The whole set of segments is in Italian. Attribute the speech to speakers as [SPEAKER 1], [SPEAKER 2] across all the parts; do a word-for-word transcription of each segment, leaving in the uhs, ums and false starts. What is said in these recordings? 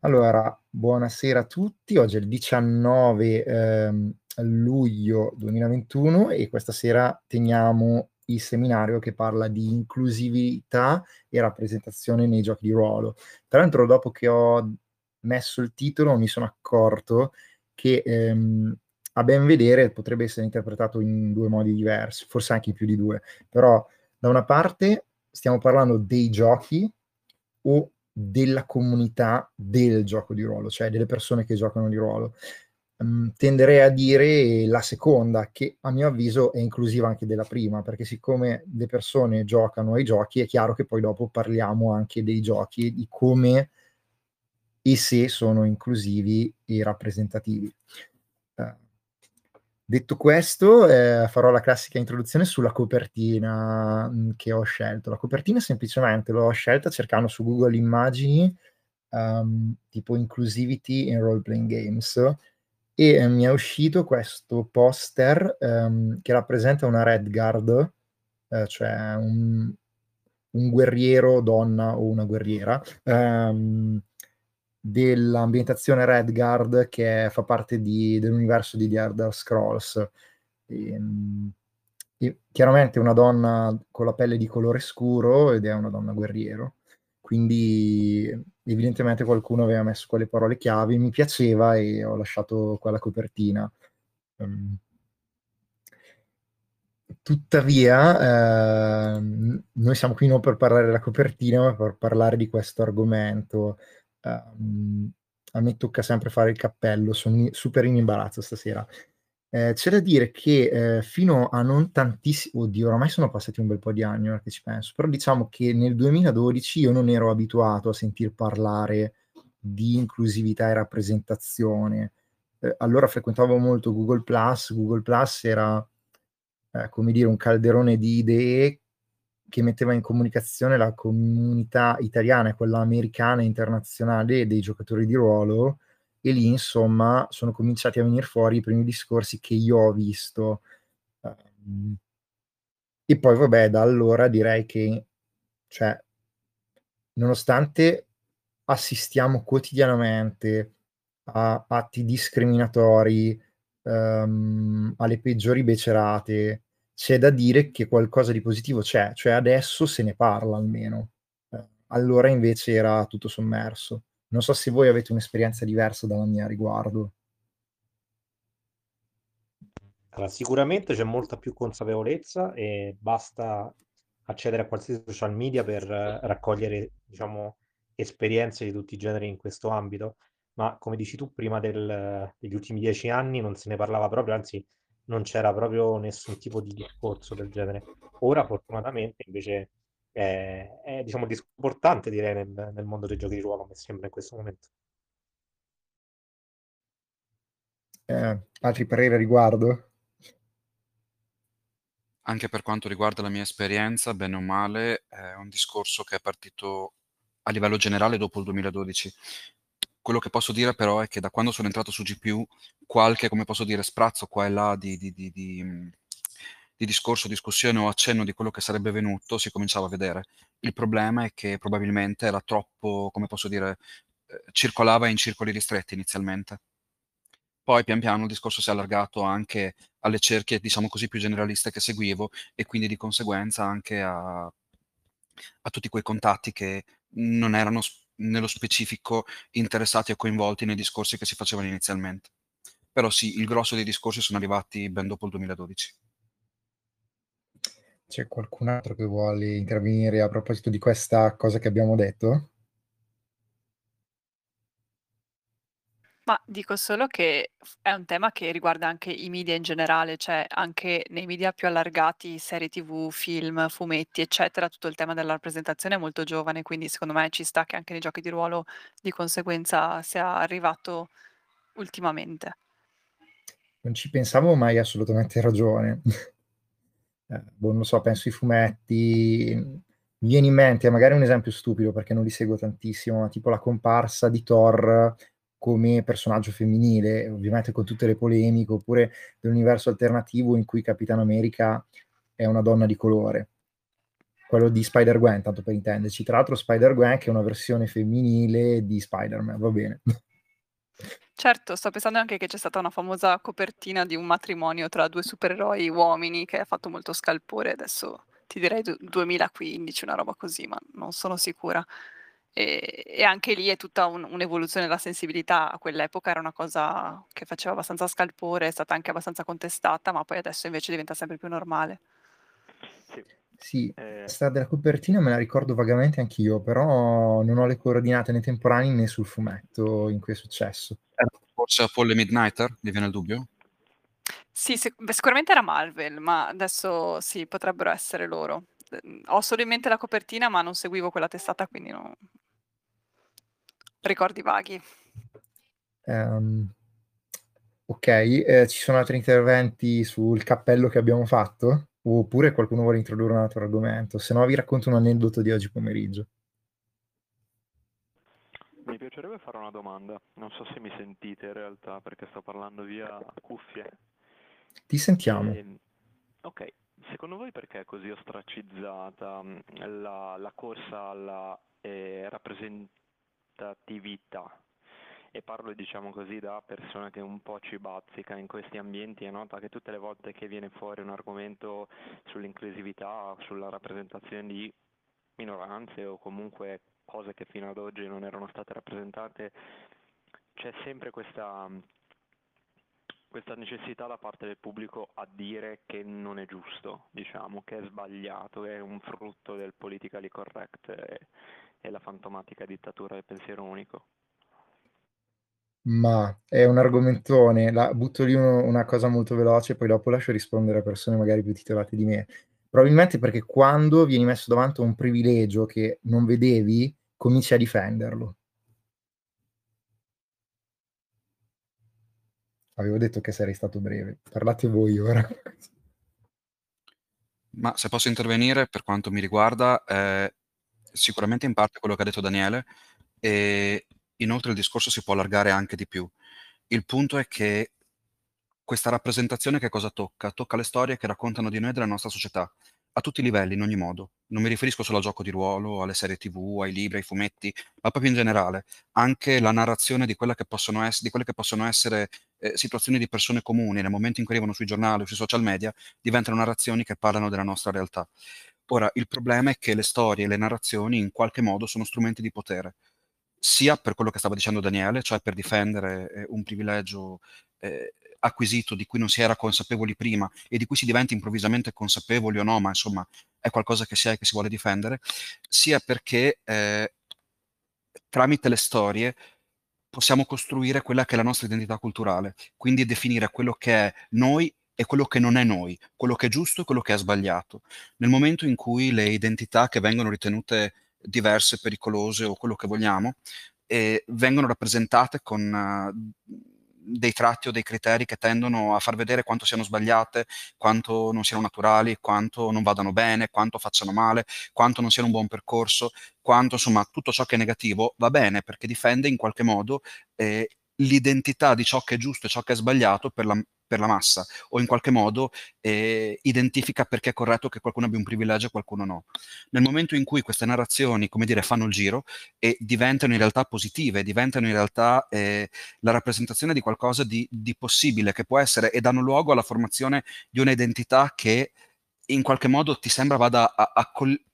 [SPEAKER 1] Allora, buonasera a tutti. Oggi è il diciannove ehm, luglio duemilaventuno e questa sera teniamo il seminario che parla di inclusività e rappresentazione nei giochi di ruolo. Tra l'altro, dopo che ho messo il titolo, mi sono accorto che ehm, a ben vedere potrebbe essere interpretato in due modi diversi, forse anche in più di due. Però, da una parte, stiamo parlando dei giochi o della comunità del gioco di ruolo, cioè delle persone che giocano di ruolo. Um, tenderei a dire la seconda, che a mio avviso è inclusiva anche della prima, perché siccome le persone giocano ai giochi, è chiaro che poi dopo parliamo anche dei giochi, di come e se sono inclusivi e rappresentativi. Uh, detto questo, eh, farò la classica introduzione sulla copertina mh, che ho scelto. La copertina semplicemente l'ho scelta cercando su Google Immagini um, tipo Inclusivity in Role Playing Games e eh, mi è uscito questo poster um, che rappresenta una Red Guard, eh, cioè un, un guerriero donna o una guerriera um, dell'ambientazione Red Guard che fa parte di, dell'universo di The Elder Scrolls. E, e chiaramente una donna con la pelle di colore scuro ed è una donna guerriero, quindi evidentemente qualcuno aveva messo quelle parole chiavi, mi piaceva e ho lasciato quella copertina. Um, tuttavia, ehm, noi siamo qui non per parlare della copertina, ma per parlare di questo argomento. Um, a me tocca sempre fare il cappello, sono super in imbarazzo stasera. Eh, c'è da dire che eh, fino a non tantissimo, oddio, oramai sono passati un bel po' di anni ora che ci penso, però diciamo che nel duemiladodici io non ero abituato a sentir parlare di inclusività e rappresentazione. Eh, allora frequentavo molto Google Plus. Google Plus era, eh, come dire, un calderone di idee che metteva in comunicazione la comunità italiana e quella americana e internazionale dei giocatori di ruolo, e lì insomma sono cominciati a venire fuori i primi discorsi che io ho visto. Um, e poi vabbè, da allora direi che, cioè, nonostante assistiamo quotidianamente a atti discriminatori, ehm, alle peggiori becerate, c'è da dire che qualcosa di positivo c'è, cioè adesso se ne parla almeno. Eh, allora invece era tutto sommerso. Non so se voi avete un'esperienza diversa dalla mia a riguardo.
[SPEAKER 2] Allora, sicuramente c'è molta più consapevolezza e basta accedere a qualsiasi social media per eh, raccogliere, diciamo, esperienze di tutti i generi in questo ambito. Ma come dici tu, prima del- degli ultimi dieci anni non se ne parlava proprio, anzi, non c'era proprio nessun tipo di discorso del genere. Ora, fortunatamente, invece, è, è, diciamo, importante, direi, nel, nel mondo dei giochi di ruolo, mi sembra in questo momento.
[SPEAKER 1] Eh, altri pareri a riguardo?
[SPEAKER 3] Anche per quanto riguarda la mia esperienza, bene o male, è un discorso che è partito a livello generale dopo il duemiladodici. Quello che posso dire però è che da quando sono entrato su G P U, qualche, come posso dire, sprazzo qua e là di, di- di- di, mh, di discorso, discussione o accenno di quello che sarebbe venuto si cominciava a vedere. Il problema è che probabilmente era troppo, come posso dire, eh, circolava in circoli ristretti inizialmente. Poi pian piano il discorso si è allargato anche alle cerchie, diciamo così, più generaliste che seguivo e quindi di conseguenza anche a, a tutti quei contatti che non erano s- nello specifico interessati o coinvolti nei discorsi che si facevano inizialmente. Però sì, il grosso dei discorsi sono arrivati ben dopo il duemiladodici.
[SPEAKER 1] C'è qualcun altro che vuole intervenire a proposito di questa cosa che abbiamo detto?
[SPEAKER 4] Ma dico solo che f è un tema che riguarda anche i media in generale, cioè anche nei media più allargati, serie T V, film, fumetti, eccetera, tutto il tema della rappresentazione è molto giovane, quindi secondo me ci sta che anche nei giochi di ruolo di conseguenza sia arrivato ultimamente.
[SPEAKER 1] Non ci pensavo, ma hai assolutamente ragione. Eh, boh, non lo so, penso ai fumetti. Mi viene in mente, magari un esempio stupido perché non li seguo tantissimo, ma tipo la comparsa di Thor come personaggio femminile, ovviamente con tutte le polemiche, oppure dell'universo alternativo in cui Capitan America è una donna di colore. quello di Spider-Gwen, tanto per intenderci. Tra l'altro Spider-Gwen che è una versione femminile di Spider-Man, va bene.
[SPEAKER 4] Certo, sto pensando anche che c'è stata una famosa copertina di un matrimonio tra due supereroi uomini che ha fatto molto scalpore, adesso ti direi du- duemilaquindici, una roba così, ma non sono sicura. E, e anche lì è tutta un- un'evoluzione della sensibilità, a quell'epoca era una cosa che faceva abbastanza scalpore, è stata anche abbastanza contestata, ma poi adesso invece diventa sempre più normale.
[SPEAKER 5] Sì.
[SPEAKER 1] Sì,
[SPEAKER 5] Eh,
[SPEAKER 1] questa della copertina me la ricordo vagamente anch'io, però non ho le coordinate né temporali né sul fumetto in cui è successo.
[SPEAKER 3] Forse Apollo e Midnighter, mi viene il dubbio?
[SPEAKER 4] Sì, sic- beh, sicuramente era Marvel, ma adesso sì, potrebbero essere loro. Eh, Ho solo in mente la copertina, ma non seguivo quella testata, quindi non... ricordi vaghi.
[SPEAKER 1] Ehm, ok, eh, ci sono altri interventi sul cappello che abbiamo fatto? Oppure qualcuno vuole introdurre un altro argomento? Se no vi racconto un aneddoto di oggi pomeriggio.
[SPEAKER 5] mi piacerebbe fare una domanda, non so se mi sentite in realtà perché sto parlando via cuffie.
[SPEAKER 1] Ti sentiamo.
[SPEAKER 5] Ehm, ok, secondo voi perché è così ostracizzata mh, la, la corsa alla eh, rappresentatività? E parlo, diciamo così, da persona che un po' ci bazzica in questi ambienti e nota che tutte le volte che viene fuori un argomento sull'inclusività, sulla rappresentazione di minoranze o comunque cose che fino ad oggi non erano state rappresentate, c'è sempre questa, questa necessità da parte del pubblico a dire che non è giusto, diciamo, che è sbagliato, che è un frutto del politically correct e, e la fantomatica dittatura del pensiero unico.
[SPEAKER 1] Ma è un argomentone, la butto lì uno- una cosa molto veloce, poi dopo lascio rispondere a persone magari più titolate di me. Probabilmente perché quando vieni messo davanti a un privilegio che non vedevi, cominci a difenderlo. Avevo detto che sarei stato breve. Parlate voi ora.
[SPEAKER 3] Ma se posso intervenire, per quanto mi riguarda, eh, sicuramente in parte quello che ha detto Daniele, e inoltre il discorso si può allargare anche di più. Il punto è che questa rappresentazione che cosa tocca? Tocca le storie che raccontano di noi e della nostra società, a tutti i livelli, in ogni modo. Non mi riferisco solo al gioco di ruolo, alle serie tivù, ai libri, ai fumetti, ma proprio in generale. Anche la narrazione di, quella che possono ess- di quelle che possono essere eh, situazioni di persone comuni, nel momento in cui arrivano sui giornali o sui social media, diventano narrazioni che parlano della nostra realtà. Ora, il problema è che le storie e le narrazioni in qualche modo sono strumenti di potere, sia per quello che stava dicendo Daniele, cioè per difendere eh, un privilegio eh, acquisito di cui non si era consapevoli prima e di cui si diventa improvvisamente consapevoli o no, ma insomma è qualcosa che si ha e che si vuole difendere, sia perché eh, tramite le storie possiamo costruire quella che è la nostra identità culturale, quindi definire quello che è noi e quello che non è noi, quello che è giusto e quello che è sbagliato. Nel momento in cui le identità che vengono ritenute diverse, pericolose o quello che vogliamo, eh, vengono rappresentate con eh, dei tratti o dei criteri che tendono a far vedere quanto siano sbagliate, quanto non siano naturali, quanto non vadano bene, quanto facciano male, quanto non siano un buon percorso, quanto insomma tutto ciò che è negativo va bene perché difende in qualche modo eh, l'identità di ciò che è giusto e ciò che è sbagliato per la, per la massa, o in qualche modo eh, identifica perché è corretto che qualcuno abbia un privilegio e qualcuno no. Nel momento in cui queste narrazioni, come dire, fanno il giro e diventano in realtà positive, diventano in realtà eh, la rappresentazione di qualcosa di, di possibile, che può essere, e danno luogo alla formazione di un'identità che in qualche modo ti sembra vada a, a, col- eh,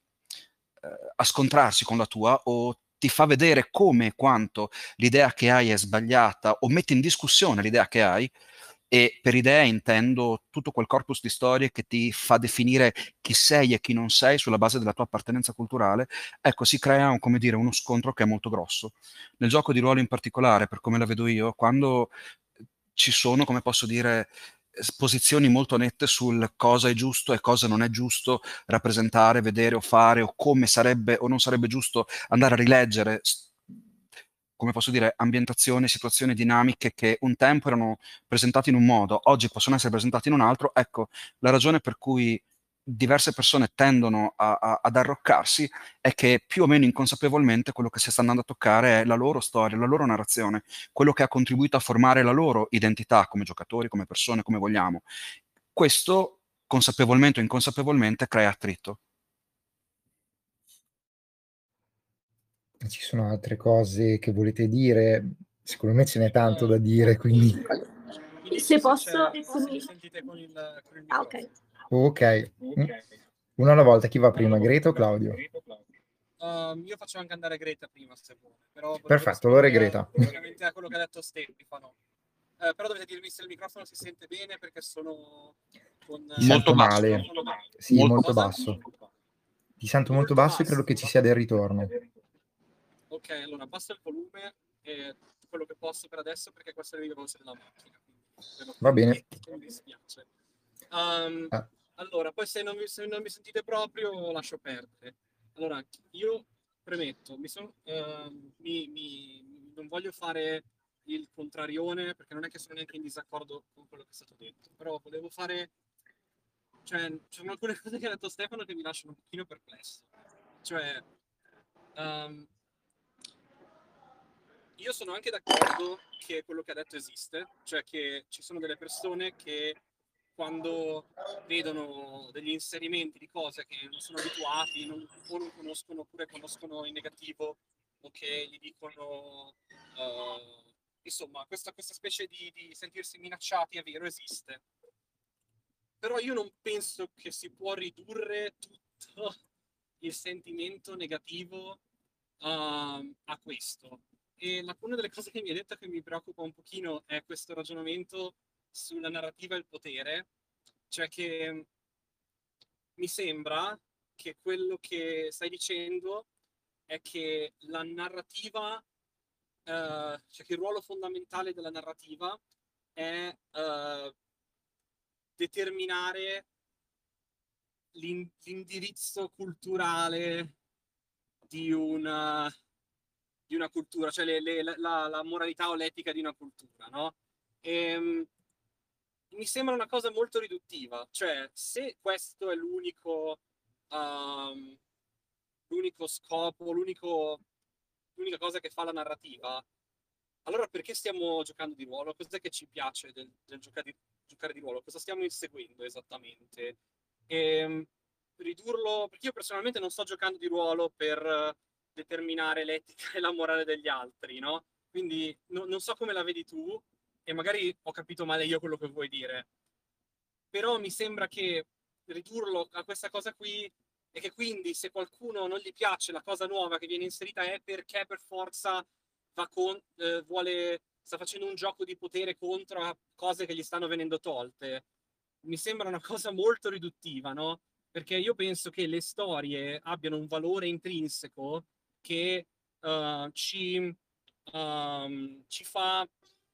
[SPEAKER 3] a scontrarsi con la tua o ti fa vedere come e quanto l'idea che hai è sbagliata o mette in discussione l'idea che hai, e per idea intendo tutto quel corpus di storie che ti fa definire chi sei e chi non sei sulla base della tua appartenenza culturale, ecco, si crea un, come dire, uno scontro che è molto grosso. Nel gioco di ruolo in particolare, per come la vedo io, quando ci sono, come posso dire, posizioni molto nette sul cosa è giusto e cosa non è giusto rappresentare, vedere o fare, o come sarebbe o non sarebbe giusto andare a rileggere, s- come posso dire, ambientazioni, situazioni dinamiche che un tempo erano presentate in un modo, oggi possono essere presentate in un altro. Ecco, la ragione per cui diverse persone tendono a- a- ad arroccarsi è che più o meno inconsapevolmente quello che si sta andando a toccare è la loro storia, la loro narrazione, quello che ha contribuito a formare la loro identità come giocatori, come persone, come vogliamo. Questo, consapevolmente o inconsapevolmente, crea attrito.
[SPEAKER 1] ci sono altre cose che volete dire? Secondo me ce n'è tanto da dire, quindi...
[SPEAKER 6] Mi dici
[SPEAKER 7] Se
[SPEAKER 6] se
[SPEAKER 7] posso,
[SPEAKER 6] c'è-
[SPEAKER 7] se
[SPEAKER 6] se
[SPEAKER 7] mi-
[SPEAKER 6] mi sentite con il, con il
[SPEAKER 7] Ah,
[SPEAKER 6] microfono.
[SPEAKER 7] ok.
[SPEAKER 1] Ok, Mm. Uno alla volta, chi va prima, Greta o Claudio?
[SPEAKER 6] Um, io faccio anche andare Greta prima, se vuole. Però volevo
[SPEAKER 1] Perfetto, allora è
[SPEAKER 6] rispondere
[SPEAKER 1] Greta.
[SPEAKER 6] praticamente a quello che ha detto Stefano. Eh, però dovete dirmi se il microfono si sente bene, perché sono con...
[SPEAKER 1] Ti sento
[SPEAKER 3] Molto basso.
[SPEAKER 1] male.
[SPEAKER 6] microfono-
[SPEAKER 1] Sì, molto,
[SPEAKER 3] Molto
[SPEAKER 6] Cosa?
[SPEAKER 1] basso. Ti sento molto,
[SPEAKER 6] Molto
[SPEAKER 1] basso e credo
[SPEAKER 6] basso.
[SPEAKER 1] che ci sia del ritorno.
[SPEAKER 6] Ok, allora basso il volume e quello che posso per adesso, perché questa è la mia voce della macchina. quindi spero
[SPEAKER 1] Va
[SPEAKER 6] che-
[SPEAKER 1] bene.
[SPEAKER 6] che mi dispiace. Um,
[SPEAKER 1] Ah.
[SPEAKER 6] Allora, poi se non, mi, se non mi sentite proprio, lascio perdere. Allora, io premetto, mi son, ehm, mi, mi- non voglio fare il contrarione, perché non è che sono neanche in disaccordo con quello che è stato detto, però volevo fare... Cioè, ci sono alcune cose che ha detto Stefano che mi lasciano un pochino perplesso. Cioè, ehm, io sono anche d'accordo che quello che ha detto esiste, cioè che ci sono delle persone che quando vedono degli inserimenti di cose che non sono abituati, non, o non conoscono, oppure conoscono in negativo, o che gli dicono, eh, insomma, questa, questa specie di, di sentirsi minacciati è vero, esiste. Però io non penso che si può ridurre tutto il sentimento negativo uh, a questo. E la, una delle cose che mi hai detto che mi preoccupa un pochino è questo ragionamento sulla narrativa e il potere, cioè che mi sembra che quello che stai dicendo è che la narrativa, eh, cioè che il ruolo fondamentale della narrativa è eh, determinare l'in- l'indirizzo culturale di una, di una cultura, cioè le- le- la, la moralità o l'etica di una cultura, no? E, mi sembra una cosa molto riduttiva, cioè se questo è l'unico um, l'unico scopo, l'unico, l'unica cosa che fa la narrativa, allora perché stiamo giocando di ruolo? Cos'è che ci piace del, del giocare, di, giocare di ruolo? Cosa stiamo inseguendo esattamente? E, ridurlo, perché io personalmente non sto giocando di ruolo per determinare l'etica e la morale degli altri, no? Quindi no, non so come la vedi tu, e magari ho capito male io quello che vuoi dire, però mi sembra che ridurlo a questa cosa qui e che quindi se qualcuno non gli piace la cosa nuova che viene inserita è perché per forza va con, eh, vuole, sta facendo un gioco di potere contro a cose che gli stanno venendo tolte. Mi sembra una cosa molto riduttiva, no? Perché io penso che le storie abbiano un valore intrinseco che uh, ci, um, ci fa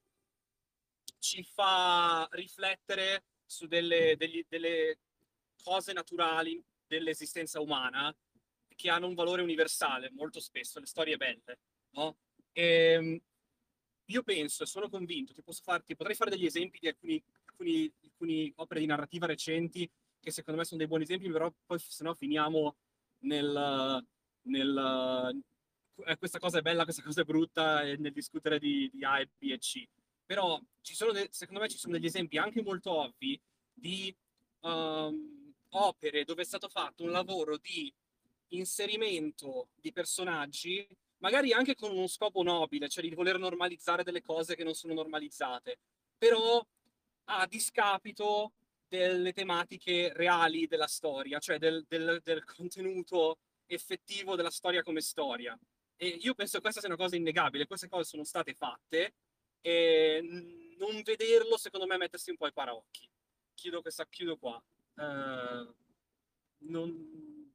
[SPEAKER 6] ci fa riflettere su delle, degli, delle cose naturali dell'esistenza umana che hanno un valore universale molto spesso, le storie belle, no? E io penso e sono convinto, ti posso farti, potrei fare degli esempi di alcuni, alcuni, alcuni opere di narrativa recenti che secondo me sono dei buoni esempi, però poi se no finiamo nel, nel eh, questa cosa è bella, questa cosa è brutta, e nel discutere di, di A e B e C. Però ci sono de- secondo me ci sono degli esempi anche molto ovvi di um, opere dove è stato fatto un lavoro di inserimento di personaggi, magari anche con uno scopo nobile, cioè di voler normalizzare delle cose che non sono normalizzate, però a discapito delle tematiche reali della storia, cioè del, del, del contenuto effettivo della storia come storia. E io penso che questa sia una cosa innegabile, queste cose sono state fatte e non vederlo secondo me è mettersi un po' ai paraocchi. Chiudo, questa, chiudo qua. Uh, non...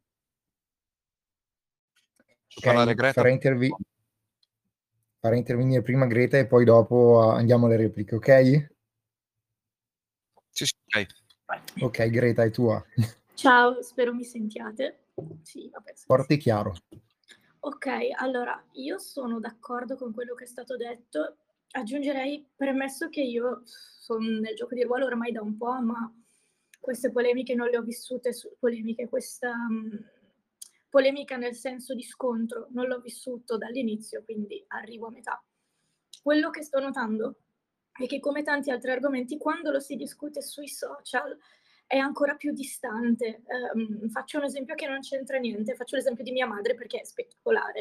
[SPEAKER 3] Parlare
[SPEAKER 1] Ok,
[SPEAKER 3] Greta.
[SPEAKER 1] farei, intervi- farei intervenire prima Greta e poi dopo uh, andiamo alle repliche, ok?
[SPEAKER 3] Sì, sì, ok.
[SPEAKER 1] Ok, Greta, è tua.
[SPEAKER 7] Ciao, spero mi sentiate. Sì, vabbè. Sì,
[SPEAKER 1] Forte e
[SPEAKER 7] sì.
[SPEAKER 1] chiaro.
[SPEAKER 7] Ok, allora, io sono d'accordo con quello che è stato detto. Aggiungerei, premesso che io sono nel gioco di ruolo ormai da un po', ma queste polemiche non le ho vissute, su, polemiche, questa um, polemica nel senso di scontro, non l'ho vissuto dall'inizio, quindi arrivo a metà. Quello che sto notando è che come tanti altri argomenti, quando lo si discute sui social, è ancora più distante. Um, faccio un esempio che non c'entra niente, faccio l'esempio di mia madre perché è spettacolare.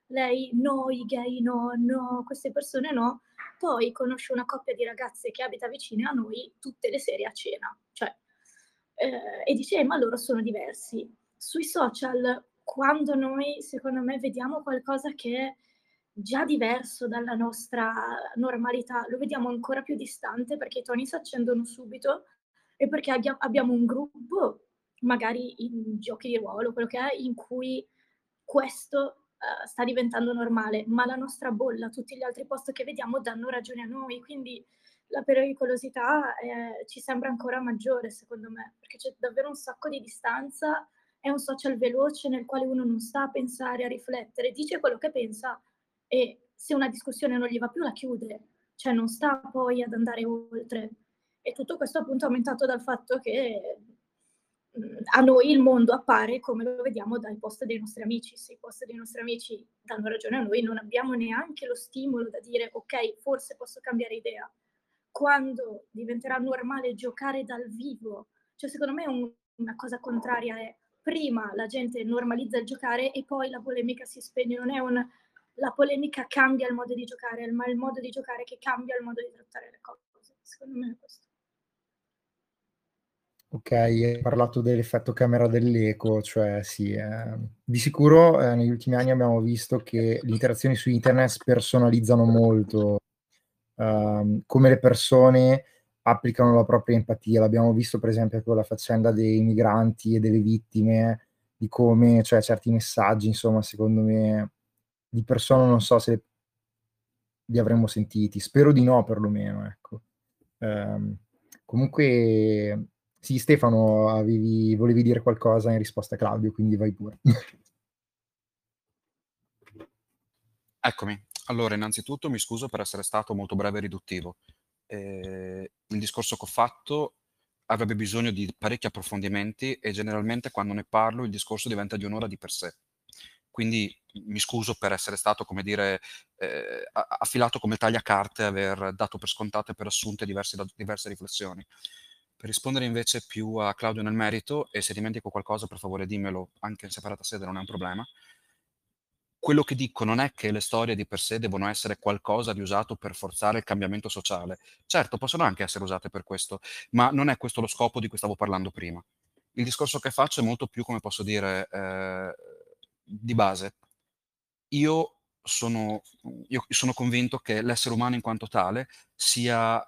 [SPEAKER 7] lei no, i gay no, no, queste persone no. Poi conosce una coppia di ragazze che abita vicino a noi tutte le sere a cena, cioè, eh, e dice, eh, ma loro sono diversi. Sui social, quando noi, secondo me, vediamo qualcosa che è già diverso dalla nostra normalità, lo vediamo ancora più distante perché i toni si accendono subito e perché abbia- abbiamo un gruppo, magari in giochi di ruolo, quello che è, in cui questo eh, sta diventando normale, ma la nostra bolla, tutti gli altri post che vediamo danno ragione a noi, quindi la pericolosità eh, ci sembra ancora maggiore, secondo me, perché c'è davvero un sacco di distanza, è un social veloce nel quale uno non sta a pensare, a riflettere, dice quello che pensa e se una discussione non gli va più la chiude, cioè non sta poi ad andare oltre. E tutto questo appunto aumentato dal fatto che mh, a noi il mondo appare come lo vediamo dai post dei nostri amici. Se i post dei nostri amici danno ragione a noi, non abbiamo neanche lo stimolo da dire ok, forse posso cambiare idea. Quando diventerà normale giocare dal vivo, cioè secondo me un, una cosa contraria è prima la gente normalizza il giocare e poi la polemica si spegne, non è un la polemica cambia il modo di giocare, ma il modo di giocare che cambia il modo di trattare le cose. Secondo me è questo.
[SPEAKER 1] Ok, hai parlato dell'effetto camera dell'eco, cioè sì, eh, di sicuro eh, negli ultimi anni abbiamo visto che le interazioni su internet personalizzano molto ehm, come le persone applicano la propria empatia. L'abbiamo visto per esempio con la faccenda dei migranti e delle vittime, di come, cioè certi messaggi, insomma, secondo me di persona non so se li avremmo sentiti, spero di no perlomeno, ecco. Ehm, comunque, sì, Stefano, avevi, volevi dire qualcosa in risposta a Claudio, quindi vai pure.
[SPEAKER 3] Eccomi. Allora, innanzitutto mi scuso per essere stato molto breve e riduttivo. Eh, il discorso che ho fatto avrebbe bisogno di parecchi approfondimenti e generalmente quando ne parlo il discorso diventa di un'ora di per sé. Quindi mi scuso per essere stato, come dire, eh, affilato come tagliacarte e aver dato per scontate e per assunte diverse, diverse riflessioni. Per rispondere invece più a Claudio nel merito, e se dimentico qualcosa per favore dimmelo, anche in separata sede non è un problema, quello che dico non è che le storie di per sé devono essere qualcosa di usato per forzare il cambiamento sociale. Certo, possono anche essere usate per questo, ma non è questo lo scopo di cui stavo parlando prima. Il discorso che faccio è molto più, come posso dire, eh, di base. Io sono, io sono convinto che l'essere umano in quanto tale sia,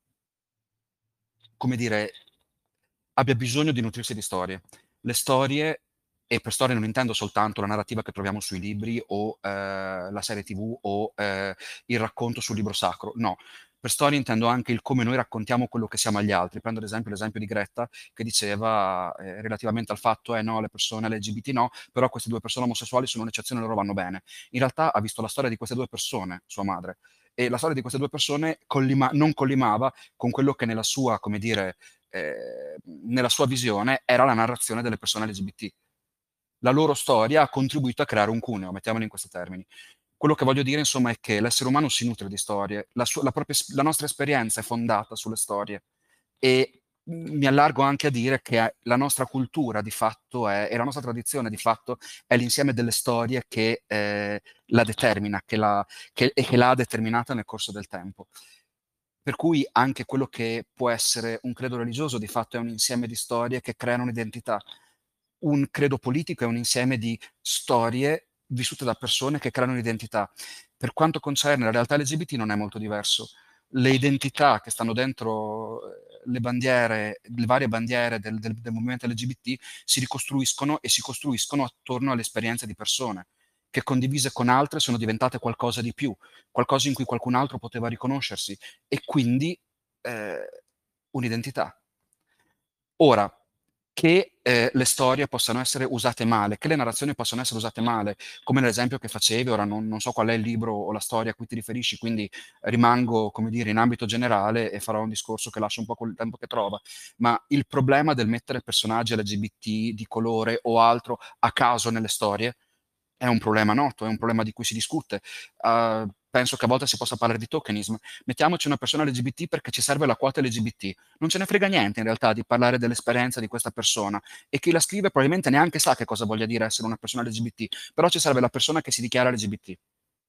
[SPEAKER 3] come dire, abbia bisogno di nutrirsi di storie. Le storie, e per storie non intendo soltanto la narrativa che troviamo sui libri o eh, la serie tivù o eh, il racconto sul libro sacro, no. Per storie intendo anche il come noi raccontiamo quello che siamo agli altri. Prendo ad esempio l'esempio di Greta che diceva eh, relativamente al fatto, eh no, le persone L G B T no, però queste due persone omosessuali sono un'eccezione e loro vanno bene. In realtà ha visto la storia di queste due persone, sua madre, e la storia di queste due persone collima- non collimava con quello che nella sua, come dire, eh, nella sua visione era la narrazione delle persone L G B T. La loro storia ha contribuito a creare un cuneo, mettiamolo in questi termini. Quello che voglio dire, insomma, è che l'essere umano si nutre di storie, la, sua, la, propria, la nostra esperienza è fondata sulle storie e mi allargo anche a dire che la nostra cultura di fatto è, e la nostra tradizione di fatto è l'insieme delle storie che eh, la determina che la, che, e che l'ha determinata nel corso del tempo. Per cui anche quello che può essere un credo religioso di fatto è un insieme di storie che creano un'identità. Un credo politico è un insieme di storie vissute da persone che creano un'identità. Per quanto concerne la realtà L G B T non è molto diverso. Le identità che stanno dentro le bandiere, le varie bandiere del, del, del movimento L G B T si ricostruiscono e si costruiscono attorno alle esperienze di persone che condivise con altre sono diventate qualcosa di più, qualcosa in cui qualcun altro poteva riconoscersi e quindi eh, un'identità. Ora, che eh, le storie possano essere usate male, che le narrazioni possano essere usate male, come nell'esempio che facevi, ora non, non so qual è il libro o la storia a cui ti riferisci, quindi rimango, come dire, in ambito generale e farò un discorso che lascia un po' col tempo che trova, ma il problema del mettere personaggi L G B T di colore o altro a caso nelle storie è un problema noto, è un problema di cui si discute. Uh, penso che a volte si possa parlare di tokenism. Mettiamoci una persona L G B T perché ci serve la quota L G B T. Non ce ne frega niente in realtà di parlare dell'esperienza di questa persona, e chi la scrive probabilmente neanche sa che cosa voglia dire essere una persona L G B T, però ci serve la persona che si dichiara L G B T.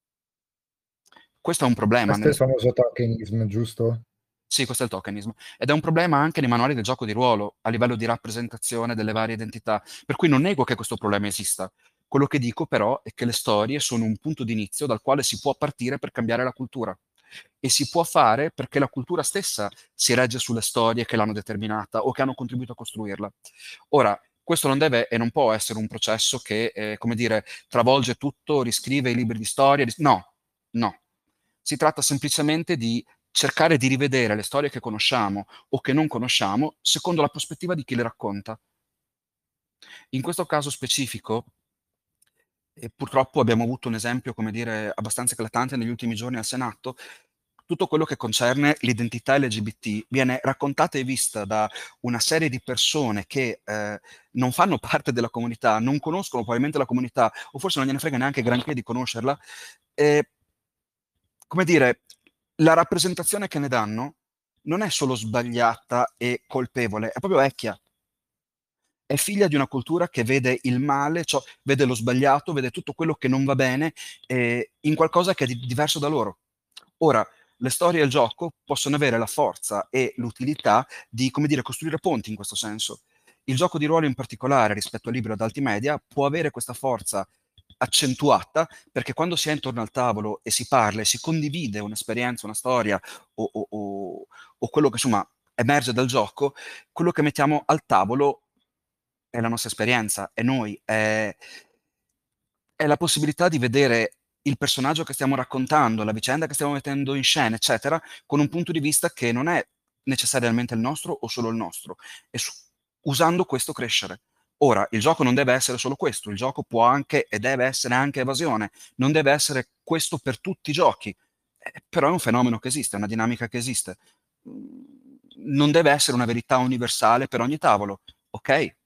[SPEAKER 3] Questo è un problema.
[SPEAKER 1] Questo è il
[SPEAKER 3] nelle-
[SPEAKER 1] famoso tokenism, giusto?
[SPEAKER 3] Sì, questo è il tokenism. Ed è un problema anche nei manuali del gioco di ruolo, a livello di rappresentazione delle varie identità. Per cui non nego che questo problema esista. Quello che dico però è che le storie sono un punto di inizio dal quale si può partire per cambiare la cultura. E si può fare perché la cultura stessa si regge sulle storie che l'hanno determinata o che hanno contribuito a costruirla. Ora, questo non deve e non può essere un processo che, eh, come dire, travolge tutto, riscrive i libri di storia. ris- No, no. Si tratta semplicemente di cercare di rivedere le storie che conosciamo o che non conosciamo secondo la prospettiva di chi le racconta. In questo caso specifico, e purtroppo abbiamo avuto un esempio, come dire, abbastanza eclatante negli ultimi giorni al Senato, tutto quello che concerne l'identità L G B T viene raccontata e vista da una serie di persone che eh, non fanno parte della comunità, non conoscono probabilmente la comunità, o forse non gliene frega neanche granché di conoscerla. E, come dire, la rappresentazione che ne danno non è solo sbagliata e colpevole, è proprio vecchia. È figlia di una cultura che vede il male, cioè vede lo sbagliato, vede tutto quello che non va bene eh, in qualcosa che è di- diverso da loro. Ora, le storie e il gioco possono avere la forza e l'utilità di, come dire, costruire ponti in questo senso. Il gioco di ruolo in particolare rispetto al libro ad alti media può avere questa forza accentuata perché quando si è intorno al tavolo e si parla e si condivide un'esperienza, una storia o, o- o- o quello che insomma emerge dal gioco, quello che mettiamo al tavolo è la nostra esperienza, è noi, è, è la possibilità di vedere il personaggio che stiamo raccontando, la vicenda che stiamo mettendo in scena, eccetera, con un punto di vista che non è necessariamente il nostro o solo il nostro, e su- usando questo crescere. Ora, il gioco non deve essere solo questo, il gioco può anche e deve essere anche evasione, non deve essere questo per tutti i giochi, eh, però è un fenomeno che esiste, è una dinamica che esiste. Mm, Non deve essere una verità universale per ogni tavolo, ok?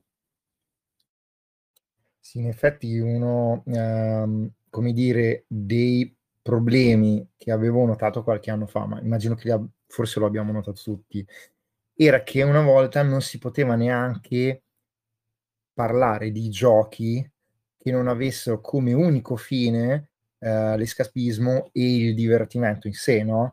[SPEAKER 1] Sì, in effetti uno, ehm, come dire, dei problemi che avevo notato qualche anno fa, ma immagino che li ab- forse lo abbiamo notato tutti, era che una volta non si poteva neanche parlare di giochi che non avessero come unico fine eh, l'escapismo e il divertimento in sé, no?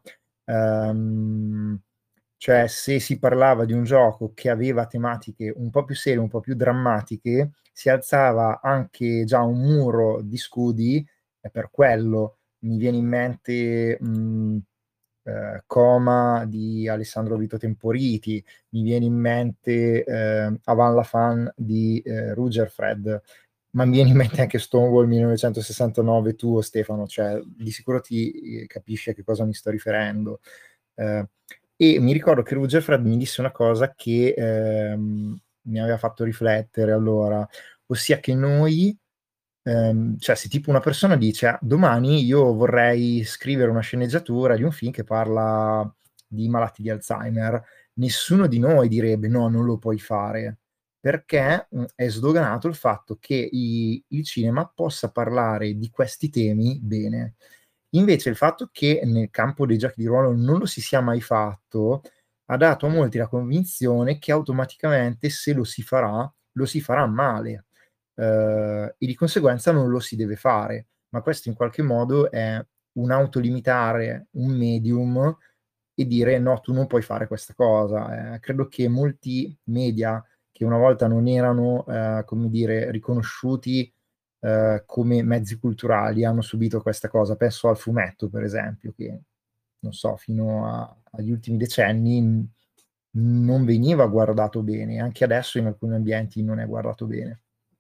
[SPEAKER 1] Ehm, cioè, se si parlava di un gioco che aveva tematiche un po' più serie, un po' più drammatiche, si alzava anche già un muro di scudi, e per quello mi viene in mente mh, eh, Coma di Alessandro Vito Temporiti, mi viene in mente eh, Avant la Fan di eh, Ruger Fred, ma mi viene in mente anche Stonewall millenovecentosessantanove tuo, Stefano, cioè di sicuro ti eh, capisci a che cosa mi sto riferendo. Eh, e mi ricordo che Ruger Fred mi disse una cosa che ehm, mi aveva fatto riflettere allora, ossia che noi, ehm, cioè se tipo una persona dice "Ah, domani io vorrei scrivere una sceneggiatura di un film che parla di malati di Alzheimer", nessuno di noi direbbe no, non lo puoi fare, perché mh, è sdoganato il fatto che i- il cinema possa parlare di questi temi bene. Invece il fatto che nel campo dei giochi di ruolo non lo si sia mai fatto ha dato a molti la convinzione che automaticamente se lo si farà, lo si farà male eh, e di conseguenza non lo si deve fare. Ma questo in qualche modo è un autolimitare un medium e dire no, tu non puoi fare questa cosa. Eh, credo che molti media che una volta non erano, eh, come dire, riconosciuti eh, come mezzi culturali hanno subito questa cosa. Penso al fumetto, per esempio, che non so, fino a- agli ultimi decenni n- non veniva guardato bene, anche adesso in alcuni ambienti non è guardato bene.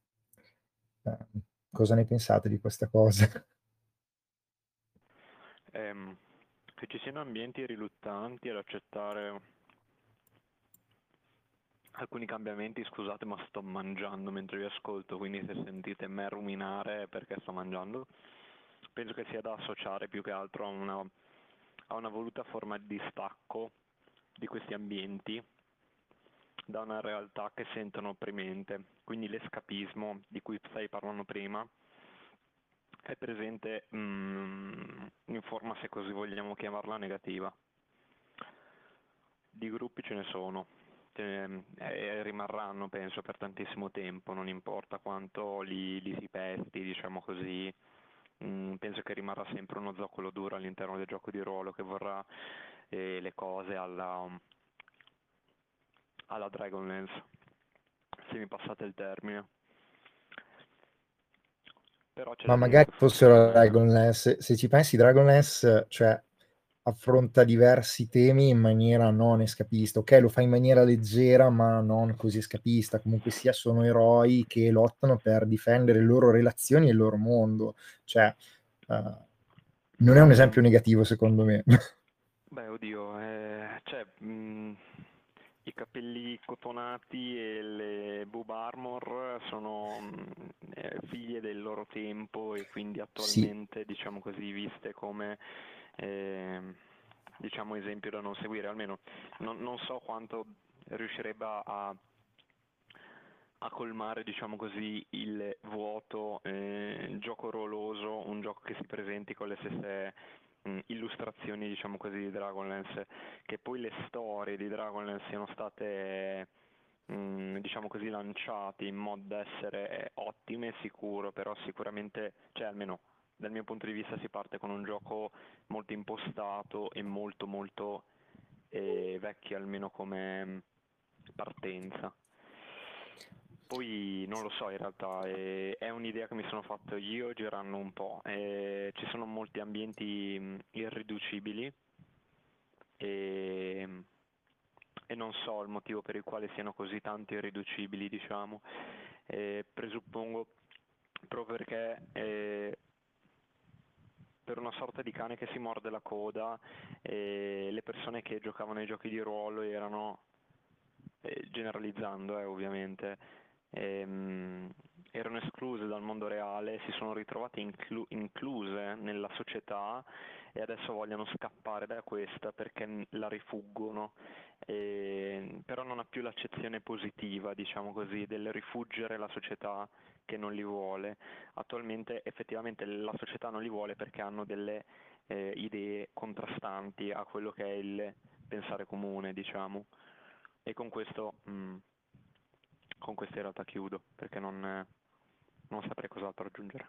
[SPEAKER 1] Eh, cosa ne pensate di questa cosa?
[SPEAKER 5] Ehm, che ci siano ambienti riluttanti ad accettare alcuni cambiamenti, scusate, ma sto mangiando mentre vi ascolto, quindi se sentite me ruminare è perché sto mangiando. Penso che sia da associare più che altro a una, a una voluta forma di distacco di questi ambienti da una realtà che sentono opprimente. Quindi l'escapismo di cui stai parlando prima è presente mm, in forma, se così vogliamo chiamarla, negativa. Di gruppi ce ne sono, e eh, rimarranno penso per tantissimo tempo, non importa quanto li, li si pesti, diciamo così. Mm, penso che rimarrà sempre uno zoccolo duro all'interno del gioco di ruolo che vorrà eh, le cose alla, alla Dragonlance, se mi passate il termine. Però c'è
[SPEAKER 1] Ma
[SPEAKER 5] da dire
[SPEAKER 1] magari
[SPEAKER 5] che
[SPEAKER 1] fossero
[SPEAKER 5] funziona meglio.
[SPEAKER 1] Dragonlance, se ci pensi Dragonlance, cioè affronta diversi temi in maniera non escapista, ok, lo fa in maniera leggera ma non così escapista, comunque sia sono eroi che lottano per difendere le loro relazioni e il loro mondo, cioè uh, non è un esempio negativo secondo me.
[SPEAKER 5] Beh, oddio, eh, cioè, mh, i capelli cotonati e le boob armor sono mh, eh, figlie del loro tempo e quindi attualmente, sì, diciamo così, viste come eh, diciamo esempio da non seguire, almeno non, non so quanto riuscirebbe a, a colmare, diciamo così, il vuoto eh, gioco ruoloso, un gioco che si presenti con le stesse mh, illustrazioni, diciamo così, di Dragonlance, che poi le storie di Dragonlance siano state mh, diciamo così lanciate in modo da essere ottime, sicuro, però sicuramente, cioè almeno dal mio punto di vista si parte con un gioco molto impostato e molto molto eh, vecchio, almeno come partenza. Poi non lo so, in realtà è, è un'idea che mi sono fatto io girando un po'. Eh, ci sono molti ambienti mh, irriducibili e, e non so il motivo per il quale siano così tanti irriducibili, diciamo. Eh, presuppongo proprio perché eh, per una sorta di cane che si morde la coda eh, le persone che giocavano ai giochi di ruolo erano, eh, generalizzando eh, ovviamente, ehm, erano escluse dal mondo reale, si sono ritrovate inclu- incluse nella società e adesso vogliono scappare da questa perché la rifuggono, e, però non ha più l'accezione positiva, diciamo così, del rifuggire la società che non li vuole. Attualmente effettivamente la società non li vuole perché hanno delle eh, idee contrastanti a quello che è il pensare comune, diciamo. E con questo, mh, con questo in realtà chiudo, perché non, eh, non saprei cos'altro aggiungere.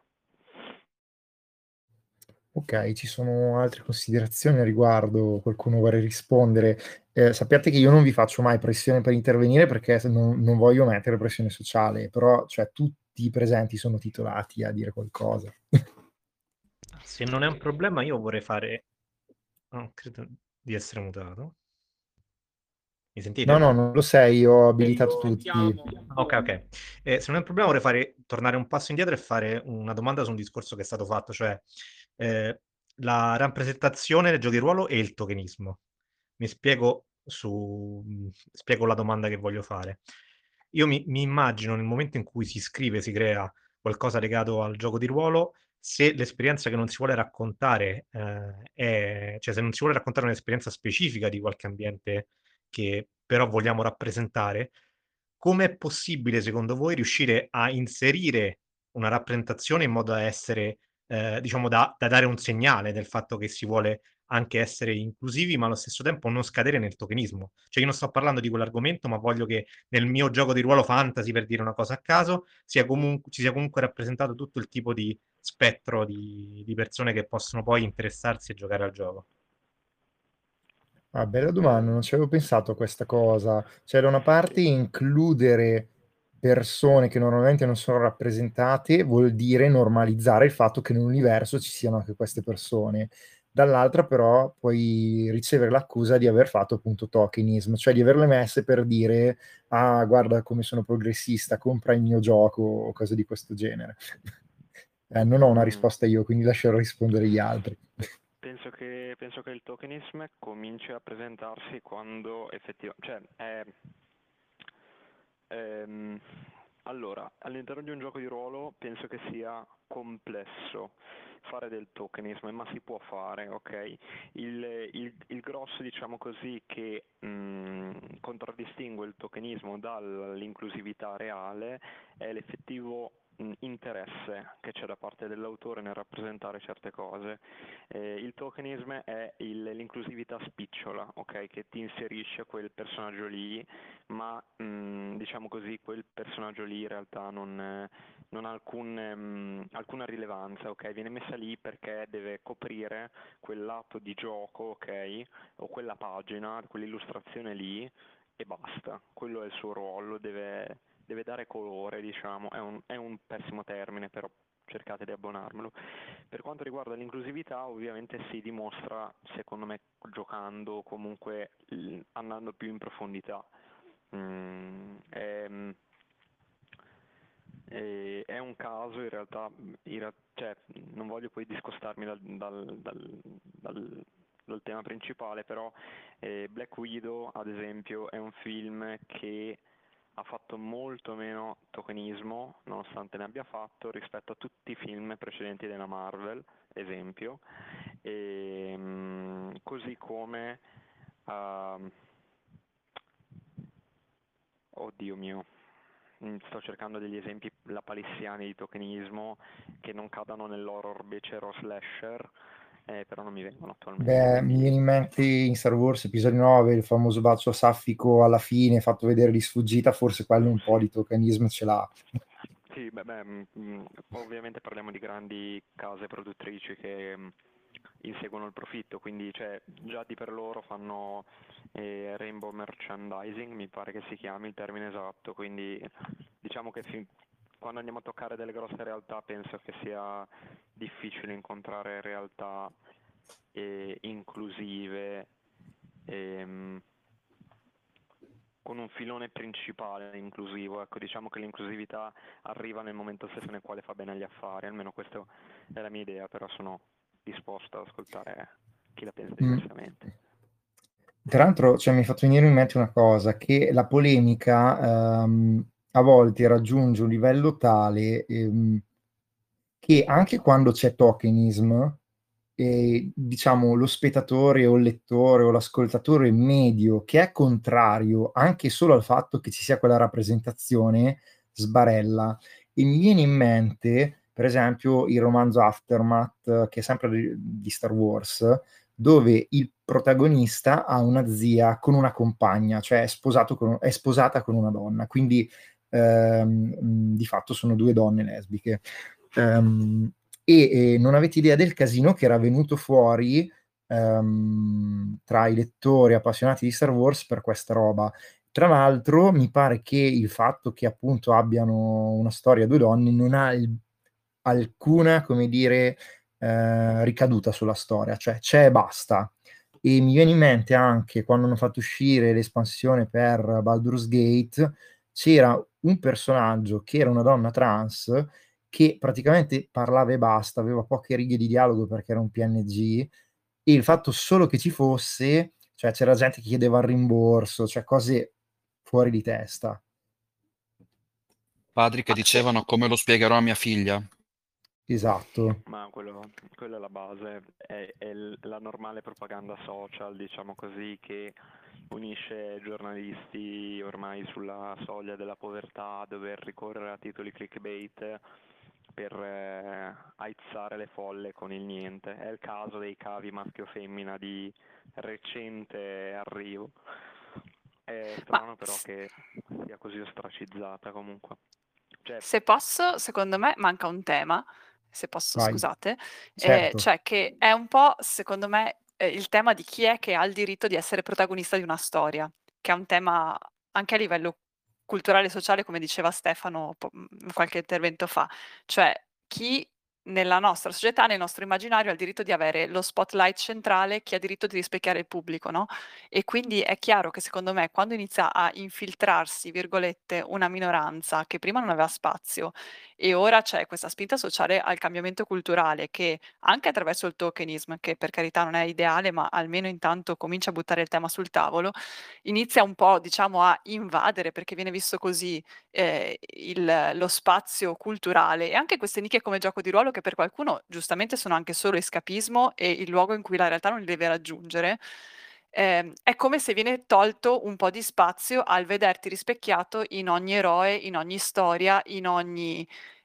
[SPEAKER 1] Ok, ci sono altre considerazioni a riguardo? Qualcuno vuole rispondere? Eh, sappiate che io non vi faccio mai pressione per intervenire perché non, non voglio mettere pressione sociale, però cioè, tutti i presenti sono titolati a dire qualcosa.
[SPEAKER 2] Se non è un problema io vorrei fare... Oh, credo di essere mutato. Mi sentite?
[SPEAKER 1] No, no, non lo sei, ho abilitato
[SPEAKER 6] Lo
[SPEAKER 1] tutti.
[SPEAKER 6] sentiamo.
[SPEAKER 2] Ok, ok. Eh, se non è un problema vorrei fare, tornare un passo indietro e fare una domanda su un discorso che è stato fatto, cioè eh, la rappresentazione del gioco di ruolo e il tokenismo. Mi spiego su... spiego la domanda che voglio fare. Io mi, mi immagino nel momento in cui si scrive, si crea qualcosa legato al gioco di ruolo, se l'esperienza che non si vuole raccontare eh, è, cioè se non si vuole raccontare un'esperienza specifica di qualche ambiente che però vogliamo rappresentare, come è possibile secondo voi riuscire a inserire una rappresentazione in modo da essere, eh, diciamo, da, da dare un segnale del fatto che si vuole anche essere inclusivi, ma allo stesso tempo non scadere nel tokenismo? Cioè io non sto parlando di quell'argomento, ma voglio che nel mio gioco di ruolo fantasy, per dire una cosa a caso, sia comunque, ci sia comunque rappresentato tutto il tipo di spettro di, di persone che possono poi interessarsi e giocare al gioco.
[SPEAKER 1] Ah, bella domanda, non ci avevo pensato a questa cosa. Cioè, da una parte includere persone che normalmente non sono rappresentate vuol dire normalizzare il fatto che nell'universo ci siano anche queste persone. Dall'altra però puoi ricevere l'accusa di aver fatto appunto tokenism, cioè di averle messe per dire ah, guarda come sono progressista, compra il mio gioco o cose di questo genere. Eh, non ho una
[SPEAKER 5] Mm.
[SPEAKER 1] risposta io, quindi lascerò rispondere gli altri.
[SPEAKER 5] Penso che, penso che il tokenism cominci a presentarsi quando effettivamente, cioè, è, ehm, allora, all'interno di un gioco di ruolo penso che sia complesso fare del tokenism, ma si può fare, ok? Il, il, il grosso, diciamo così, che mh, contraddistingue il tokenismo dall'inclusività reale è l'effettivo mh, interesse che c'è da parte dell'autore nel rappresentare certe cose. Eh, il tokenism è il- l'inclusività spicciola, ok? Che ti inserisce quel personaggio lì, ma mh, diciamo così, quel personaggio lì in realtà non, eh, non ha alcun, ehm, alcuna rilevanza, ok? Viene messa lì perché deve coprire quel lato di gioco, ok? O quella pagina, quell'illustrazione lì e basta. Quello è il suo ruolo, deve, deve dare colore, diciamo. È un, è un pessimo termine, però cercate di abbonarmelo. Per quanto riguarda l'inclusività, ovviamente si dimostra, secondo me, giocando, comunque l- andando più in profondità. Mm, ehm, e è un caso in realtà, in rea- cioè, non voglio poi discostarmi dal, dal- dal- dal- dal tema principale, però eh, Black Widow, ad esempio, è un film che ha fatto molto meno tokenismo, nonostante ne abbia fatto, rispetto a tutti i film precedenti della Marvel, esempio, e, mm, così come... ehm, oddio mio, mm, sto cercando degli esempi lapalissiani di tokenismo che non cadano nell'horror becero slasher, eh, però non mi vengono attualmente.
[SPEAKER 1] Beh, mi viene in mente in Star Wars episodio nove, il famoso bacio saffico alla fine, fatto vedere di sfuggita, forse quello un po' di tokenismo ce l'ha.
[SPEAKER 5] Sì, beh, beh, mm, mm, ovviamente parliamo di grandi case produttrici che mm, inseguono il profitto, quindi cioè, già di per loro fanno eh, rainbow merchandising, mi pare che si chiami il termine esatto, quindi diciamo che fin- quando andiamo a toccare delle grosse realtà penso che sia difficile incontrare realtà eh, inclusive ehm, con un filone principale inclusivo, ecco, diciamo che l'inclusività arriva nel momento stesso nel quale fa bene agli affari, almeno questa è la mia idea, però sono disposto ad ascoltare chi la pensa
[SPEAKER 1] Mm.
[SPEAKER 5] diversamente.
[SPEAKER 1] Tra l'altro, cioè, mi è fatto venire in mente una cosa, che la polemica ehm, a volte raggiunge un livello tale ehm, che anche quando c'è tokenism, eh, diciamo, lo spettatore o il lettore o l'ascoltatore medio che è contrario anche solo al fatto che ci sia quella rappresentazione sbarella. E mi viene in mente, per esempio, il romanzo Aftermath, che è sempre di, di Star Wars, dove il protagonista ha una zia con una compagna, cioè è, sposato con, è sposata con una donna, quindi ehm, di fatto sono due donne lesbiche. Um, e, e non avete idea del casino che era venuto fuori um, tra i lettori appassionati di Star Wars per questa roba. Tra l'altro, mi pare che il fatto che appunto abbiano una storia a due donne non ha il, alcuna, come dire, eh, ricaduta sulla storia, cioè c'è e basta. E mi viene in mente anche quando hanno fatto uscire l'espansione per Baldur's Gate, c'era un personaggio che era una donna trans che praticamente parlava e basta, aveva poche righe di dialogo perché era un P N G, e il fatto solo che ci fosse, cioè c'era gente che chiedeva il rimborso, cioè cose fuori di testa.
[SPEAKER 3] Padri che
[SPEAKER 4] Ma se-
[SPEAKER 3] dicevano come lo spiegherò a mia figlia.
[SPEAKER 1] Esatto.
[SPEAKER 5] Ma quello, quello è la base, è, è l- la normale propaganda social, diciamo così, che unisce giornalisti ormai sulla soglia della povertà a dover ricorrere a titoli clickbait per eh, aizzare le folle con il niente. È il caso dei cavi maschio-femmina di recente arrivo. È
[SPEAKER 4] Ma
[SPEAKER 5] strano però
[SPEAKER 4] s-
[SPEAKER 5] che sia così ostracizzata comunque. Cioè,
[SPEAKER 4] se posso, secondo me manca un tema, se posso,
[SPEAKER 1] Vai,
[SPEAKER 4] scusate, eh,
[SPEAKER 1] certo.
[SPEAKER 4] cioè che è un po', secondo me, eh, il tema di chi è che ha il diritto di essere protagonista di una storia, che è un tema anche a livello culturale e sociale, come diceva Stefano po- mm, qualche intervento fa, cioè chi nella nostra società, nel nostro immaginario, ha il diritto di avere lo spotlight centrale, chi ha diritto di rispecchiare il pubblico, no? E quindi è chiaro che secondo me quando inizia a infiltrarsi, virgolette, una minoranza che prima non aveva spazio e ora c'è questa spinta sociale al cambiamento culturale che anche attraverso il tokenism, che per carità non è ideale, ma almeno intanto comincia a buttare il tema sul tavolo, inizia un po', diciamo, a invadere perché viene visto così eh, il- lo spazio culturale e anche queste nicchie come gioco di ruolo che per qualcuno giustamente sono anche solo escapismo e il luogo in cui la realtà non li deve raggiungere. Ehm, è come se viene tolto un po' di spazio al vederti rispecchiato in ogni eroe, in ogni storia, in ogni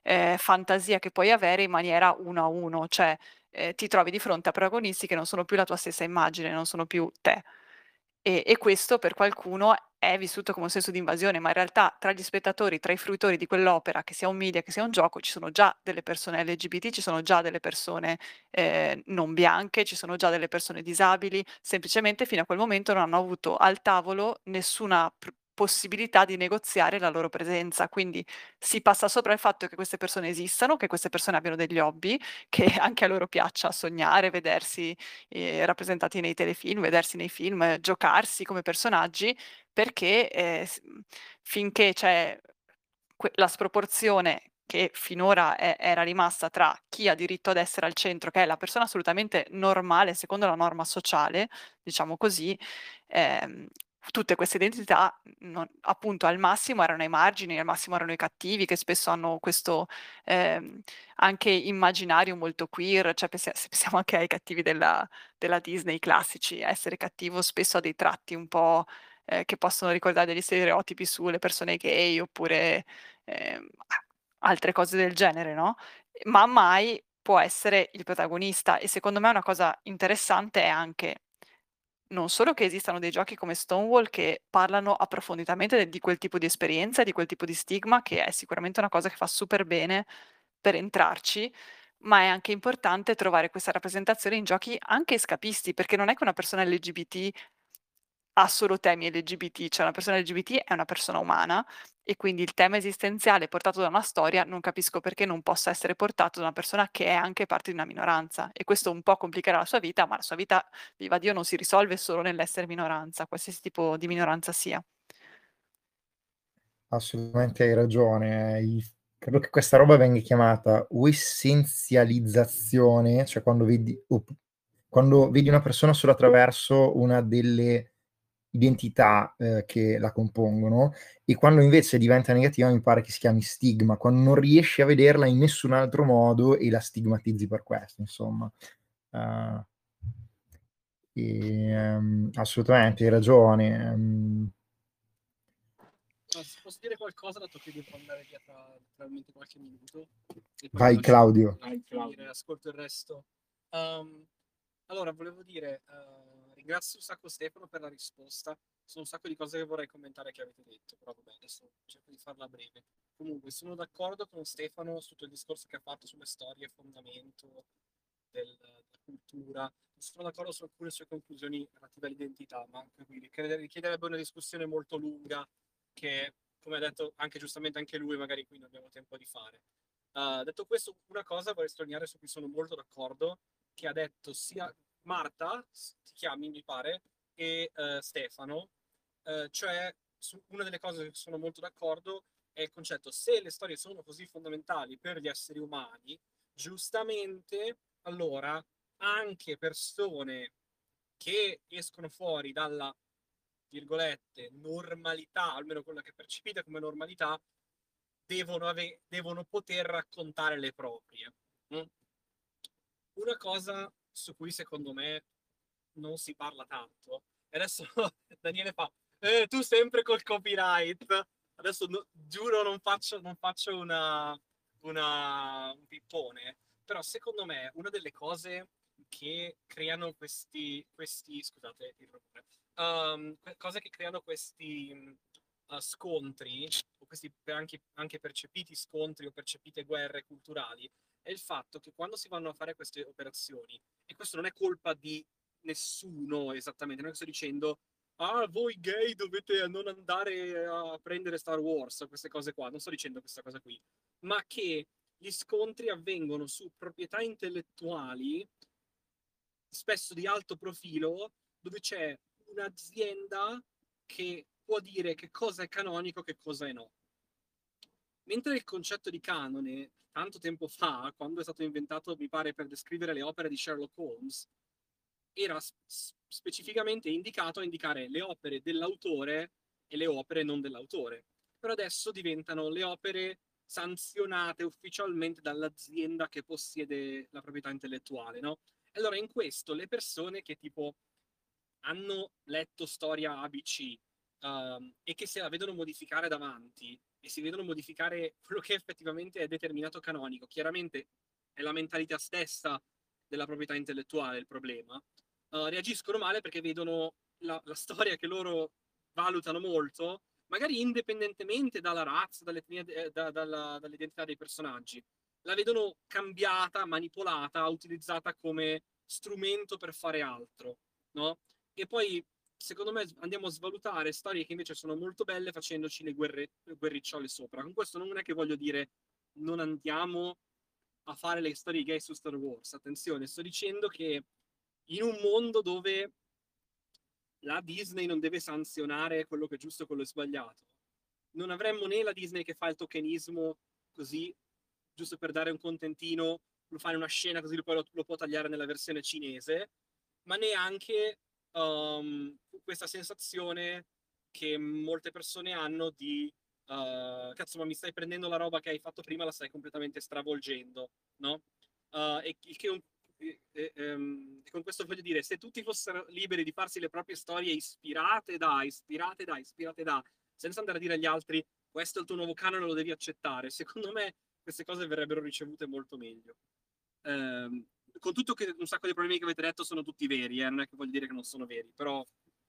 [SPEAKER 4] eh, fantasia che puoi avere in maniera uno a uno, cioè eh, ti trovi di fronte a protagonisti che non sono più la tua stessa immagine, non sono più te. E, e questo per qualcuno è vissuto come un senso di invasione, ma in realtà tra gli spettatori, tra i fruitori di quell'opera, che sia un media, che sia un gioco, ci sono già delle persone L G B T, ci sono già delle persone eh, non bianche, ci sono già delle persone disabili, semplicemente fino a quel momento non hanno avuto al tavolo nessuna pr- possibilità di negoziare la loro presenza, quindi si passa sopra il fatto che queste persone esistano, che queste persone abbiano degli hobby, che anche a loro piaccia sognare, vedersi eh, rappresentati nei telefilm, vedersi nei film, eh, giocarsi come personaggi, perché eh, s- finché c'è que- la sproporzione che finora è- era rimasta tra chi ha diritto ad essere al centro, che è la persona assolutamente normale secondo la norma sociale, diciamo così, ehm, tutte queste identità non- appunto al massimo erano ai margini, al massimo erano i cattivi che spesso hanno questo ehm, anche immaginario molto queer, cioè pensia- se pensiamo anche ai cattivi della, della Disney classici, essere cattivo spesso ha dei tratti un po' eh, che possono ricordare degli stereotipi sulle persone gay oppure ehm, altre cose del genere, no? Ma mai può essere il protagonista e secondo me una cosa interessante è anche non solo che esistano dei giochi come Stonewall che parlano approfonditamente de- di quel tipo di esperienza, di quel tipo di stigma, che è sicuramente una cosa che fa super bene per entrarci, ma è anche importante trovare questa rappresentazione in giochi anche escapisti, perché non è che una persona L G B T ha solo temi L G B T, cioè una persona L G B T è una persona umana e quindi il tema esistenziale portato da una storia non capisco perché non possa essere portato da una persona che è anche parte di una minoranza e questo un po' complicherà la sua vita, ma la sua vita, viva Dio, non si risolve solo nell'essere minoranza, qualsiasi tipo di minoranza sia.
[SPEAKER 1] Assolutamente hai ragione. I- credo che questa roba venga chiamata o essenzializzazione, cioè quando vedi, o- quando vedi una persona solo attraverso una delle identità eh, che la compongono, e quando invece diventa negativa mi pare che si chiami stigma, quando non riesci a vederla in nessun altro modo e la stigmatizzi per questo, insomma. Eh, e, ehm, assolutamente hai ragione. ehm,
[SPEAKER 6] Ma se posso dire qualcosa, dato che devo andare via tra letteralmente qualche minuto e poi
[SPEAKER 1] Vai
[SPEAKER 6] vi lascio
[SPEAKER 1] Claudio.
[SPEAKER 6] finire, finire, ascolto il resto. Um, allora, volevo dire, uh, ringrazio un sacco Stefano per la risposta. Sono un sacco di cose che vorrei commentare che avete detto, però vabbè, adesso cerco di farla breve. Comunque, sono d'accordo con Stefano su tutto il discorso che ha fatto sulle storie, fondamento del- della cultura. Sono d'accordo su alcune sue conclusioni relative all'identità, ma anche qui richiede- richiederebbe una discussione molto lunga che, come ha detto anche giustamente anche lui, magari qui non abbiamo tempo di fare. Uh, detto questo, una cosa vorrei sottolineare su cui sono molto d'accordo, che ha detto sia Marta, ti chiami mi pare, e uh, Stefano, uh, cioè su una delle cose che sono molto d'accordo è il concetto: se le storie sono così fondamentali per gli esseri umani, giustamente allora anche persone che escono fuori dalla, virgolette, normalità, almeno quella che è percepita come normalità, devono, ave- devono poter raccontare le proprie. Mm? Una cosa su cui secondo me non si parla tanto, e adesso Daniele fa, eh, tu sempre col copyright, adesso no- giuro non faccio, non faccio una, una, un pippone, però secondo me una delle cose che creano questi, questi scusate il rumore, um, que- cose che creano questi uh, scontri, o questi per anche, anche percepiti scontri o percepite guerre culturali, è il fatto che quando si vanno a fare queste operazioni, e questo non è colpa di nessuno esattamente, non è che sto dicendo ah, voi gay dovete non andare a prendere Star Wars, queste cose qua, non sto dicendo questa cosa qui, ma che gli scontri avvengono su proprietà intellettuali, spesso di alto profilo, dove c'è un'azienda che può dire che cosa è canonico e che cosa è no. Mentre il concetto di canone, tanto tempo fa, quando è stato inventato, mi pare, per descrivere le opere di Sherlock Holmes, era s- specificamente indicato a indicare le opere dell'autore e le opere non dell'autore. Però adesso diventano le opere sanzionate ufficialmente dall'azienda che possiede la proprietà intellettuale, no? Allora, in questo, le persone che tipo hanno letto storia A B C, uh, e che se la vedono modificare davanti e si vedono modificare quello che effettivamente è determinato canonico, chiaramente è la mentalità stessa della proprietà intellettuale il problema, uh, reagiscono male perché vedono la, la storia che loro valutano molto, magari indipendentemente dalla razza, dall'etnia, eh, da, dalla, dall'identità dei personaggi, la vedono cambiata, manipolata, utilizzata come strumento per fare altro, no? E poi, secondo me, andiamo a svalutare storie che invece sono molto belle facendoci le guerre, guerricciole sopra. Con questo non è che voglio dire non andiamo a fare le storie gay su Star Wars. Attenzione, sto dicendo che in un mondo dove la Disney non deve sanzionare quello che è giusto e quello che è sbagliato, non avremmo né la Disney che fa il tokenismo così, giusto per dare un contentino, lo fa in una scena così poi lo, lo può tagliare nella versione cinese, ma neanche um, questa sensazione che molte persone hanno di uh, cazzo, ma mi stai prendendo la roba che hai fatto prima, la stai completamente stravolgendo, no? Uh, e che un, e, e, um, con questo voglio dire, se tutti fossero liberi di farsi le proprie storie ispirate da, ispirate da, ispirate da, senza andare a dire agli altri questo è il tuo nuovo canone, lo devi accettare, secondo me queste cose verrebbero ricevute molto meglio. Um, con tutto che un sacco di problemi che avete detto sono tutti veri, eh? Non è che voglio dire che non sono veri, però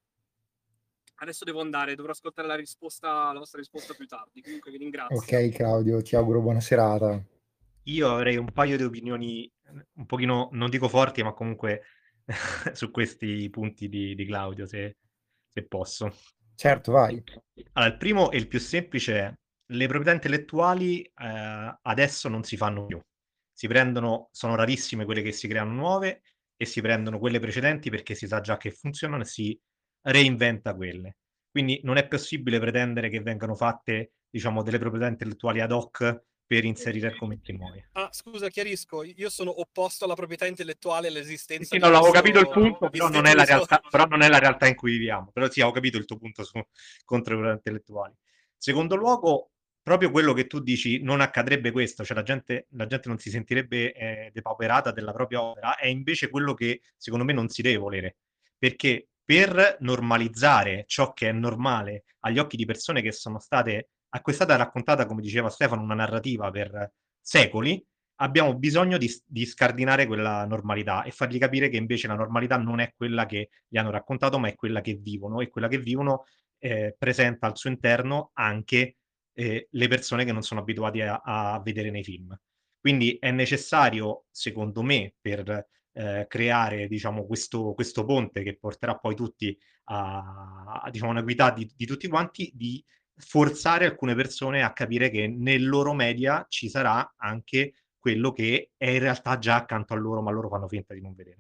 [SPEAKER 6] adesso devo andare, dovrò ascoltare la risposta, la vostra risposta più tardi, comunque vi ringrazio.
[SPEAKER 1] Ok Claudio, ti auguro buona serata.
[SPEAKER 2] Io avrei un paio di opinioni un pochino, non dico forti, ma comunque su questi punti di, di Claudio, se, se posso.
[SPEAKER 1] Certo, vai.
[SPEAKER 2] Allora, il primo e il più semplice è le proprietà intellettuali eh, adesso non si fanno più. Si prendono, sono rarissime quelle che si creano nuove e si prendono quelle precedenti perché si sa già che funzionano e si reinventa quelle. Quindi non è possibile pretendere che vengano fatte, diciamo, delle proprietà intellettuali ad hoc per inserire argomenti nuovi.
[SPEAKER 6] Ah, scusa, chiarisco, io sono opposto alla proprietà intellettuale e all'esistenza
[SPEAKER 2] sì,
[SPEAKER 6] di
[SPEAKER 2] no, avevo
[SPEAKER 6] questo
[SPEAKER 2] capito il punto, però non, è la
[SPEAKER 6] istituto.
[SPEAKER 2] realtà, però non è la realtà in cui viviamo. Però sì, ho capito il tuo punto su, contro le proprietà intellettuali. Secondo luogo, proprio quello che tu dici, non accadrebbe questo, cioè la gente, la gente non si sentirebbe eh, depauperata della propria opera, è invece quello che secondo me non si deve volere. Perché per normalizzare ciò che è normale agli occhi di persone che sono state, a cui è stata raccontata, come diceva Stefano, una narrativa per secoli, abbiamo bisogno di, di scardinare quella normalità e fargli capire che invece la normalità non è quella che gli hanno raccontato, ma è quella che vivono, e quella che vivono eh, presenta al suo interno anche eh, le persone che non sono abituati a, a vedere nei film. Quindi è necessario, secondo me, per eh, creare, diciamo, questo, questo ponte che porterà poi tutti a, a diciamo, un'equità di, di tutti quanti, di forzare alcune persone a capire che nel loro media ci sarà anche quello che è in realtà già accanto a loro, ma loro fanno finta di non vedere.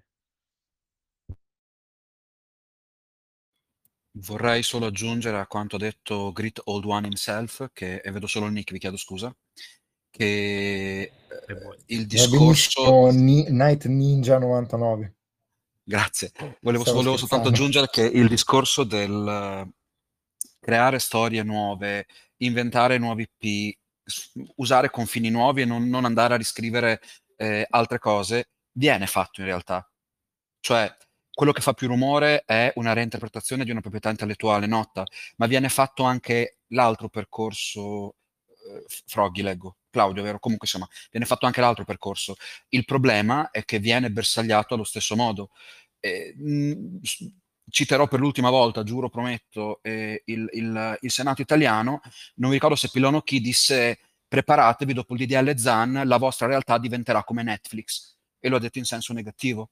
[SPEAKER 3] Vorrei solo aggiungere a quanto ha detto Grit Old One himself, che e vedo solo il nick, vi chiedo scusa, che eh, il discorso...
[SPEAKER 1] Ni- Night Ninja novantanove.
[SPEAKER 3] Grazie. Volevo,
[SPEAKER 1] Stavo
[SPEAKER 3] volevo soltanto
[SPEAKER 1] scherzando.
[SPEAKER 3] aggiungere che il discorso del creare storie nuove, inventare nuovi P, usare confini nuovi e non, non andare a riscrivere eh, altre cose, viene fatto in realtà. Cioè, quello che fa più rumore è una reinterpretazione di una proprietà intellettuale nota, ma viene fatto anche l'altro percorso, eh, Froggy leggo, Claudio, vero? Comunque insomma, viene fatto anche l'altro percorso. Il problema è che viene bersagliato allo stesso modo. Eh, mh, citerò per l'ultima volta, giuro, prometto, eh, il, il, il Senato italiano, non mi ricordo se Pilono chi disse preparatevi, dopo il D D L Zan la vostra realtà diventerà come Netflix, e lo ha detto in senso negativo.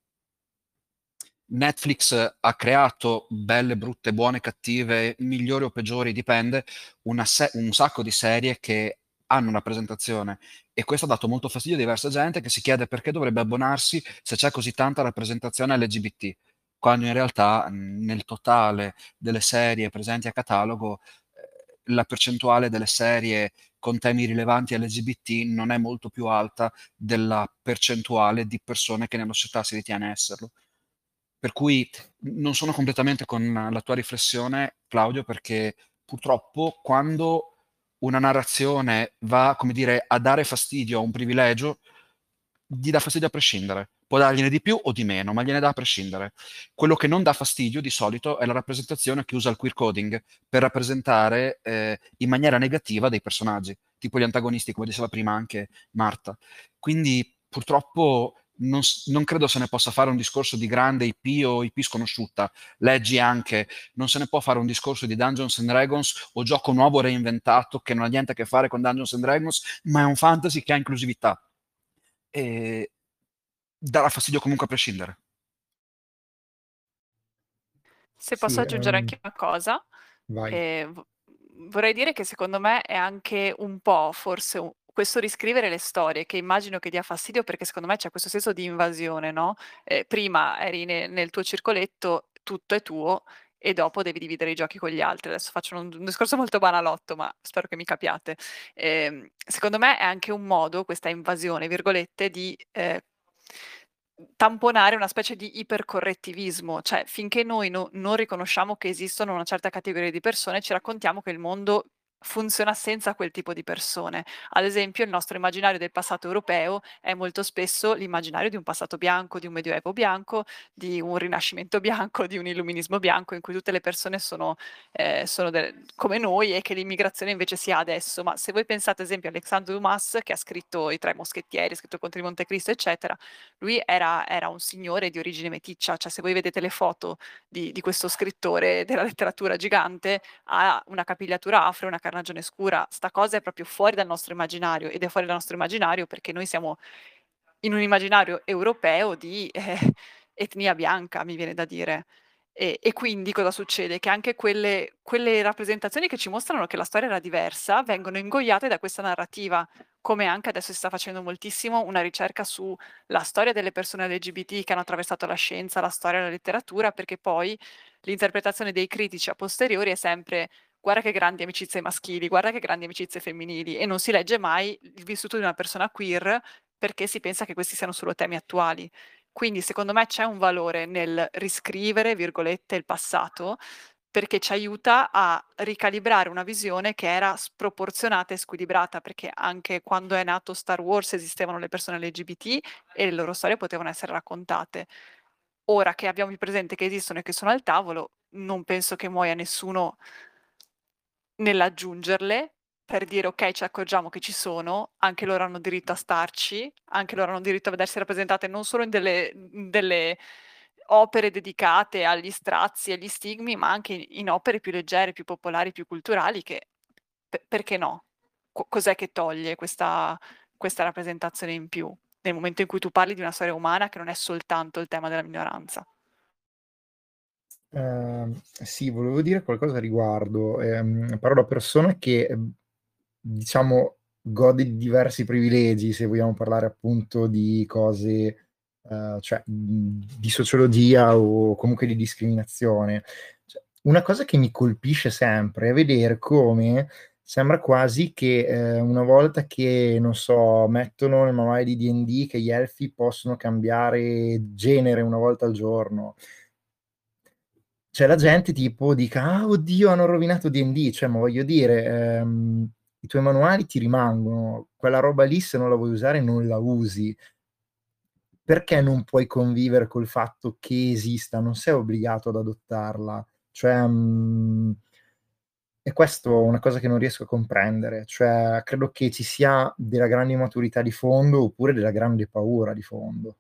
[SPEAKER 3] Netflix ha creato, belle, brutte, buone, cattive, migliori o peggiori, dipende, una se- un sacco di serie che hanno una presentazione, e questo ha dato molto fastidio a diversa gente che si chiede perché dovrebbe abbonarsi se c'è così tanta rappresentazione L G B T, quando in realtà nel totale delle serie presenti a catalogo eh, la percentuale delle serie con temi rilevanti L G B T non è molto più alta della percentuale di persone che nella società si ritiene esserlo. Per cui non sono completamente con la tua riflessione, Claudio, perché purtroppo quando una narrazione va, come dire, a dare fastidio a un privilegio, gli dà fastidio a prescindere. può dargliene di più o di meno, ma gliene dà a prescindere. Quello che non dà fastidio di solito è la rappresentazione che usa il queer coding per rappresentare eh, in maniera negativa dei personaggi, tipo gli antagonisti, come diceva prima anche Marta. Quindi purtroppo non, non credo se ne possa fare un discorso di grande I P o I P sconosciuta. Leggi anche, non se ne può fare un discorso di Dungeons and Dragons o gioco nuovo reinventato che non ha niente a che fare con Dungeons and Dragons, ma è un fantasy che ha inclusività. E darà fastidio comunque a prescindere.
[SPEAKER 4] Se posso
[SPEAKER 1] Sì,
[SPEAKER 4] aggiungere
[SPEAKER 1] ehm,
[SPEAKER 4] anche una cosa,
[SPEAKER 1] vai.
[SPEAKER 4] eh, v- vorrei dire che secondo me è anche un po' forse un- questo riscrivere le storie che immagino che dia fastidio perché secondo me c'è questo senso di invasione, no? Eh, prima eri ne- nel tuo circoletto, tutto è tuo e dopo devi dividere i giochi con gli altri. Adesso faccio un, un discorso molto banalotto, ma spero che mi capiate. Ehm, secondo me è anche un modo, questa invasione, virgolette, di eh, tamponare una specie di ipercorrettivismo, cioè finché noi no- non riconosciamo che esistono una certa categoria di persone, ci raccontiamo che il mondo funziona senza quel tipo di persone. Ad esempio, il nostro immaginario del passato europeo è molto spesso l'immaginario di un passato bianco, di un medioevo bianco, di un rinascimento bianco, di un illuminismo bianco, in cui tutte le persone sono, eh, sono de- come noi e che l'immigrazione invece si ha adesso. Ma se voi pensate, ad esempio, a Alexandre Dumas, che ha scritto I Tre Moschettieri, ha scritto Contro di Montecristo, eccetera, lui era, era un signore di origine meticcia, cioè se voi vedete le foto di, di questo scrittore della letteratura gigante, ha una capigliatura afro e una carnagione scura. Sta cosa è proprio fuori dal nostro immaginario ed è fuori dal nostro immaginario perché noi siamo in un immaginario europeo di eh, etnia bianca, mi viene da dire. E, e quindi cosa succede? Che anche quelle, quelle rappresentazioni che ci mostrano che la storia era diversa vengono ingoiate da questa narrativa, come anche adesso si sta facendo moltissimo una ricerca sulla storia delle persone L G B T che hanno attraversato la scienza, la storia e la letteratura, perché poi l'interpretazione dei critici a posteriori è sempre guarda che grandi amicizie maschili, guarda che grandi amicizie femminili, e non si legge mai il vissuto di una persona queer perché si pensa che questi siano solo temi attuali. Quindi secondo me c'è un valore nel riscrivere, virgolette, il passato, perché ci aiuta a ricalibrare una visione che era sproporzionata e squilibrata, perché anche quando è nato Star Wars esistevano le persone L G B T e le loro storie potevano essere raccontate. Ora che abbiamo più presente che esistono e che sono al tavolo, non penso che muoia nessuno nell'aggiungerle per dire ok, ci accorgiamo che ci sono, anche loro hanno diritto a starci, anche loro hanno diritto a vedersi rappresentate non solo in delle, in delle opere dedicate agli strazi e agli stigmi, ma anche in, in opere più leggere, più popolari, più culturali, che per- perché no? Co- cos'è che toglie questa, questa rappresentazione in più nel momento in cui tu parli di una storia umana che non è soltanto il tema della minoranza?
[SPEAKER 1] Ehm, sì, volevo dire qualcosa a riguardo. Ehm, parlo da persona che, ehm, diciamo, gode di diversi privilegi, se vogliamo parlare appunto di cose, eh, cioè mh, di sociologia o comunque di discriminazione. Cioè, una cosa che mi colpisce sempre è vedere come sembra quasi che eh, una volta che, non so, mettono nel manuale di D and D che gli elfi possono cambiare genere una volta al giorno, cioè la gente tipo dica ah oddio hanno rovinato D and D, cioè ma voglio dire ehm, i tuoi manuali ti rimangono, quella roba lì se non la vuoi usare non la usi, perché non puoi convivere col fatto che esista, non sei obbligato ad adottarla, cioè mh, e questo è una cosa che non riesco a comprendere, cioè credo che ci sia della grande maturità di fondo oppure della grande paura di fondo.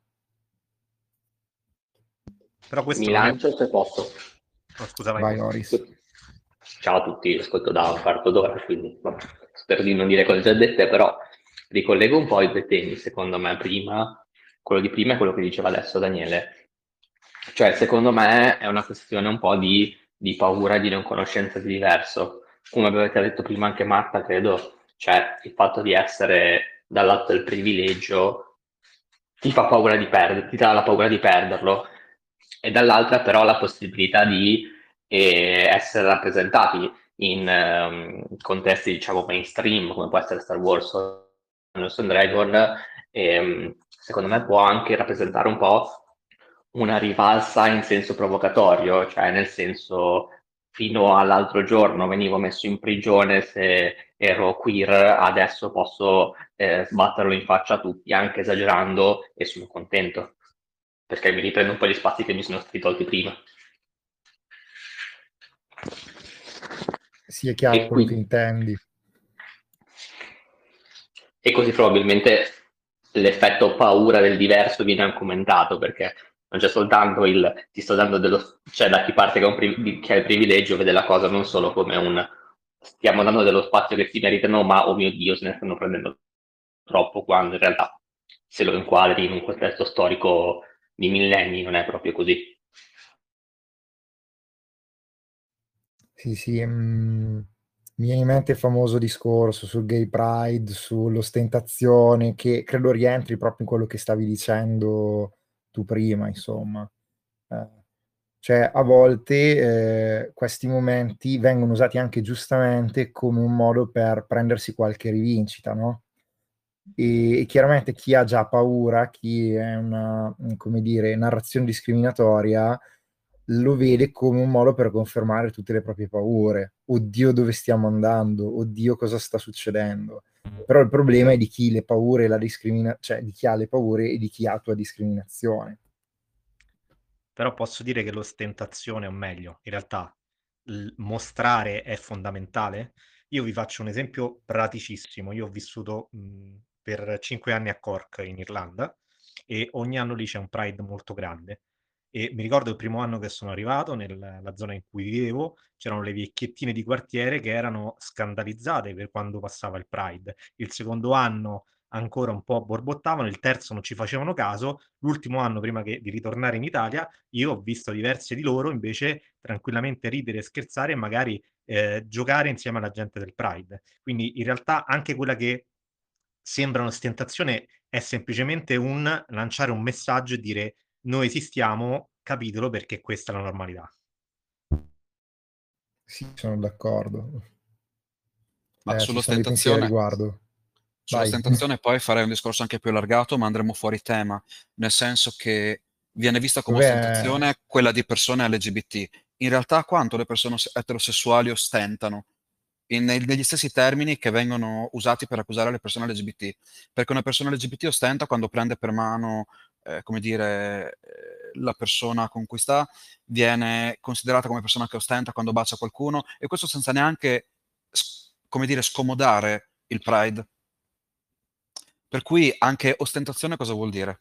[SPEAKER 2] Però questo
[SPEAKER 8] Mi
[SPEAKER 2] non è...
[SPEAKER 8] lancio se posso.
[SPEAKER 2] Oh, scusa, vai.
[SPEAKER 1] Vai Oris.
[SPEAKER 8] Ciao a tutti, ascolto da un quarto d'ora, quindi vabbè, spero di non dire cose già dette, però ricollego un po' i due temi, secondo me, prima, quello di prima e quello che diceva adesso Daniele. Cioè, secondo me è una questione un po' di, di paura di non conoscenza di diverso. Come avete detto prima anche Marta, credo, cioè il fatto di essere dal lato del privilegio ti fa paura di perderlo, ti dà la paura di perderlo, e dall'altra però la possibilità di eh, essere rappresentati in um, contesti diciamo mainstream come può essere Star Wars o Dungeons and Dragons, ehm, secondo me può anche rappresentare un po' una rivalsa in senso provocatorio, cioè nel senso fino all'altro giorno venivo messo in prigione se ero queer, adesso posso eh, sbatterlo in faccia a tutti, anche esagerando, e sono contento. perché mi riprendo un po' gli spazi che mi sono stati tolti prima.
[SPEAKER 1] Sì, è chiaro
[SPEAKER 8] E
[SPEAKER 1] quello che
[SPEAKER 8] qui-
[SPEAKER 1] intendi.
[SPEAKER 8] E così probabilmente l'effetto paura del diverso viene anche aumentato, perché non c'è soltanto il ti sto dando dello, cioè da chi parte che ha, un priv- che ha il privilegio vede la cosa non solo come un stiamo dando dello spazio che si meritano, ma oh mio Dio se ne stanno prendendo troppo, quando in realtà se lo inquadri in un contesto storico di millenni non è proprio così.
[SPEAKER 1] Sì, sì, mm, mi viene in mente il famoso discorso sul gay pride, sull'ostentazione, che credo rientri proprio in quello che stavi dicendo tu prima, insomma. Eh, cioè, a volte eh, questi momenti vengono usati anche giustamente come un modo per prendersi qualche rivincita, no? E, e chiaramente chi ha già paura, chi è una, come dire, narrazione discriminatoria, lo vede come un modo per confermare tutte le proprie paure. Oddio, dove stiamo andando? Oddio, cosa sta succedendo? Però il problema è di chi le paure e la discrimina- cioè di chi ha le paure e di chi attua discriminazione.
[SPEAKER 2] Però posso dire che l'ostentazione, o meglio, in realtà l- mostrare è fondamentale. Io vi faccio un esempio praticissimo. Io ho vissuto mh, per cinque anni a Cork, in Irlanda, e ogni anno lì c'è un Pride molto grande. E mi ricordo il primo anno che sono arrivato nella zona in cui vivevo, c'erano le vecchiettine di quartiere che erano scandalizzate per quando passava il Pride. Il secondo anno ancora un po' borbottavano, il terzo non ci facevano caso, l'ultimo anno prima che, di ritornare in Italia io ho visto diverse di loro invece tranquillamente ridere, scherzare e magari eh, giocare insieme alla gente del Pride. Quindi in realtà anche quella che sembra un'ostentazione è semplicemente un lanciare un messaggio e dire noi esistiamo, capitelo perché questa è la normalità.
[SPEAKER 1] Sì, sono d'accordo.
[SPEAKER 3] Ma
[SPEAKER 1] Eh, ci sono dei pensieri a
[SPEAKER 3] sull'ostentazione,
[SPEAKER 1] riguardo. Vai.
[SPEAKER 3] sull'ostentazione poi farei un discorso anche più allargato, ma andremo fuori tema, nel senso che viene vista come
[SPEAKER 1] Vabbè,
[SPEAKER 3] ostentazione quella di persone L G B T. In realtà quanto le persone eterosessuali ostentano? In- neg- negli stessi termini che vengono usati per accusare le persone L G B T. Perché una persona L G B T ostenta quando prende per mano, eh, come dire, eh, la persona con cui sta, viene considerata come persona che ostenta quando bacia qualcuno, e questo senza neanche, s- come dire, scomodare il Pride. Per cui anche ostentazione cosa vuol dire?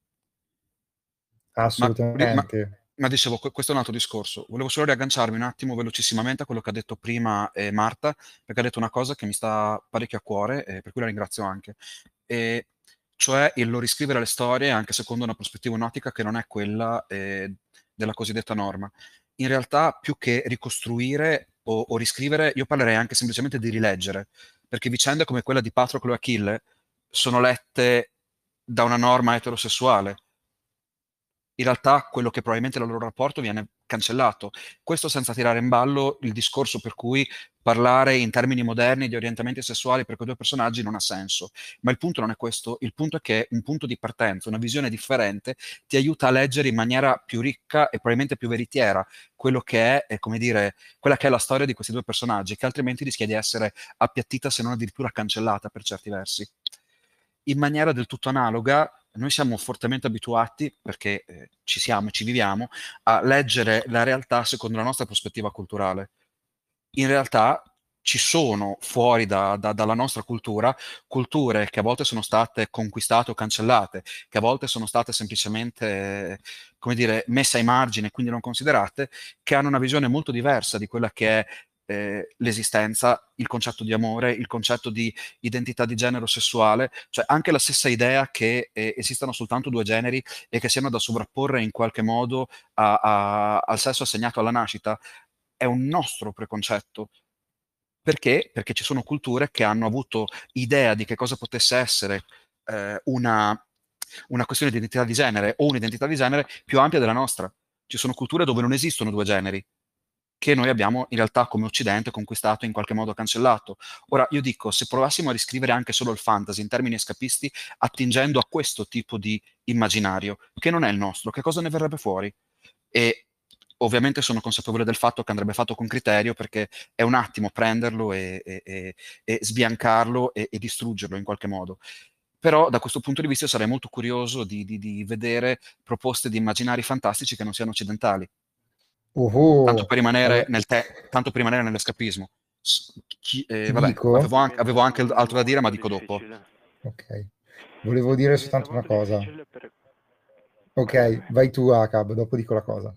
[SPEAKER 3] Ma, ri- ma-
[SPEAKER 1] assolutamente.
[SPEAKER 3] ma dicevo, que- questo è un altro discorso. Volevo solo riagganciarmi un attimo velocissimamente a quello che ha detto prima eh, Marta, perché ha detto una cosa che mi sta parecchio a cuore, e per cui la ringrazio anche. E cioè il lo riscrivere le storie anche secondo una prospettiva, un'ottica che non è quella eh, della cosiddetta norma. In realtà, più che ricostruire o, o riscrivere, io parlerei anche semplicemente di rileggere, perché vicende come quella di Patroclo e Achille sono lette da una norma eterosessuale. In realtà quello che probabilmente è il loro rapporto viene cancellato. Questo senza tirare in ballo il discorso per cui parlare in termini moderni di orientamenti sessuali per quei due personaggi non ha senso. Ma il punto non è questo, il punto è che un punto di partenza, una visione differente, ti aiuta a leggere in maniera più ricca e probabilmente più veritiera quello che è, è, come dire, quella che è la storia di questi due personaggi, che altrimenti rischia di essere appiattita, se non addirittura cancellata per certi versi. In maniera del tutto analoga, noi siamo fortemente abituati, perché eh, ci siamo e ci viviamo, a leggere la realtà secondo la nostra prospettiva culturale. In realtà ci sono fuori da, da, dalla nostra cultura culture che a volte sono state conquistate o cancellate, che a volte sono state semplicemente, eh, come dire, messe ai margini e quindi non considerate, che hanno una visione molto diversa di quella che è eh, l'esistenza, il concetto di amore, il concetto di identità di genere sessuale, cioè anche la stessa idea che eh, esistano soltanto due generi e che siano da sovrapporre in qualche modo a, a, al sesso assegnato alla nascita è un nostro preconcetto. Perché? Perché ci sono culture che hanno avuto idea di che cosa potesse essere eh, una, una questione di identità di genere o un'identità di genere più ampia della nostra. Ci sono culture dove non esistono due generi, che noi abbiamo in realtà come Occidente conquistato e in qualche modo cancellato. Ora, io dico, se provassimo a riscrivere anche solo il fantasy in termini escapisti, attingendo a questo tipo di immaginario, che non è il nostro, che cosa ne verrebbe fuori? E ovviamente sono consapevole del fatto che andrebbe fatto con criterio, perché è un attimo prenderlo e, e- e- e sbiancarlo e, e distruggerlo in qualche modo. però da questo punto di vista sarei molto curioso di, di- di vedere proposte di immaginari fantastici che non siano occidentali, tanto
[SPEAKER 1] Oh,
[SPEAKER 3] per rimanere
[SPEAKER 1] allora,
[SPEAKER 3] nel te- tanto per rimanere nell'escapismo. S- chi- eh,
[SPEAKER 1] ti
[SPEAKER 3] vabbè,
[SPEAKER 1] dico,
[SPEAKER 3] avevo anche,
[SPEAKER 5] Diventa
[SPEAKER 3] avevo anche altro da dire, ma
[SPEAKER 5] molto
[SPEAKER 3] dico dopo.
[SPEAKER 5] difficile.
[SPEAKER 1] ok, volevo dire
[SPEAKER 5] Diventa
[SPEAKER 1] soltanto una
[SPEAKER 5] molto
[SPEAKER 1] cosa.
[SPEAKER 5] difficile per...
[SPEAKER 1] Ok,
[SPEAKER 5] Vai, vai, vai.
[SPEAKER 1] vai tu, Acab, dopo dico la cosa.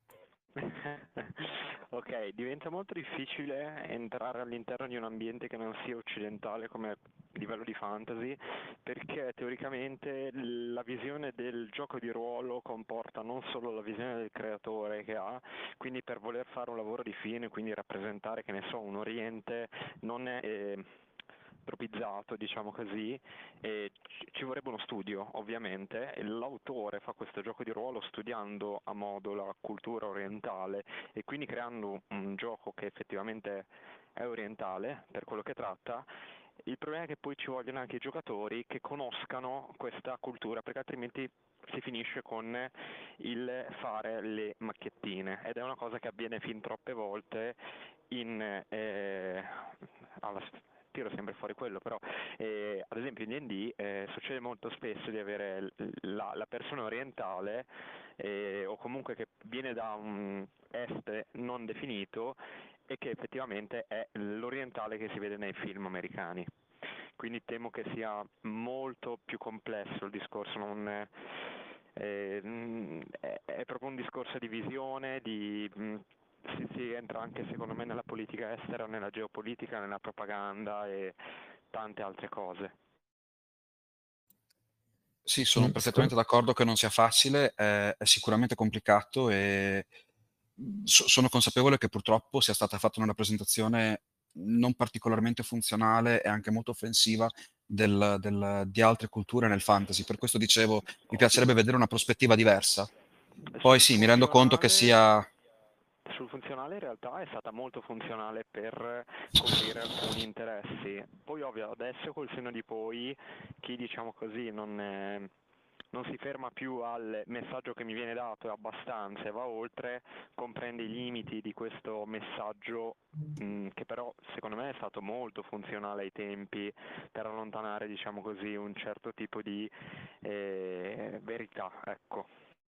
[SPEAKER 5] Ok, diventa molto difficile entrare all'interno di un ambiente che non sia occidentale come livello di fantasy, perché teoricamente la visione del gioco di ruolo comporta non solo la visione del creatore che ha, quindi per voler fare un lavoro di fine, quindi rappresentare, che ne so, un Oriente non è... Eh, tropizzato, diciamo così, e ci ci vorrebbe uno studio, ovviamente, e l'autore fa questo gioco di ruolo studiando a modo la cultura orientale e quindi creando un gioco che effettivamente è orientale per quello che tratta. Il problema è che poi ci vogliono anche i giocatori che conoscano questa cultura, perché altrimenti si finisce con il fare le macchiettine, ed è una cosa che avviene fin troppe volte in eh, alla, tiro sempre fuori quello, però eh, ad esempio in D and D eh, succede molto spesso di avere l- la, la persona orientale eh, o comunque che viene da un est non definito e che effettivamente è l'orientale che si vede nei film americani. Quindi temo che sia molto più complesso il discorso, non è, eh, mm, è, è proprio un discorso di visione, di... mm, si, si entra anche secondo me nella politica estera, nella geopolitica, nella propaganda e tante altre cose.
[SPEAKER 3] Sì, sono
[SPEAKER 1] Mm,
[SPEAKER 3] perfettamente
[SPEAKER 1] secondo-
[SPEAKER 3] d'accordo che non sia facile, è, è sicuramente complicato e so- sono consapevole che purtroppo sia stata fatta una rappresentazione non particolarmente funzionale e anche molto offensiva del- del- di altre culture nel fantasy. Per questo dicevo, mi piacerebbe vedere una prospettiva diversa. Poi
[SPEAKER 5] Sul
[SPEAKER 3] sì, mi rendo conto che
[SPEAKER 5] funzionale,
[SPEAKER 3] sia...
[SPEAKER 5] sul funzionale in realtà è stata molto funzionale per coprire alcuni interessi. Poi ovvio adesso col senno di poi chi diciamo così non, è- non si ferma più al messaggio che mi viene dato è abbastanza e va oltre, comprende i limiti di questo messaggio mh, che però secondo me è stato molto funzionale ai tempi per allontanare diciamo così un certo tipo di eh, verità, ecco.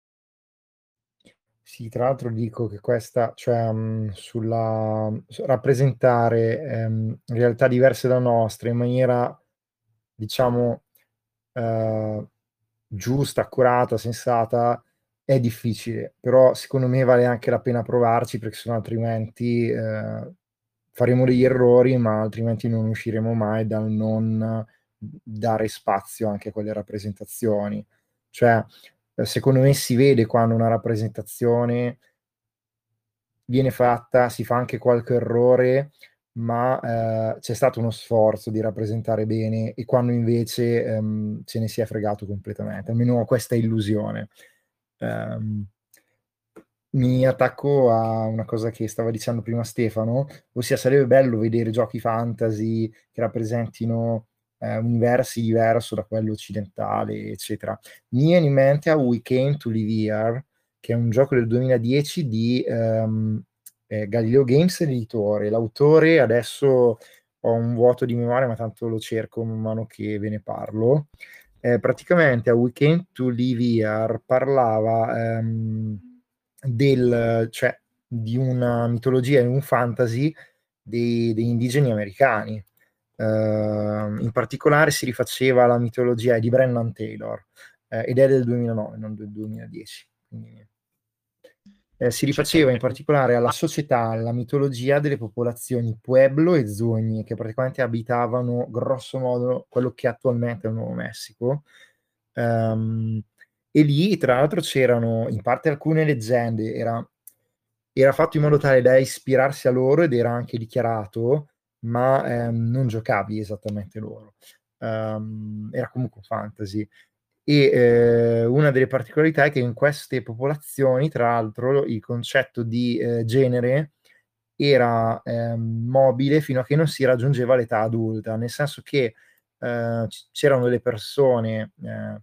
[SPEAKER 1] Sì, tra l'altro dico che questa, cioè mh, sulla su- rappresentare ehm, realtà diverse da nostre in maniera, diciamo, eh, giusta, accurata, sensata, è difficile, però secondo me vale anche la pena provarci perché sennò altrimenti eh, faremo degli errori, ma altrimenti non usciremo mai dal non dare spazio anche a quelle rappresentazioni. Cioè, eh, secondo me si vede quando una rappresentazione viene fatta, si fa anche qualche errore, ma eh, c'è stato uno sforzo di rappresentare bene e quando invece ehm, se ne si è fregato completamente, almeno ho questa illusione. Ehm, mi attacco a una cosa che stava dicendo prima Stefano, ossia sarebbe bello vedere giochi fantasy che rappresentino eh, universi diversi da quello occidentale, eccetera. Mi viene in mente a We Came to Live Here, che è un gioco del duemiladieci di ehm, eh, Galileo Games, l'editore. L'autore, adesso ho un vuoto di memoria, ma tanto lo cerco man mano che ve ne parlo. Eh, praticamente a We Came to Live Here parlava ehm, del, cioè, di una mitologia e un fantasy dei- degli indigeni americani. Eh, in particolare si rifaceva alla mitologia di Brennan Taylor eh, ed è del duemilanove, non del duemiladieci. Quindi, eh, si rifaceva in particolare alla società, alla mitologia delle popolazioni Pueblo e Zuni, che praticamente abitavano grosso modo quello che attualmente è il Nuovo Messico. Ehm, e lì, tra l'altro, c'erano in parte alcune leggende, era, era fatto in modo tale da ispirarsi a loro ed era anche dichiarato, ma ehm, non giocavi esattamente loro. Ehm, era comunque fantasy. E eh, una delle particolarità è che in queste popolazioni, tra l'altro, il concetto di eh, genere era ehm, mobile fino a che non si raggiungeva l'età adulta, nel senso che eh, c- c'erano delle persone eh,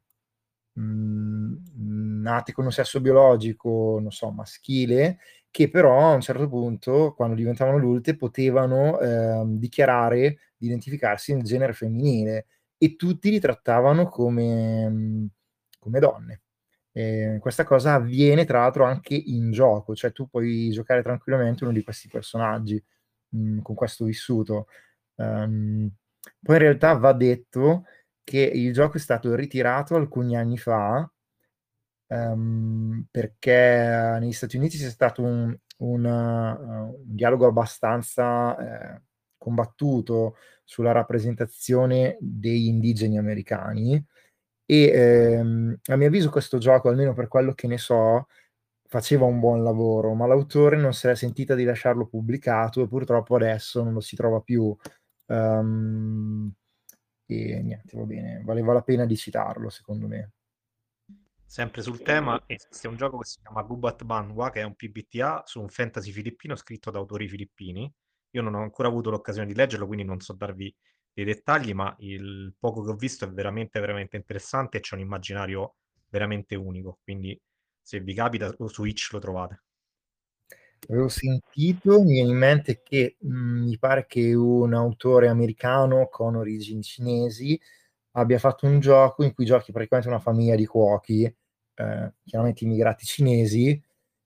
[SPEAKER 1] mh, nate con un sesso biologico, non so, maschile, che però a un certo punto, quando diventavano adulte, potevano ehm, dichiarare di identificarsi nel genere femminile e tutti li trattavano come, mh, come donne. E questa cosa avviene tra l'altro anche in gioco, cioè tu puoi giocare tranquillamente uno di questi personaggi mh, con questo vissuto. Um, poi in realtà va detto che il gioco è stato ritirato alcuni anni fa um, perché negli Stati Uniti c'è stato un, un, uh, un dialogo abbastanza eh, combattuto sulla rappresentazione degli indigeni americani e ehm, a mio avviso questo gioco, almeno per quello che ne so, faceva un buon lavoro, ma l'autore non si era sentita di lasciarlo pubblicato e purtroppo adesso non lo si trova più. Um, e niente, va bene, valeva la pena di citarlo, secondo me.
[SPEAKER 2] Sempre sul tema, esiste un gioco che si chiama Gubat Banwa, che è un P B T A su un fantasy filippino scritto da autori filippini. Io non ho ancora avuto l'occasione di leggerlo, quindi non so darvi dei dettagli, ma il poco che ho visto è veramente, veramente interessante e c'è un immaginario veramente unico. Quindi se vi capita, su Itch lo trovate.
[SPEAKER 1] Avevo sentito, mi viene in mente che mh, mi pare che un autore americano con origini cinesi abbia fatto un gioco in cui giochi praticamente una famiglia di cuochi, eh, chiaramente immigrati cinesi,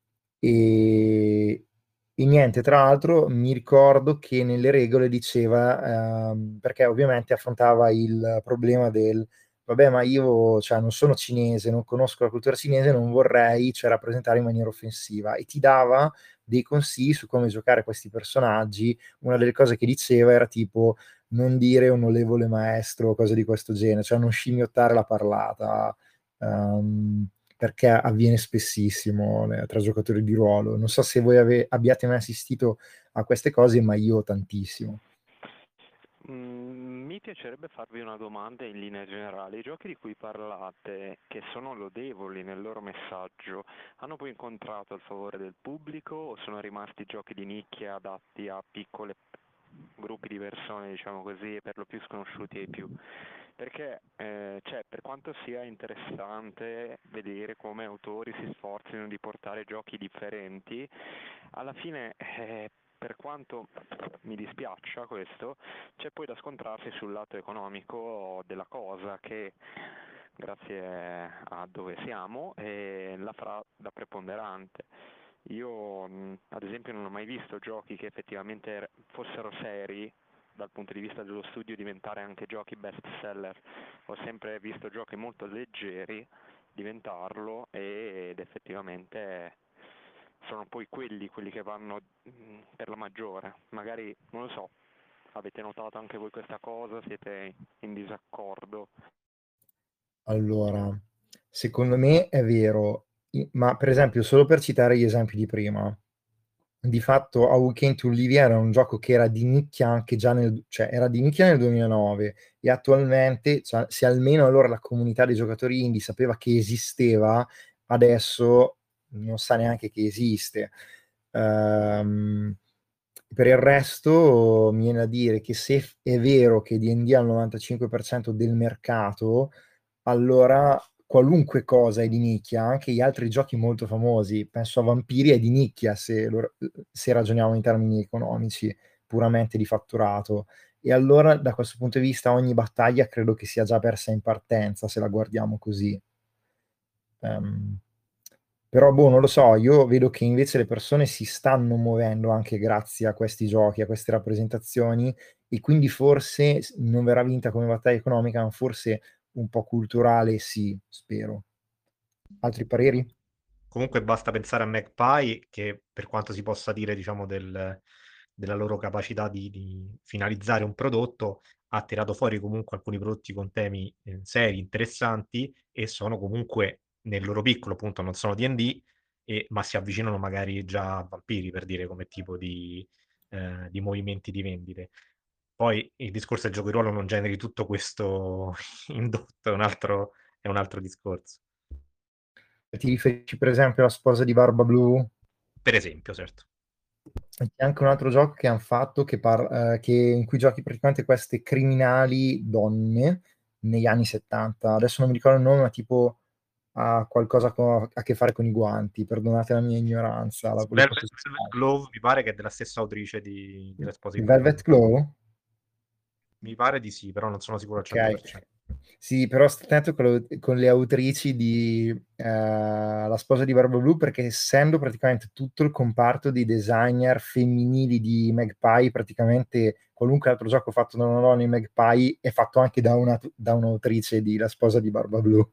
[SPEAKER 1] e, e niente, tra l'altro mi ricordo che nelle regole diceva, ehm, perché ovviamente affrontava il problema del, vabbè, ma io cioè, non sono cinese, non conosco la cultura cinese, non vorrei cioè, rappresentare in maniera offensiva, e ti dava dei consigli su come giocare questi personaggi. Una delle cose che diceva era tipo non dire onorevole maestro o cose di questo genere, cioè non scimmiottare la parlata, um, perché avviene spessissimo eh, tra giocatori di ruolo. Non so se voi ave- abbiate mai assistito a queste cose, ma io tantissimo.
[SPEAKER 5] Mm, mi piacerebbe farvi una domanda in linea generale. I giochi di cui parlate, che sono lodevoli nel loro messaggio, hanno poi incontrato il favore del pubblico o sono rimasti giochi di nicchia adatti a piccoli gruppi di persone, diciamo così, e per lo più sconosciuti ai più? Perché eh, cioè, per quanto sia interessante vedere come autori si sforzino di portare giochi differenti, alla fine eh, per quanto mi dispiaccia questo, c'è poi da scontrarsi sul lato economico della cosa che, grazie a dove siamo, eh, la farà da preponderante. Io mh, ad esempio non ho mai visto giochi che effettivamente er- fossero seri dal punto di vista dello studio diventare anche giochi best seller. Ho sempre visto giochi molto leggeri diventarlo ed effettivamente sono poi quelli quelli che vanno mh, per la maggiore. Magari, non lo so, avete notato anche voi questa cosa? Siete in disaccordo?
[SPEAKER 1] Allora, secondo me è vero, i- ma per esempio, solo per citare gli esempi di prima, di fatto A Weekend to Olivia era un gioco che era di nicchia anche già nel, cioè era di nicchia nel duemilanove e attualmente, cioè, se almeno allora la comunità dei giocatori indie sapeva che esisteva, adesso non sa neanche che esiste. Ehm, per il resto mi viene da dire che se f- è vero che D and D ha il novantacinque per cento del mercato, allora qualunque cosa è di nicchia, anche gli altri giochi molto famosi, penso a Vampiri è di nicchia se, lo- se ragioniamo in termini economici, puramente di fatturato. E allora da questo punto di vista ogni battaglia credo che sia già persa in partenza se la guardiamo così. Ehm, però boh, non lo so, io vedo che invece le persone si stanno muovendo anche grazie a questi giochi, a queste rappresentazioni, e quindi forse s- non verrà vinta come battaglia economica, ma forse un po' culturale, sì, spero. Altri pareri?
[SPEAKER 2] Comunque basta pensare a Magpie, che per quanto si possa dire, diciamo, del- della loro capacità di, di finalizzare un prodotto, ha tirato fuori comunque alcuni prodotti con temi eh, seri, interessanti, e sono comunque nel loro piccolo, appunto, non sono D and D, e- ma si avvicinano magari già a Vampiri, per dire, come tipo di, eh, di movimenti di vendite. Poi il discorso del gioco di ruolo non generi tutto questo indotto, è un altro, è un altro discorso.
[SPEAKER 1] Ti riferisci per esempio alla sposa di Barba Blu?
[SPEAKER 2] Per esempio, certo.
[SPEAKER 1] C'è anche un altro gioco che hanno fatto che par- eh, che- in cui giochi praticamente queste criminali donne negli anni settanta. Adesso non mi ricordo il nome, ma tipo ha qualcosa co- a che fare con i guanti. Perdonate la mia ignoranza. La volevo
[SPEAKER 2] Velvet, Velvet
[SPEAKER 1] cercare.
[SPEAKER 2] Glove mi pare che è della stessa autrice di, della sposa di
[SPEAKER 1] Il
[SPEAKER 2] Barba Blu.
[SPEAKER 1] Velvet Glow?
[SPEAKER 2] Mi pare di sì, però non sono sicuro al
[SPEAKER 1] Ok.
[SPEAKER 2] cento per cento.
[SPEAKER 1] Sì, però sto attento con, lo- con le autrici di eh, La sposa di Barba Blu, perché essendo praticamente tutto il comparto di designer femminili di Magpie, praticamente qualunque altro gioco fatto da una donna in Magpie è fatto anche da, una, da un'autrice di La sposa di Barba Blu.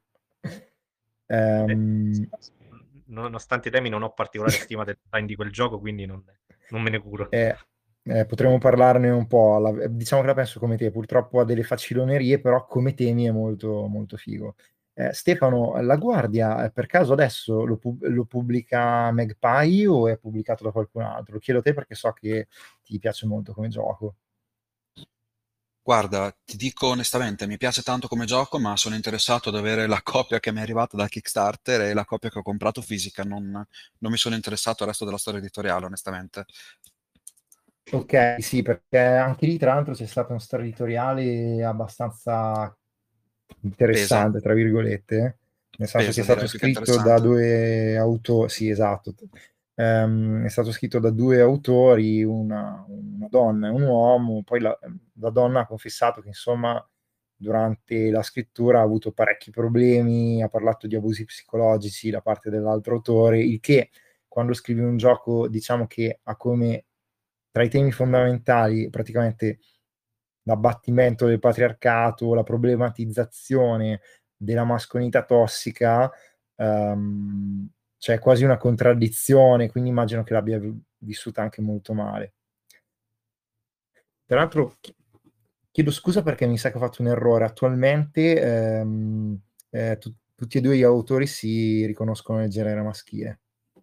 [SPEAKER 1] Ehm,
[SPEAKER 2] Nonostante i temi, non ho particolare stima del design di quel gioco, quindi non, non me ne curo.
[SPEAKER 1] Eh, eh, potremmo parlarne un po'. La- diciamo che la penso come te, purtroppo ha delle facilonerie, però come temi è molto, molto figo. Eh, Stefano, La Guardia, eh, per caso adesso lo, pub- lo pubblica Magpie o è pubblicato da qualcun altro? Lo chiedo a te perché so che ti piace molto come gioco.
[SPEAKER 3] Guarda, ti dico onestamente, mi piace tanto come gioco, ma sono interessato ad avere la copia che mi è arrivata da Kickstarter e la copia che ho comprato fisica. Non, non mi sono interessato al resto della storia editoriale, onestamente.
[SPEAKER 1] Ok, sì, perché anche lì tra l'altro c'è stato uno storia editoriale abbastanza
[SPEAKER 3] Pesa,
[SPEAKER 1] interessante, tra virgolette, eh. Nel senso che è
[SPEAKER 3] pesa,
[SPEAKER 1] stato
[SPEAKER 3] direi più che
[SPEAKER 1] scritto da
[SPEAKER 3] interessante.
[SPEAKER 1] due autori, sì, esatto. Ehm, è stato scritto da due autori, una, una donna e un uomo, poi la, la donna ha confessato che insomma durante la scrittura ha avuto parecchi problemi, ha parlato di abusi psicologici da parte dell'altro autore, il che quando scrivi un gioco diciamo che ha come tra i temi fondamentali praticamente l'abbattimento del patriarcato, la problematizzazione della mascolinità tossica, ehm, c'è quasi una contraddizione, quindi immagino che l'abbia vi- vissuta anche molto male. Tra l'altro, chi- chiedo scusa perché mi sa che ho fatto un errore. Attualmente ehm, eh, tu- tutti e due gli autori si riconoscono nel genere maschile.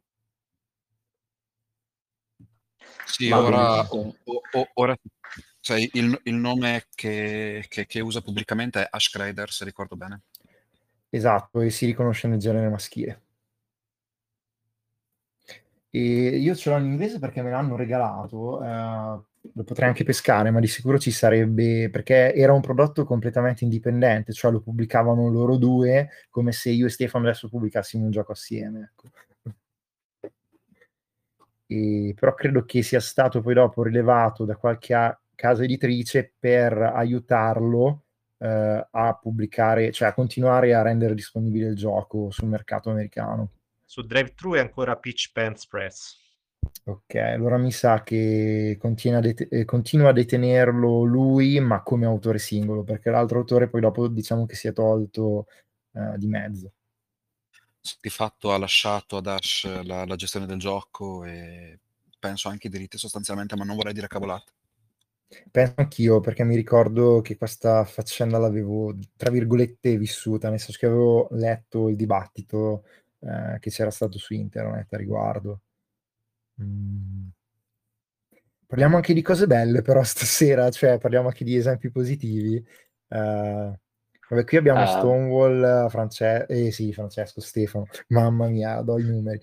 [SPEAKER 3] Sì,
[SPEAKER 8] Va
[SPEAKER 3] ora,
[SPEAKER 8] benissimo.
[SPEAKER 3] o- o- ora cioè, il, il nome che, che- che usa pubblicamente è Ash Crader, se ricordo bene.
[SPEAKER 1] Esatto, e si riconosce nel genere maschile. E io ce l'ho in inglese perché me l'hanno regalato, eh, lo potrei anche pescare, ma di sicuro ci sarebbe, perché era un prodotto completamente indipendente, cioè lo pubblicavano loro due, come se io e Stefano adesso pubblicassimo un gioco assieme. Ecco. E, però credo che sia stato poi dopo rilevato da qualche a- casa editrice per aiutarlo eh, a pubblicare, cioè a continuare a rendere disponibile il gioco sul mercato americano.
[SPEAKER 2] Su Drive-Thru è ancora Peach Pants Press.
[SPEAKER 1] Ok, allora mi sa che continua a, det- eh, continua a detenerlo lui, ma come autore singolo, perché l'altro autore poi dopo diciamo che si è tolto eh, di mezzo.
[SPEAKER 3] Di fatto ha lasciato ad Ash la, la gestione del gioco e penso anche i diritti sostanzialmente, ma non vorrei dire cavolate.
[SPEAKER 1] Penso anch'io, perché mi ricordo che questa faccenda l'avevo, tra virgolette, vissuta, nel senso che avevo letto il dibattito eh, che c'era stato su internet a riguardo. Mm. Parliamo anche di cose belle, però stasera, cioè parliamo anche di esempi positivi. Eh, vabbè, qui abbiamo
[SPEAKER 8] Eh,
[SPEAKER 1] Stonewall, France- eh, sì, Francesco, Stefano, mamma mia, do i numeri.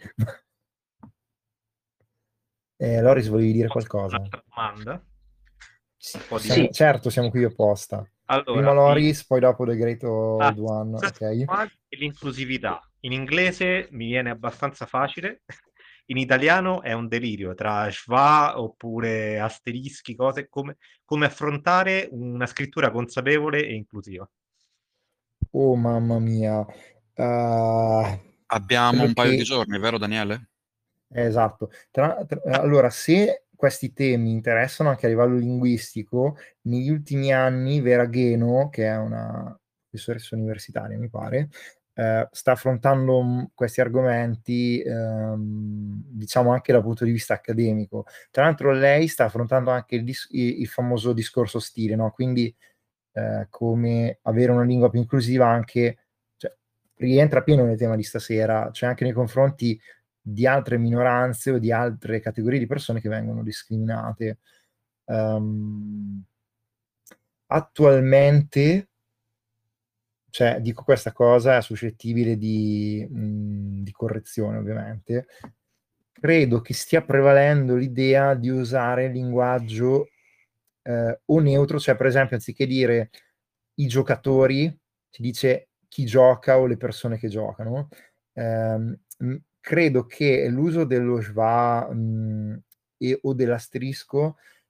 [SPEAKER 1] Eh, Loris, volevi dire
[SPEAKER 2] Posso fare
[SPEAKER 1] qualcosa?
[SPEAKER 2] un'altra domanda?
[SPEAKER 1] Sì,
[SPEAKER 2] Un po' di...
[SPEAKER 1] siamo-
[SPEAKER 8] sì,
[SPEAKER 1] certo, siamo qui apposta. Prima
[SPEAKER 2] Allora, i-
[SPEAKER 1] Loris, poi dopo The Great
[SPEAKER 2] ah,
[SPEAKER 1] Old One,
[SPEAKER 2] scusa,
[SPEAKER 1] ok?
[SPEAKER 2] qua- e l'inclusività. In inglese mi viene abbastanza facile, in italiano è un delirio tra schwa oppure asterischi, cose come, come affrontare una scrittura consapevole e inclusiva.
[SPEAKER 1] Oh, mamma mia. Ah,
[SPEAKER 3] Abbiamo
[SPEAKER 1] credo
[SPEAKER 3] un paio di
[SPEAKER 1] che
[SPEAKER 3] giorni, vero Daniele?
[SPEAKER 1] Eh, Esatto. Tra- tra- allora, se questi temi interessano anche a livello linguistico, negli ultimi anni Vera Gheno, che è una professoressa universitaria, mi pare, eh, sta affrontando mh, questi argomenti, ehm, diciamo anche dal punto di vista accademico. Tra l'altro, lei sta affrontando anche il, dis- il- il famoso discorso stile, no? Quindi, eh, come avere una lingua più inclusiva anche, cioè, rientra pieno nel tema di stasera, cioè anche nei confronti di altre minoranze o di altre categorie di persone che vengono discriminate. Um, attualmente, cioè, dico questa cosa, è suscettibile di, mh, di correzione, ovviamente. Credo che stia prevalendo l'idea di usare il linguaggio eh, o neutro, cioè, per esempio, anziché dire i giocatori, si dice chi gioca o le persone che giocano. Ehm, mh, credo che l'uso dello schwa mh, e, o dell'asterisco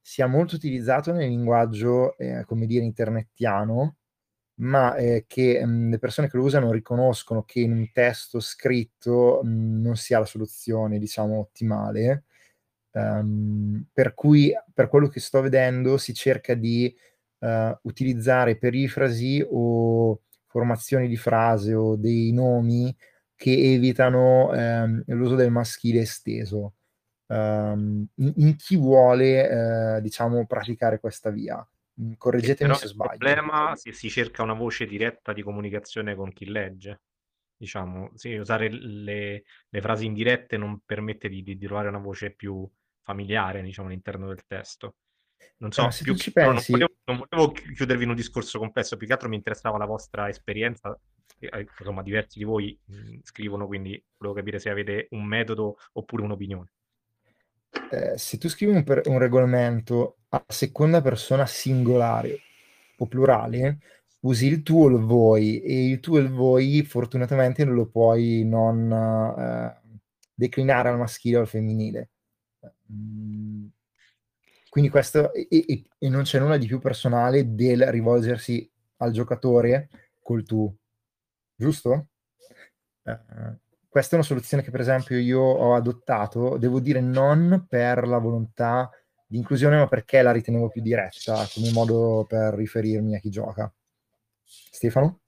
[SPEAKER 1] sia molto utilizzato nel linguaggio, eh, come dire, internettiano, ma eh, che mh, le persone che lo usano riconoscono che in un testo scritto mh, non sia la soluzione, diciamo, ottimale. Um, per cui, per quello che sto vedendo, si cerca di uh, utilizzare perifrasi o formazioni di frase o dei nomi che evitano um, l'uso del maschile esteso. Um, in, in chi vuole, uh, diciamo, praticare questa via. Mm,
[SPEAKER 2] Che
[SPEAKER 1] Correggetemi
[SPEAKER 2] però
[SPEAKER 1] se
[SPEAKER 2] il
[SPEAKER 1] sbaglio.
[SPEAKER 2] problema se si cerca una voce diretta di comunicazione con chi legge. Diciamo, sì, usare le, le frasi indirette non permette di, di, di trovare una voce più familiare, diciamo, all'interno del testo. Non
[SPEAKER 1] Eh, ma
[SPEAKER 2] so,
[SPEAKER 1] se tu
[SPEAKER 2] più che
[SPEAKER 1] ci
[SPEAKER 2] altro non
[SPEAKER 1] pensi,
[SPEAKER 2] volevo, non volevo chi- chiudervi in un discorso complesso, più che altro mi interessava la vostra esperienza. E, eh, insomma, diversi di voi mh, scrivono, quindi volevo capire se avete un metodo oppure un'opinione.
[SPEAKER 1] eh, se tu scrivi un, per- un regolamento a seconda persona singolare o plurale, usi il tu o il voi, e il tu e il voi fortunatamente non lo puoi non eh, declinare al maschile o al femminile. Mm, Quindi questo, e, e- e non c'è nulla di più personale del rivolgersi al giocatore col tu, giusto? Eh, questa è una soluzione che per esempio io ho adottato, devo dire non per la volontà di inclusione, ma perché la ritenevo più diretta come modo per riferirmi a chi gioca. Stefano?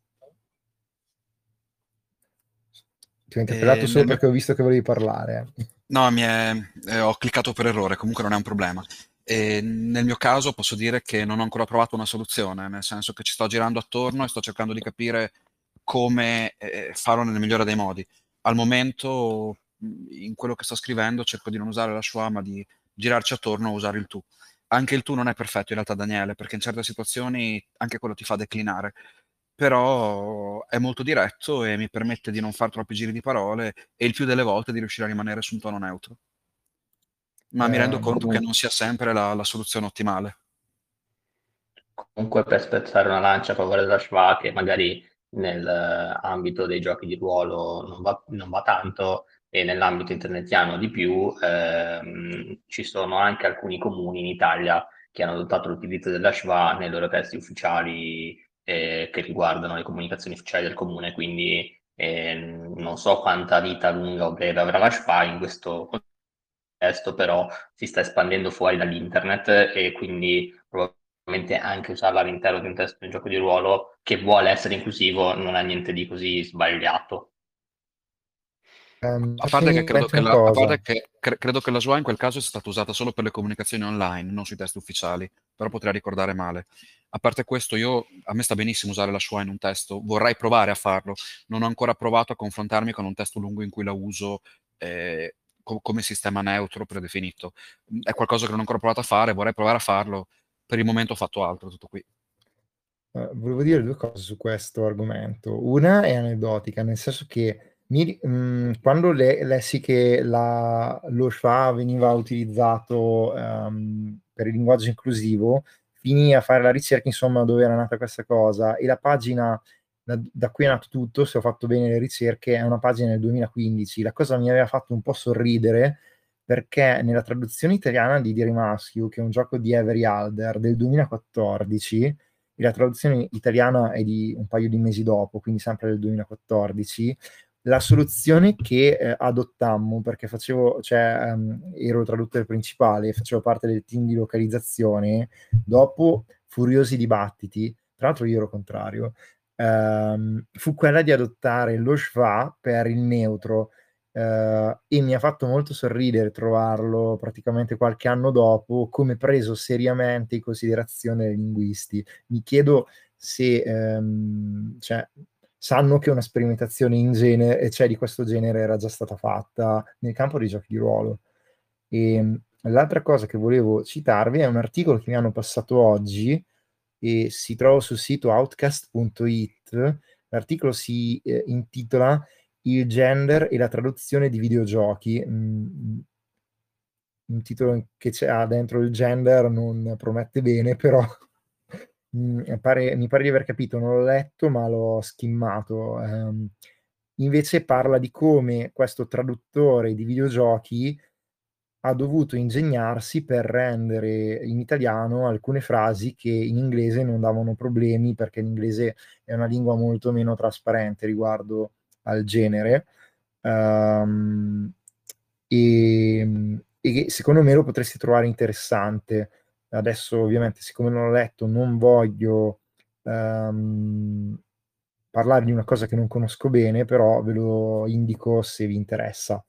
[SPEAKER 1] Ti ho interpellato
[SPEAKER 3] E
[SPEAKER 1] solo
[SPEAKER 3] nel mio...
[SPEAKER 1] perché ho visto che volevi parlare.
[SPEAKER 3] No, mi è- eh, ho cliccato per errore, comunque non è un problema. E nel mio caso posso dire che non ho ancora trovato una soluzione, nel senso che ci sto girando attorno e sto cercando di capire come eh, farlo nel migliore dei modi. Al momento, mh, in quello che sto scrivendo, cerco di non usare la schwa, ma di girarci attorno e usare il tu. Anche il tu non è perfetto in realtà, Daniele, perché in certe situazioni anche quello ti fa declinare, però è molto diretto e mi permette di non fare troppi giri di parole e il più delle volte di riuscire a rimanere su un tono neutro. Ma mi rendo
[SPEAKER 1] Eh,
[SPEAKER 3] conto che
[SPEAKER 8] Comunque,
[SPEAKER 3] non sia sempre la, la soluzione ottimale.
[SPEAKER 8] comunque per spezzare una lancia a favore della schwa, che magari nell'ambito dei giochi di ruolo non va, non va tanto e nell'ambito internetiano di più, ehm, ci sono anche alcuni comuni in Italia che hanno adottato l'utilizzo della schwa nei loro testi ufficiali eh, che riguardano le comunicazioni ufficiali del comune, quindi ehm, non so quanta vita lunga o breve avrà la schwa in questo contesto, però si sta espandendo fuori dall'internet e quindi probabilmente anche usarla all'interno di un testo di un gioco di ruolo che vuole essere inclusivo non ha niente di così sbagliato.
[SPEAKER 1] ehm,
[SPEAKER 3] A parte
[SPEAKER 1] fatemi
[SPEAKER 3] che
[SPEAKER 1] in
[SPEAKER 3] credo
[SPEAKER 1] mente
[SPEAKER 3] che
[SPEAKER 1] una
[SPEAKER 3] la, a
[SPEAKER 1] cosa.
[SPEAKER 3] parte che cre- credo che la S W A in quel caso sia stata usata solo per le comunicazioni online, non sui testi ufficiali, però potrei ricordare male. A parte questo, io, a me sta benissimo usare la S W A in un testo, vorrei provare a farlo. Non ho ancora provato a confrontarmi con un testo lungo in cui la uso eh, co- come sistema neutro predefinito. È qualcosa che non ho ancora provato a fare, vorrei provare a farlo. Per il momento ho fatto altro, tutto qui.
[SPEAKER 1] Eh, volevo dire due cose su questo argomento. Una è aneddotica, nel senso che mi ri- mh, quando le- lessi che la- lo schwa veniva utilizzato ehm, per il linguaggio inclusivo, finì a fare la ricerca, insomma, dove era nata questa cosa. E la pagina da, da cui è nato tutto, se ho fatto bene le ricerche, è una pagina del duemilaquindici. La cosa mi aveva fatto un po' sorridere perché nella traduzione italiana di Dire Maschio, che è un gioco di Avery Alder del duemilaquattordici, e la traduzione italiana è di un paio di mesi dopo, quindi sempre del duemilaquattordici, la soluzione che eh, adottammo, perché facevo, cioè, ehm, ero il traduttore principale, facevo parte del team di localizzazione, dopo furiosi dibattiti, tra l'altro io ero contrario, ehm, fu quella di adottare lo schwa per il neutro, eh, e mi ha fatto molto sorridere trovarlo praticamente qualche anno dopo come preso seriamente in considerazione dai linguisti. Mi chiedo se ehm, cioè, sanno che una sperimentazione in genere, cioè di questo genere era già stata fatta nel campo dei giochi di ruolo. E l'altra cosa che volevo citarvi è un articolo che mi hanno passato oggi e si trova sul sito outcast punto it. L'articolo si eh, intitola Il gender e la traduzione di videogiochi. Mm, un titolo che c'ha dentro il gender non promette bene, però mm, pare- mi pare di aver capito, non l'ho letto, ma l'ho skimmato. Ehm, invece parla di come questo traduttore di videogiochi ha dovuto ingegnarsi per rendere in italiano alcune frasi che in inglese non davano problemi, perché l'inglese è una lingua molto meno trasparente riguardo al genere. Um, e, e che secondo me lo potresti trovare interessante. Adesso ovviamente, siccome non l'ho letto, non voglio um, parlare di una cosa che non conosco bene, però ve lo indico se vi interessa.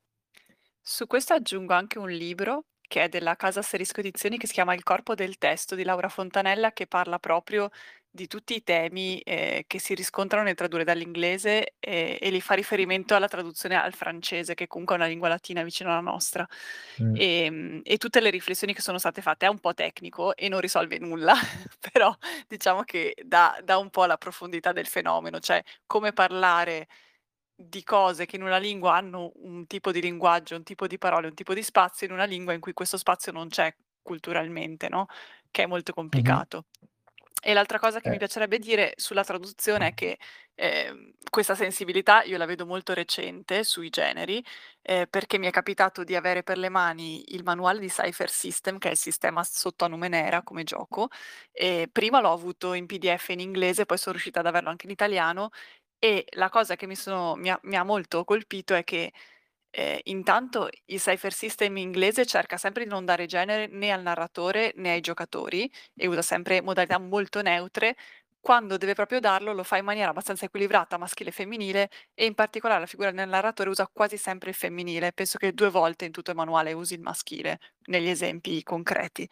[SPEAKER 4] Su questo aggiungo anche un libro che è della casa Asterisco Edizioni, che si chiama Il corpo del testo di Laura Fontanella, che parla proprio di tutti i temi eh, che si riscontrano nel tradurre dall'inglese e, e li fa riferimento alla traduzione al francese, che comunque è una lingua latina vicino alla nostra.
[SPEAKER 1] Mm.
[SPEAKER 4] E, e tutte le riflessioni che sono state fatte. È un po' tecnico e non risolve nulla, però diciamo che dà, dà un po' la profondità del fenomeno, cioè come parlare di cose che in una lingua hanno un tipo di linguaggio, un tipo di parole, un tipo di spazio, in una lingua in cui questo spazio non c'è culturalmente, no? Che è molto
[SPEAKER 1] Mhm.
[SPEAKER 4] complicato. E l'altra cosa che mi
[SPEAKER 1] Eh,
[SPEAKER 4] piacerebbe dire sulla traduzione è che eh, questa sensibilità io la vedo molto recente sui generi, eh, perché mi è capitato di avere per le mani il manuale di Cypher System, che è il sistema sotto a Numenera come gioco, e prima l'ho avuto in P D F in inglese, poi sono riuscita ad averlo anche in italiano, e la cosa che mi, sono, mi, ha, mi ha molto colpito è che eh, intanto il Cypher System inglese cerca sempre di non dare genere né al narratore né ai giocatori e usa sempre modalità molto neutre. Quando deve proprio darlo, lo fa in maniera abbastanza equilibrata, maschile e femminile, e in particolare la figura del narratore usa quasi sempre il femminile. Penso che due volte in tutto il manuale usi il maschile, negli esempi concreti.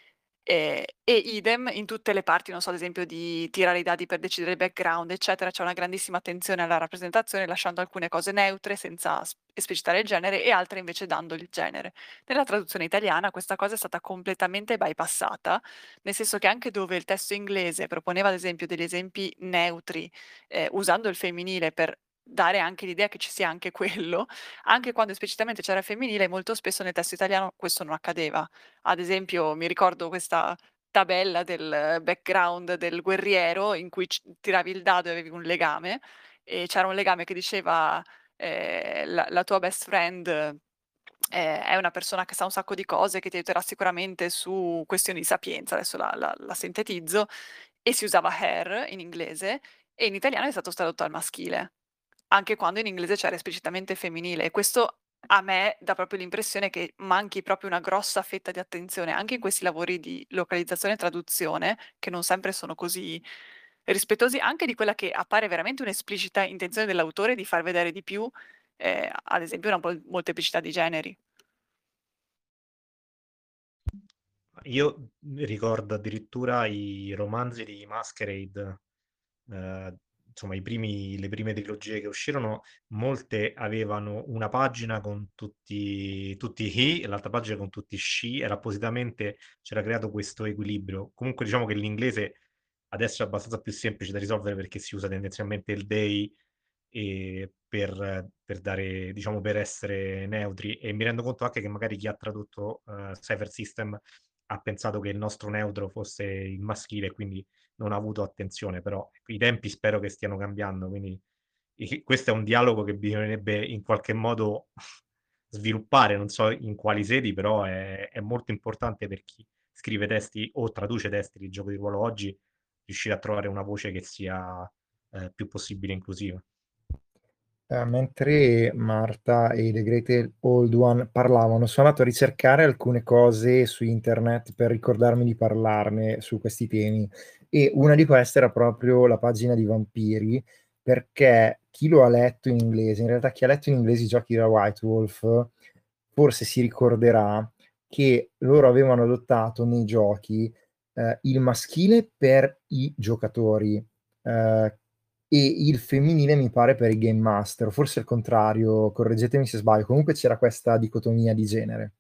[SPEAKER 4] E, e idem in tutte le parti, non so, ad esempio di tirare i dadi per decidere il background, eccetera, c'è una grandissima attenzione alla rappresentazione, lasciando alcune cose neutre senza s- esplicitare il genere e altre invece dando il genere. Nella traduzione italiana questa cosa è stata completamente bypassata, nel senso che anche dove il testo inglese proponeva ad esempio degli esempi neutri, eh, usando il femminile per dare anche l'idea che ci sia anche quello, anche quando esplicitamente c'era il femminile, molto spesso nel testo italiano questo non accadeva. Ad esempio, mi ricordo questa tabella del background del guerriero in cui c- tiravi il dado e avevi un legame, e c'era un legame che diceva eh, la, la tua best friend eh, è una persona che sa un sacco di cose, che ti aiuterà sicuramente su questioni di sapienza, adesso la, la- la sintetizzo, e si usava her in inglese, e in italiano è stato tradotto al maschile, anche quando in inglese c'era esplicitamente femminile. E questo a me dà proprio l'impressione che manchi proprio una grossa fetta di attenzione anche in questi lavori di localizzazione e traduzione, che non sempre sono così rispettosi anche di quella che appare veramente un'esplicita intenzione dell'autore di far vedere di più, eh, ad esempio, una mol- molteplicità di generi.
[SPEAKER 2] Io ricordo addirittura i romanzi di Masquerade, eh, insomma, i primi- le prime trilogie che uscirono, molte avevano una pagina con tutti, tutti he e l'altra pagina con tutti she, era appositamente, c'era creato questo equilibrio. Comunque diciamo che l'inglese adesso è abbastanza più semplice da risolvere perché si usa tendenzialmente il they e per, per dare, diciamo, per essere neutri. E mi rendo conto anche che magari chi ha tradotto eh, Cypher System ha pensato che il nostro neutro fosse il maschile e quindi non ha avuto attenzione, però i tempi spero che stiano cambiando, quindi i- questo è un dialogo che bisognerebbe in qualche modo sviluppare, non so in quali sedi, però è, è molto importante per chi scrive testi o traduce testi di gioco di ruolo oggi, riuscire a trovare una voce che sia eh, più possibile inclusiva.
[SPEAKER 1] Eh, mentre Marta e The Great Old One parlavano, sono andato a ricercare alcune cose su internet per ricordarmi di parlarne su questi temi, e una di queste era proprio la pagina di Vampiri, perché chi lo ha letto in inglese, in realtà chi ha letto in inglese i giochi da White Wolf, forse si ricorderà che loro avevano adottato nei giochi eh, il maschile per i giocatori, eh, e il femminile mi pare per i game master, forse il contrario, correggetemi se sbaglio. Comunque c'era questa dicotomia di genere.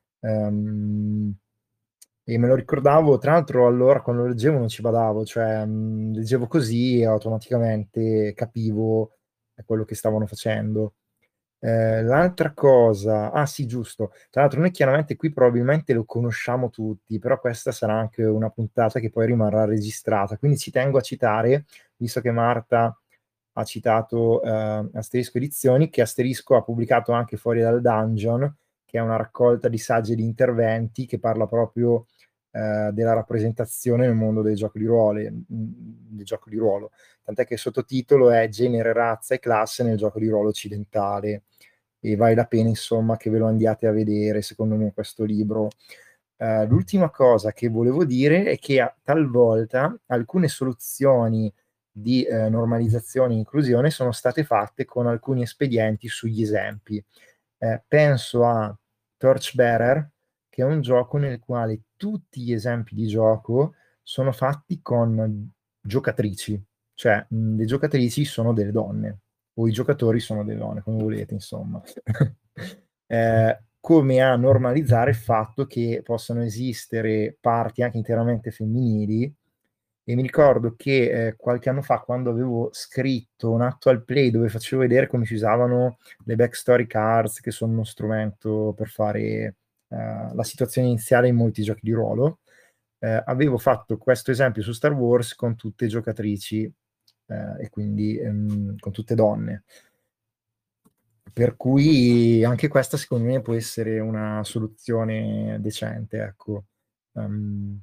[SPEAKER 1] Ehm, e me lo ricordavo, tra l'altro allora quando lo leggevo non ci badavo, cioè mh, leggevo così e automaticamente capivo quello che stavano facendo. Eh, l'altra cosa, ah sì, giusto. Tra l'altro, noi chiaramente qui probabilmente lo conosciamo tutti, però questa sarà anche una puntata che poi rimarrà registrata. Quindi ci tengo a citare, visto che Marta ha citato eh, Asterisco Edizioni, che Asterisco ha pubblicato anche Fuori dal Dungeon, che è una raccolta di saggi e di interventi che parla proprio eh, della rappresentazione nel mondo del gioco di ruolo, del gioco di ruolo. Tant'è che il sottotitolo è Genere, razza e classe nel gioco di ruolo occidentale, e vale la pena insomma che ve lo andiate a vedere, secondo me, questo libro. Uh, l'ultima cosa che volevo dire è che a, talvolta alcune soluzioni di uh, normalizzazione e inclusione sono state fatte con alcuni espedienti sugli esempi. Uh, penso a Torchbearer, che è un gioco nel quale tutti gli esempi di gioco sono fatti con giocatrici, cioè mh, le giocatrici sono delle donne, o i giocatori sono delle donne, come volete, insomma. eh, come a normalizzare il fatto che possano esistere parti anche interamente femminili. E mi ricordo che eh, qualche anno fa, quando avevo scritto un actual play dove facevo vedere come si usavano le backstory cards, che sono uno strumento per fare eh, la situazione iniziale in molti giochi di ruolo, eh, avevo fatto questo esempio su Star Wars con tutte giocatrici eh, e quindi ehm, con tutte donne. Per cui anche questa secondo me può essere una soluzione decente, ecco, um,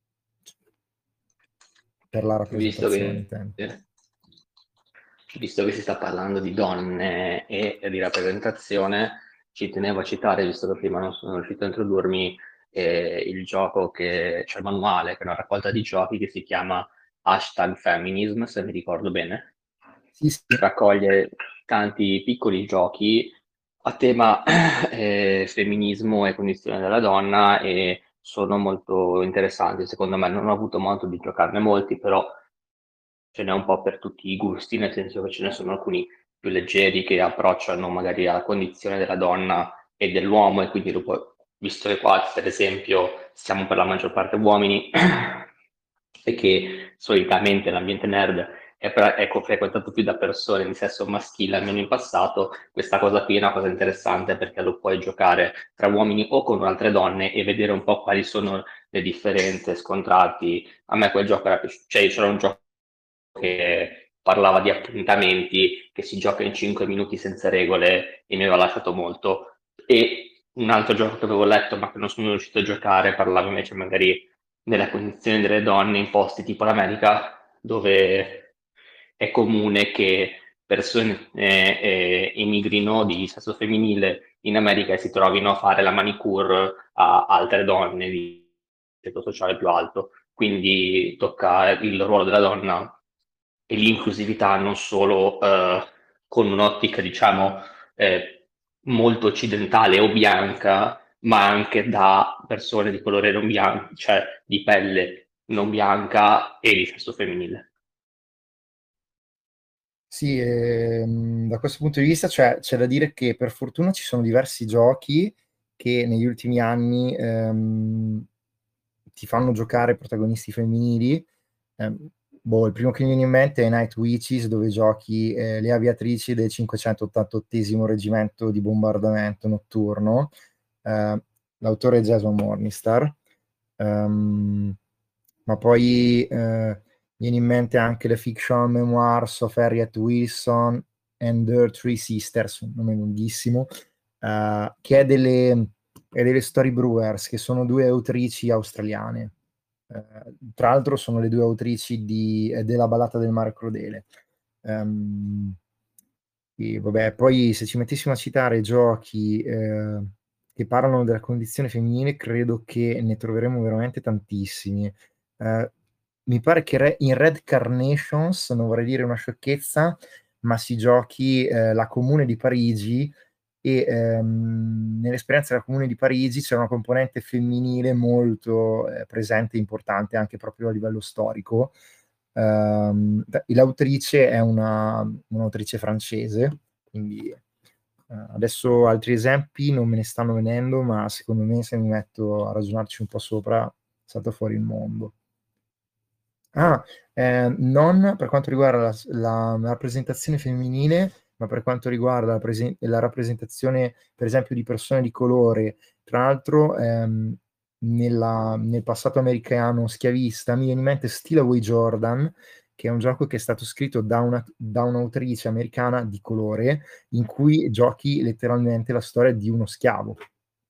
[SPEAKER 1] per la rappresentazione.
[SPEAKER 8] Visto che, visto che si sta parlando di donne e di rappresentazione, ci tenevo a citare, visto che prima non sono riuscito a introdurmi, eh, il gioco che c'è, cioè il manuale, che è una raccolta di giochi che si chiama Hashtag Feminism, se mi ricordo bene.
[SPEAKER 1] Sì, sì.
[SPEAKER 8] Raccoglie tanti piccoli giochi a tema eh, femminismo e condizione della donna, e sono molto interessanti secondo me. Non ho avuto modo di giocarne molti, però ce n'è un po' per tutti i gusti, nel senso che ce ne sono alcuni più leggeri che approcciano magari alla condizione della donna e dell'uomo, e quindi dopo, visto che qua per esempio siamo per la maggior parte uomini e che solitamente l'ambiente nerd è, pre- è frequentato più da persone di sesso maschile, almeno in passato, questa cosa qui è una cosa interessante, perché lo puoi giocare tra uomini o con altre donne e vedere un po' quali sono le differenze, scontrarti. A me quel gioco era piaciuto, cioè c'era un gioco che parlava di appuntamenti, che si gioca in cinque minuti senza regole, e mi aveva lasciato molto. E un altro gioco che avevo letto ma che non sono riuscito a giocare parlava invece magari della condizione delle donne in posti tipo l'America, dove è comune che persone eh, eh, emigrino di sesso femminile in America e si trovino a fare la manicure a altre donne di ceto sociale più alto. Quindi tocca il ruolo della donna e l'inclusività non solo eh, con un'ottica, diciamo, eh, molto occidentale o bianca, ma anche da persone di colore non bianco, cioè di pelle non bianca e di sesso femminile.
[SPEAKER 1] Sì, ehm, da questo punto di vista cioè, c'è da dire che per fortuna ci sono diversi giochi che negli ultimi anni ehm, ti fanno giocare protagonisti femminili. Eh, boh, il primo che mi viene in mente è Night Witches, dove giochi eh, le aviatrici del cinquecentottantottesimo reggimento di bombardamento notturno. Eh, l'autore è Jason Morningstar. Um, ma poi eh, viene in mente anche le fiction memoirs of Harriet Wilson and Her Three Sisters, un nome lunghissimo, uh, che è delle, è delle Story Brewers, che sono due autrici australiane. Uh, tra l'altro sono le due autrici di, eh, della Ballata del Mare Crudele. Um, e vabbè, poi se ci mettessimo a citare giochi eh, che parlano della condizione femminile, credo che ne troveremo veramente tantissimi. Uh, mi pare che re- in Red Carnations, non vorrei dire una sciocchezza, ma si giochi eh, la Comune di Parigi, e ehm, nell'esperienza della Comune di Parigi c'è una componente femminile molto eh, presente e importante anche proprio a livello storico. Um, l'autrice è una, un'autrice francese, quindi uh, adesso altri esempi non me ne stanno venendo, ma secondo me se mi metto a ragionarci un po' sopra salta fuori il mondo. Ah, eh, non per quanto riguarda la, la, la rappresentazione femminile, ma per quanto riguarda la, presen- la rappresentazione, per esempio, di persone di colore. Tra l'altro, ehm, nella, nel passato americano schiavista, mi viene in mente Still Away Jordan, che è un gioco che è stato scritto da, una, da un'autrice americana di colore, in cui giochi letteralmente la storia di uno schiavo.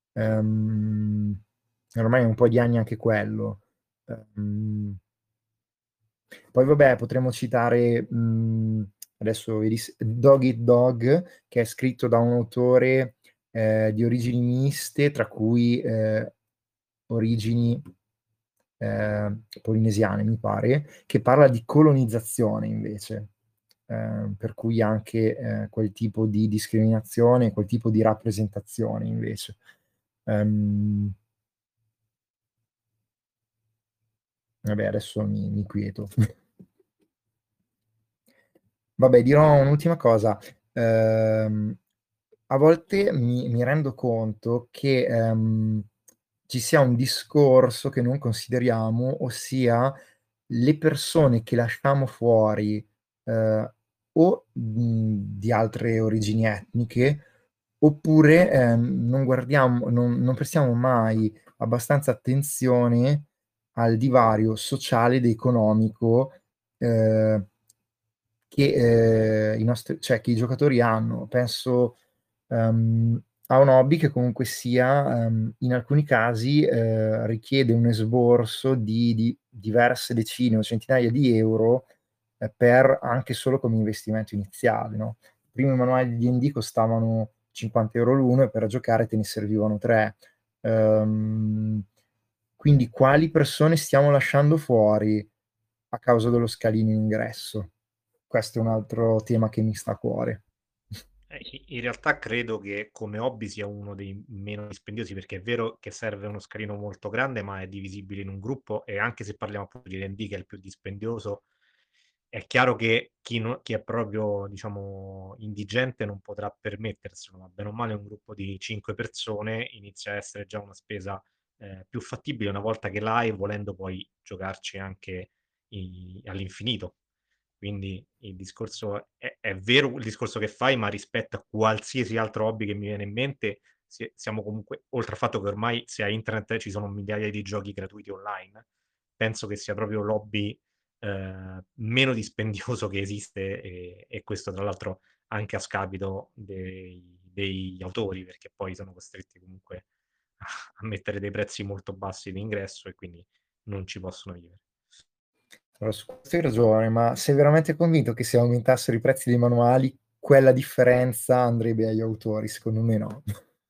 [SPEAKER 1] Um, ormai è un po' di anni anche quello. Um, poi vabbè, potremmo citare mh, adesso vedi, Dog Eat Dog, che è scritto da un autore eh, di origini miste, tra cui eh, origini eh, polinesiane, mi pare, che parla di colonizzazione invece, eh, per cui anche eh, quel tipo di discriminazione, quel tipo di rappresentazione invece. Um, vabbè, adesso mi, mi quieto. Vabbè, dirò un'ultima cosa. Ehm, a volte mi, mi rendo conto che ehm, ci sia un discorso che non consideriamo, ossia le persone che lasciamo fuori eh, o mh, di altre origini etniche, oppure ehm, non guardiamo, non, non prestiamo mai abbastanza attenzione al divario sociale ed economico eh, che, eh, i nostri, cioè, che i giocatori hanno. Penso ehm, a un hobby che comunque sia, ehm, in alcuni casi, eh, richiede un esborso di, di diverse decine o centinaia di euro eh, per anche solo come investimento iniziale, no? I primi manuali di D and D costavano cinquanta euro l'uno e per giocare te ne servivano tre. Ehm, quindi quali persone stiamo lasciando fuori a causa dello scalino in ingresso? Questo è un altro tema che mi sta a cuore.
[SPEAKER 2] Eh, i- In realtà credo che come hobby sia uno dei meno dispendiosi, perché è vero che serve uno scalino molto grande, ma è divisibile in un gruppo, e anche se parliamo appunto di D and D, che è il più dispendioso, è chiaro che chi, non- chi è proprio, diciamo, indigente non potrà permetterselo, ma bene o male un gruppo di cinque persone inizia a essere già una spesa eh, più fattibile una volta che l'hai, volendo poi giocarci anche i- all'infinito. Quindi il discorso è, è vero il discorso che fai, ma rispetto a qualsiasi altro hobby che mi viene in mente, si- siamo comunque, oltre al fatto che ormai se a internet ci sono migliaia di giochi gratuiti online, penso che sia proprio l'hobby eh, meno dispendioso che esiste, e, e questo tra l'altro anche a scapito dei- degli autori, perché poi sono costretti comunque a, a mettere dei prezzi molto bassi di ingresso e quindi non ci possono vivere.
[SPEAKER 1] Allora, su questo hai ragione, ma sei veramente convinto che se aumentassero i prezzi dei manuali, quella differenza andrebbe agli autori? Secondo me no.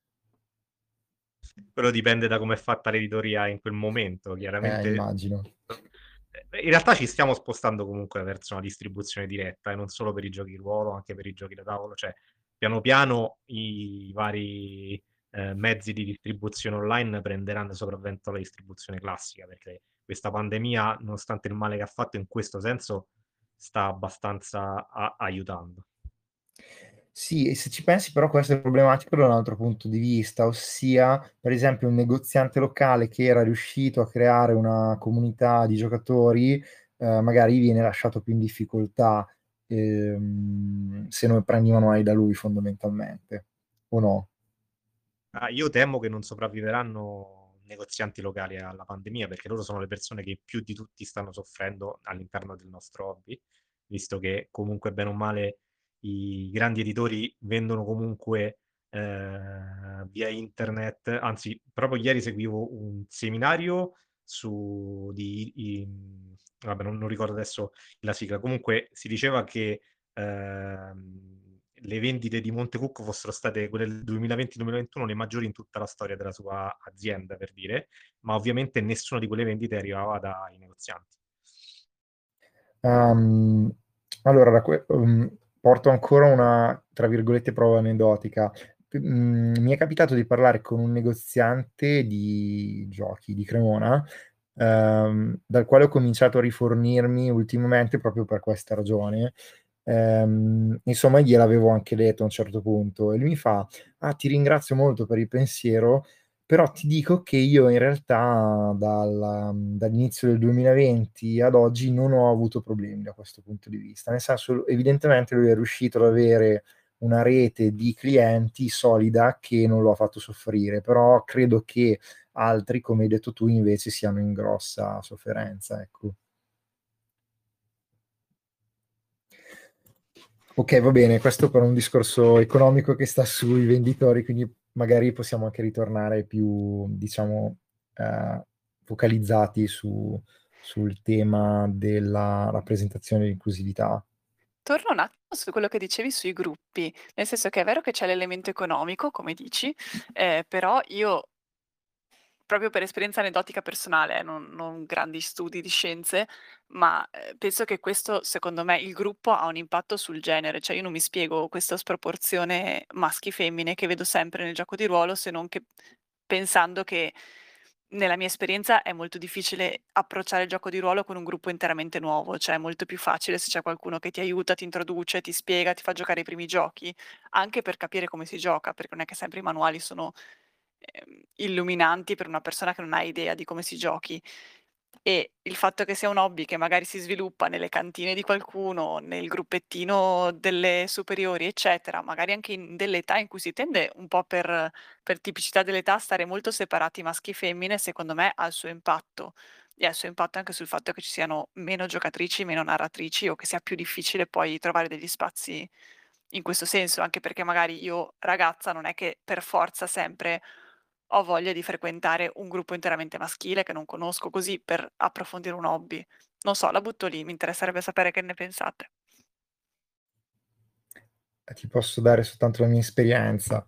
[SPEAKER 2] Quello dipende da come è fatta l'editoria in quel momento,
[SPEAKER 1] Eh,
[SPEAKER 2] chiaramente.
[SPEAKER 1] immagino.
[SPEAKER 2] Eh, In realtà ci stiamo spostando comunque verso una distribuzione diretta, e non solo per i giochi di ruolo, anche per i giochi da tavolo. Cioè, piano piano i vari eh, mezzi di distribuzione online prenderanno sopravvento alla distribuzione classica, perché questa pandemia, nonostante il male che ha fatto in questo senso, sta abbastanza a- aiutando.
[SPEAKER 1] Sì, e se ci pensi però questo è problematico da un altro punto di vista, ossia per esempio un negoziante locale che era riuscito a creare una comunità di giocatori, eh, magari viene lasciato più in difficoltà ehm, se non prendi i manuali da lui fondamentalmente, o no?
[SPEAKER 2] Ah, io temo che non sopravviveranno negozianti locali alla pandemia, perché loro sono le persone che più di tutti stanno soffrendo all'interno del nostro hobby, visto che comunque bene o male i grandi editori vendono comunque eh, via internet. Anzi, proprio ieri seguivo un seminario su di, i- vabbè, non, non ricordo adesso la sigla. Comunque si diceva che ehm, le vendite di Montecook fossero state quelle del duemilaventi-duemilaventuno le maggiori in tutta la storia della sua azienda, per dire, ma ovviamente nessuna di quelle vendite arrivava dai negozianti.
[SPEAKER 1] Um, allora, da que- um, porto ancora una, tra virgolette, prova aneddotica. Mm, mi è capitato di parlare con un negoziante di giochi di Cremona, ehm, dal quale ho cominciato a rifornirmi ultimamente proprio per questa ragione. Ehm, insomma, gliel'avevo anche detto a un certo punto e lui mi fa: Ah, ti ringrazio molto per il pensiero, però ti dico che io in realtà dal- dall'inizio del duemilaventi ad oggi non ho avuto problemi da questo punto di vista. Nel senso, evidentemente lui è riuscito ad avere una rete di clienti solida che non lo ha fatto soffrire, però credo che altri, come hai detto tu, invece siano in grossa sofferenza, ecco. Ok, va bene, questo per un discorso economico che sta sui venditori, quindi magari possiamo anche ritornare più, diciamo, eh, focalizzati su, sul tema della rappresentazione e dell'inclusività.
[SPEAKER 4] Torno un attimo su quello che dicevi sui gruppi, nel senso che è vero che c'è l'elemento economico, come dici, eh, però io, proprio per esperienza aneddotica personale, eh, non, non grandi studi di scienze, ma eh, penso che questo, secondo me, il gruppo ha un impatto sul genere, cioè io non mi spiego questa sproporzione maschi-femmine che vedo sempre nel gioco di ruolo, se non che pensando che nella mia esperienza è molto difficile approcciare il gioco di ruolo con un gruppo interamente nuovo, cioè è molto più facile se c'è qualcuno che ti aiuta, ti introduce, ti spiega, ti fa giocare i primi giochi, anche per capire come si gioca, perché non è che sempre i manuali sono ehm, illuminanti per una persona che non ha idea di come si giochi. E il fatto che sia un hobby che magari si sviluppa nelle cantine di qualcuno, nel gruppettino delle superiori, eccetera, magari anche in delle età in cui si tende un po' per, per tipicità dell'età a stare molto separati maschi e femmine, secondo me ha il suo impatto. E ha il suo impatto anche sul fatto che ci siano meno giocatrici, meno narratrici o che sia più difficile poi trovare degli spazi in questo senso, anche perché magari io ragazza non è che per forza sempre ho voglia di frequentare un gruppo interamente maschile che non conosco così per approfondire un hobby. Non so, la butto lì, mi interesserebbe sapere che ne pensate.
[SPEAKER 1] Ti posso dare soltanto la mia esperienza.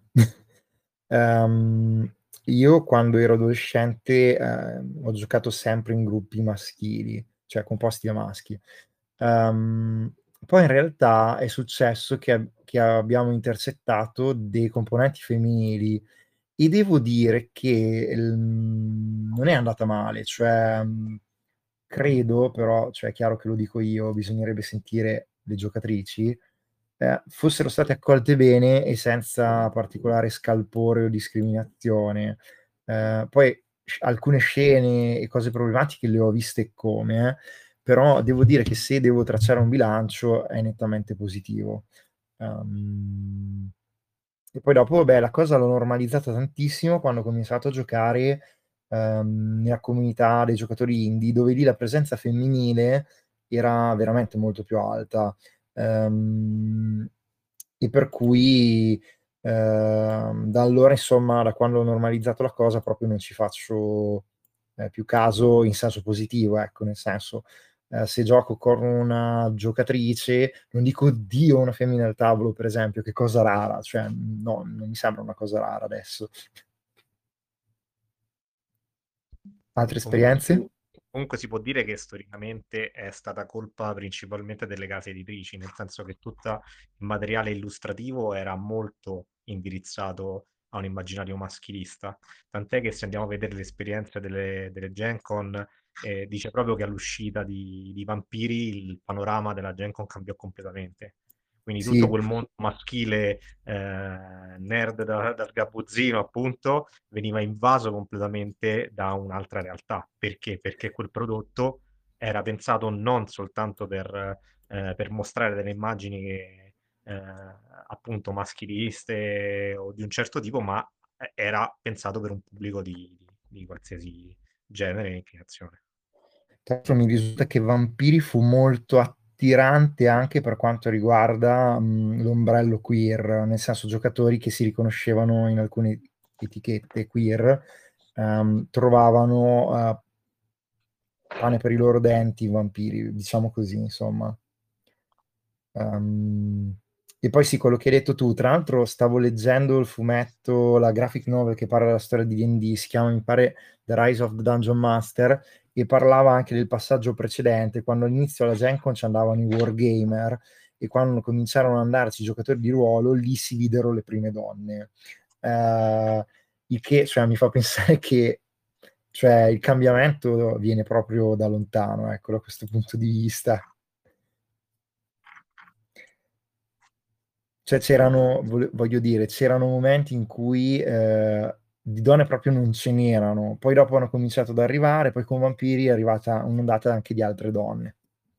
[SPEAKER 1] um, io quando ero adolescente eh, ho giocato sempre in gruppi maschili, cioè composti da maschi. Um, poi in realtà è successo che, che abbiamo intercettato dei componenti femminili e devo dire che mm, non è andata male, cioè mm, credo però, cioè è chiaro che lo dico io, bisognerebbe sentire le giocatrici, eh, fossero state accolte bene e senza particolare scalpore o discriminazione. Eh, poi sc- alcune scene e cose problematiche le ho viste come, eh, però devo dire che se devo tracciare un bilancio è nettamente positivo. Um, e poi dopo, vabbè, la cosa l'ho normalizzata tantissimo quando ho cominciato a giocare ehm, nella comunità dei giocatori indie, dove lì la presenza femminile era veramente molto più alta. Ehm, e per cui ehm, da allora, insomma, da quando ho normalizzato la cosa, proprio non ci faccio eh, più caso in senso positivo, ecco, nel senso eh, se gioco con una giocatrice, non dico Dio una femmina al tavolo, per esempio, che cosa rara, cioè no, non mi sembra una cosa rara adesso. Altre esperienze?
[SPEAKER 2] Comunque, comunque si può dire che storicamente è stata colpa principalmente delle case editrici, nel senso che tutto il materiale illustrativo era molto indirizzato a un immaginario maschilista, tant'è che se andiamo a vedere le esperienze delle, delle Gen Con, eh, dice proprio che all'uscita di, di Vampiri il panorama della Gen Con cambiò completamente. Quindi tutto
[SPEAKER 1] Sì,
[SPEAKER 2] quel mondo maschile eh, nerd da- dal gabuzzino, appunto, veniva invaso completamente da un'altra realtà. Perché? Perché quel prodotto era pensato non soltanto per, eh, per mostrare delle immagini che, eh, appunto maschiliste o di un certo tipo, ma era pensato per un pubblico di, di- di qualsiasi genere e inclinazione.
[SPEAKER 1] tra l'altro mi risulta che Vampiri fu molto attirante anche per quanto riguarda mh, l'ombrello queer, nel senso giocatori che si riconoscevano in alcune etichette queer ehm, trovavano eh, pane per i loro denti in Vampiri, diciamo così, insomma. Um, e poi sì, quello che hai detto tu, tra l'altro stavo leggendo il fumetto, la graphic novel che parla della storia di D and D, si chiama, mi pare, The Rise of the Dungeon Master, e parlava anche del passaggio precedente, quando all'inizio alla Gen Con ci andavano i wargamer, e quando cominciarono ad andarci i giocatori di ruolo, lì si videro le prime donne. Uh, il che, cioè, mi fa pensare che cioè, il cambiamento viene proprio da lontano, ecco, da questo punto di vista. Cioè c'erano, voglio dire, c'erano momenti in cui eh, di donne proprio non ce n'erano, poi dopo hanno cominciato ad arrivare, poi con Vampiri è arrivata un'ondata anche di altre donne.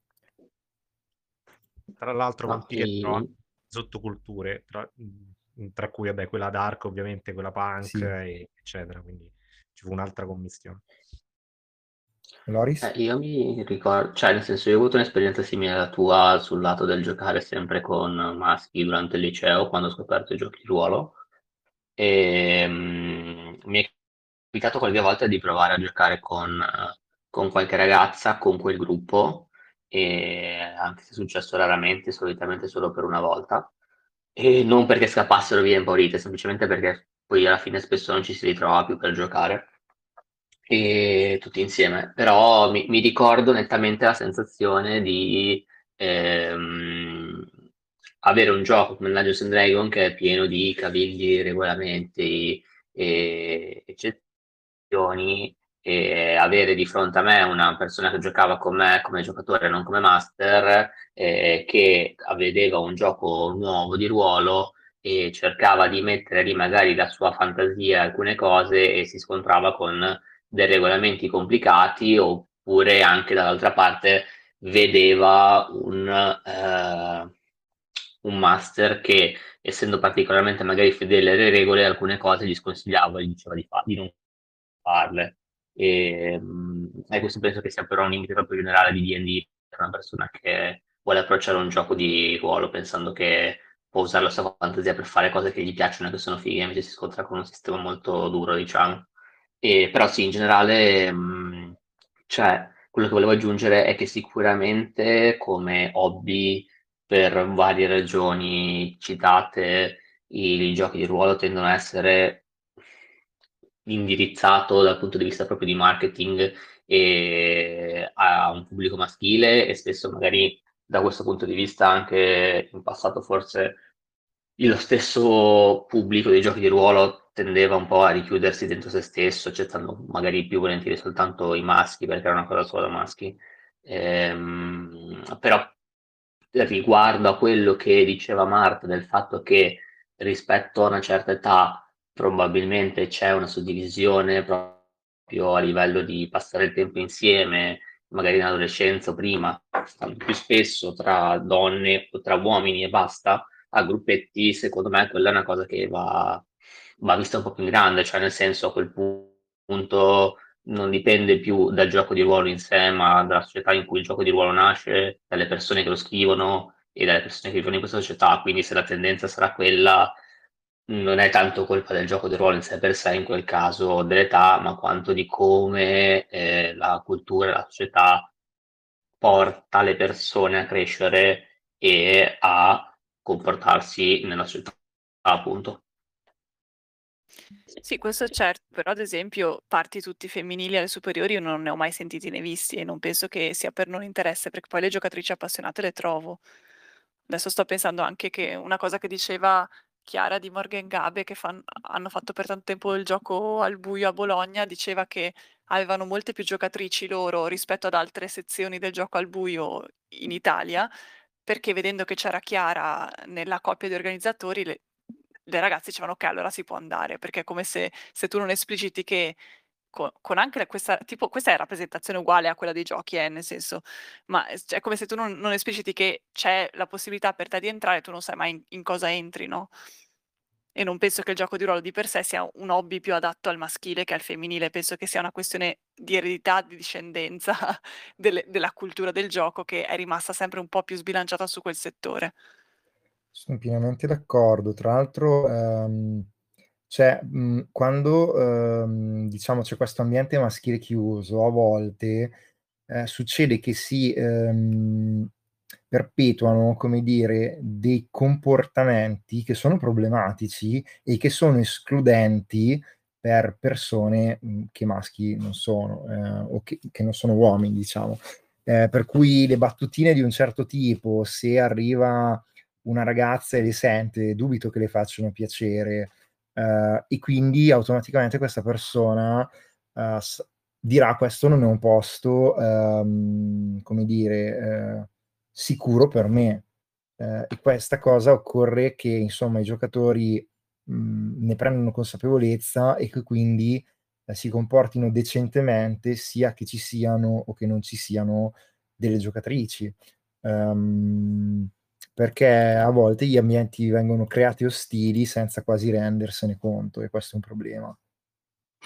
[SPEAKER 2] Tra l'altro,
[SPEAKER 8] No,
[SPEAKER 2] Vampiri entrò anche
[SPEAKER 8] e-
[SPEAKER 2] sottoculture, tra, tra cui vabbè, quella dark, ovviamente, quella punk,
[SPEAKER 1] Sì.
[SPEAKER 2] e, eccetera. Quindi ci fu un'altra commistione.
[SPEAKER 1] Loris?
[SPEAKER 8] eh, io mi ricordo, cioè nel senso io ho avuto un'esperienza simile alla tua sul lato del giocare sempre con maschi durante il liceo, quando ho scoperto i giochi di ruolo. E, mm, mi è capitato qualche volta di provare a giocare con, eh, con qualche ragazza, con quel gruppo, e anche se è successo raramente, solitamente solo per una volta, e non perché scappassero via impaurite, semplicemente perché poi alla fine spesso non ci si ritrova più per giocare e tutti insieme. Però mi, mi ricordo nettamente la sensazione di ehm, avere un gioco come Dungeons and Dragons che è pieno di cavilli, regolamenti e eccezioni, e avere di fronte a me una persona che giocava con me come giocatore, non come master, eh, che vedeva un gioco nuovo di ruolo e cercava di mettere lì magari la sua fantasia, alcune cose, e si scontrava con dei regolamenti complicati, oppure anche dall'altra parte vedeva un, eh, un master che, essendo particolarmente magari fedele alle regole, alcune cose gli sconsigliava, gli diceva di, fa- di non farle. E, mh, e questo penso che sia però un limite proprio generale di D and D per una persona che vuole approcciare un gioco di ruolo pensando che può usare la sua fantasia per fare cose che gli piacciono e che sono fighe, invece si scontra con un sistema molto duro, diciamo. E, però sì, in generale, mh, cioè, quello che volevo aggiungere è che sicuramente come hobby, per varie ragioni citate, i giochi di ruolo tendono a essere indirizzato dal punto di vista proprio di marketing e a un pubblico maschile, e spesso magari da questo punto di vista anche in passato forse lo stesso pubblico dei giochi di ruolo tendeva un po' a richiudersi dentro se stesso, accettando magari più volentieri soltanto i maschi, perché era una cosa solo da maschi. Ehm, però riguardo a quello che diceva Marta del fatto che rispetto a una certa età probabilmente c'è una suddivisione proprio a livello di passare il tempo insieme, magari in adolescenza o prima, stando più spesso tra donne o tra uomini e basta, a gruppetti, secondo me quella è una cosa che va, va vista un po' più in grande, cioè nel senso a quel punto non dipende più dal gioco di ruolo in sé, ma dalla società in cui il gioco di ruolo nasce, dalle persone che lo scrivono e dalle persone che vivono in questa società. Quindi se la tendenza sarà quella, non è tanto colpa del gioco di ruolo in sé per sé, in quel caso dell'età, ma quanto di come eh, la cultura e la società porta le persone a crescere e a comportarsi nella società, appunto.
[SPEAKER 4] Sì, questo è certo, però ad esempio parti tutti femminili alle superiori io non ne ho mai sentiti né visti e non penso che sia per non interesse, perché poi le giocatrici appassionate le trovo. Adesso sto pensando anche che una cosa che diceva Chiara di Morgan Gabe, che fan- hanno fatto per tanto tempo il gioco al buio a Bologna, diceva che avevano molte più giocatrici loro rispetto ad altre sezioni del gioco al buio in Italia, perché vedendo che c'era Chiara nella coppia di organizzatori, le, le ragazze dicevano ok, allora si può andare, perché è come se, se tu non espliciti che co- con anche la- questa, tipo, questa è rappresentazione uguale a quella dei giochi, eh, nel senso, ma è cioè, è come se tu non, non espliciti che c'è la possibilità per te di entrare, tu non sai mai in, in cosa entri, no? E non penso che il gioco di ruolo di per sé sia un hobby più adatto al maschile che al femminile, penso che sia una questione di eredità, di discendenza delle- della cultura del gioco che è rimasta sempre un po' più sbilanciata su quel settore.
[SPEAKER 1] Sono pienamente d'accordo. Tra l'altro, ehm, cioè, mh, quando ehm, diciamo c'è questo ambiente maschile chiuso, a volte eh, succede che si ehm, perpetuano, come dire, dei comportamenti che sono problematici e che sono escludenti per persone mh, che maschi non sono, eh, o che, che non sono uomini, diciamo. Eh, per cui le battutine di un certo tipo, se arriva una ragazza e le sente, dubito che le facciano piacere, eh, e quindi automaticamente questa persona eh, s- dirà questo non è un posto, ehm, come dire, eh, sicuro per me. Eh, e questa cosa occorre che insomma i giocatori mh, ne prendano consapevolezza e che quindi eh, si comportino decentemente sia che ci siano o che non ci siano delle giocatrici. Ehm, perché a volte gli ambienti vengono creati ostili senza quasi rendersene conto e questo è un problema.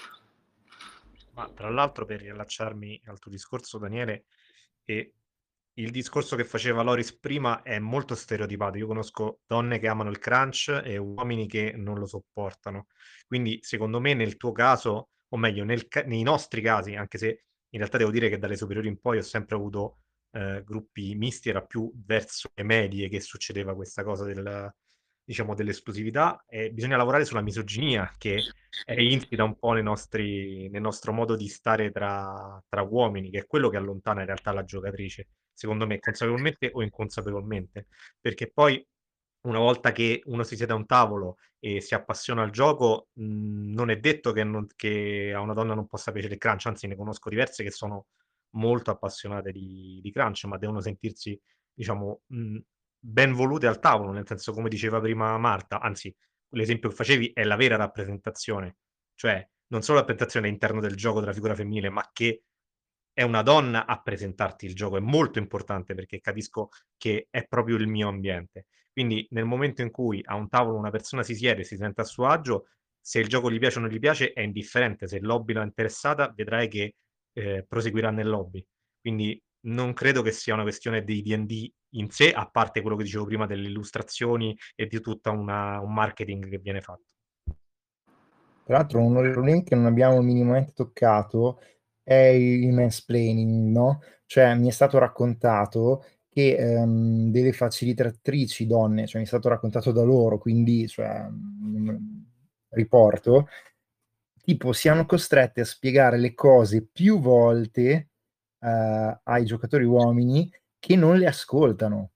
[SPEAKER 2] Ma tra l'altro, per riallacciarmi al tuo discorso, Daniele, e il discorso che faceva Loris prima è molto stereotipato. Io conosco donne che amano il crunch e uomini che non lo sopportano. Quindi, secondo me, nel tuo caso, o meglio, nel ca- nei nostri casi, anche se in realtà devo dire che dalle superiori in poi ho sempre avuto eh, gruppi misti, era più verso le medie che succedeva questa cosa del, diciamo, dell'esclusività, e bisogna lavorare sulla misoginia che è insita un po' nei nostri, nel nostro modo di stare tra, tra uomini, che è quello che allontana in realtà la giocatrice, secondo me, consapevolmente o inconsapevolmente, perché poi una volta che uno si siede a un tavolo e si appassiona al gioco, mh, non è detto che, non- che a una donna non possa piacere il crunch, anzi ne conosco diverse che sono molto appassionate di, di crunch, ma devono sentirsi, diciamo, mh, ben volute al tavolo, nel senso, come diceva prima Marta, anzi, l'esempio che facevi è la vera rappresentazione, cioè non solo la rappresentazione all'interno del gioco della figura femminile, ma che è una donna a presentarti il gioco, è molto importante perché capisco che è proprio il mio ambiente. Quindi nel momento in cui a un tavolo una persona si siede e si sente a suo agio, se il gioco gli piace o non gli piace è indifferente, se il lobby l'ha interessata vedrai che eh, proseguirà nel lobby. Quindi non credo che sia una questione di D and D in sé, a parte quello che dicevo prima delle illustrazioni e di tutto un marketing che viene fatto.
[SPEAKER 1] Tra l'altro uno dei problemi che non abbiamo minimamente toccato è il mansplaining, no? Cioè mi è stato raccontato che ehm, delle facilitatrici donne, cioè mi è stato raccontato da loro, quindi cioè, mh, riporto, tipo siano costrette a spiegare le cose più volte eh, ai giocatori uomini che non le ascoltano.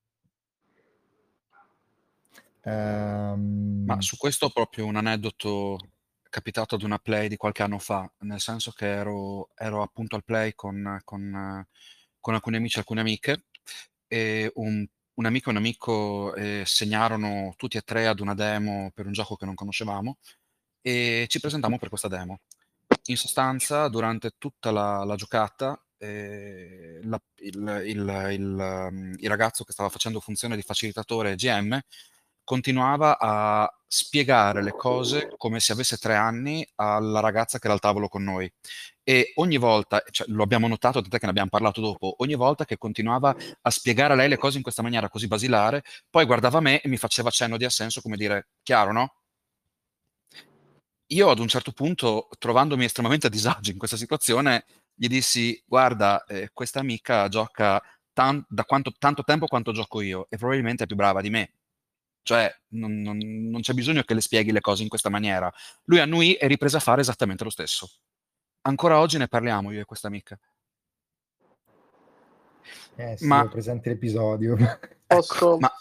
[SPEAKER 1] Ehm,
[SPEAKER 3] Ma su questo ho proprio un aneddoto capitato ad una play di qualche anno fa, nel senso che ero, ero appunto al play con, con, eh, con alcuni amici e alcune amiche, e un, un amico e un amico eh, segnarono tutti e tre ad una demo per un gioco che non conoscevamo e ci presentammo per questa demo. In sostanza, durante tutta la, la giocata, eh, la- il, il- il, um, il ragazzo che stava facendo funzione di facilitatore G M continuava a spiegare le cose come se avesse tre anni alla ragazza che era al tavolo con noi. E ogni volta, cioè, lo abbiamo notato, tant'è che ne abbiamo parlato dopo, ogni volta che continuava a spiegare a lei le cose in questa maniera così basilare, poi guardava me e mi faceva cenno di assenso come dire, chiaro, no? Io ad un certo punto, trovandomi estremamente a disagio in questa situazione, gli dissi: Guarda, eh, questa amica gioca tan- da quanto- tanto tempo quanto gioco io e probabilmente è più brava di me. Cioè, non, non- non c'è bisogno che le spieghi le cose in questa maniera. Lui annui e riprese a fare esattamente lo stesso. Ancora oggi ne parliamo io e questa amica.
[SPEAKER 1] eh sì,
[SPEAKER 3] Ma
[SPEAKER 1] ho presente l'episodio.
[SPEAKER 9] Posso...
[SPEAKER 3] ecco, ma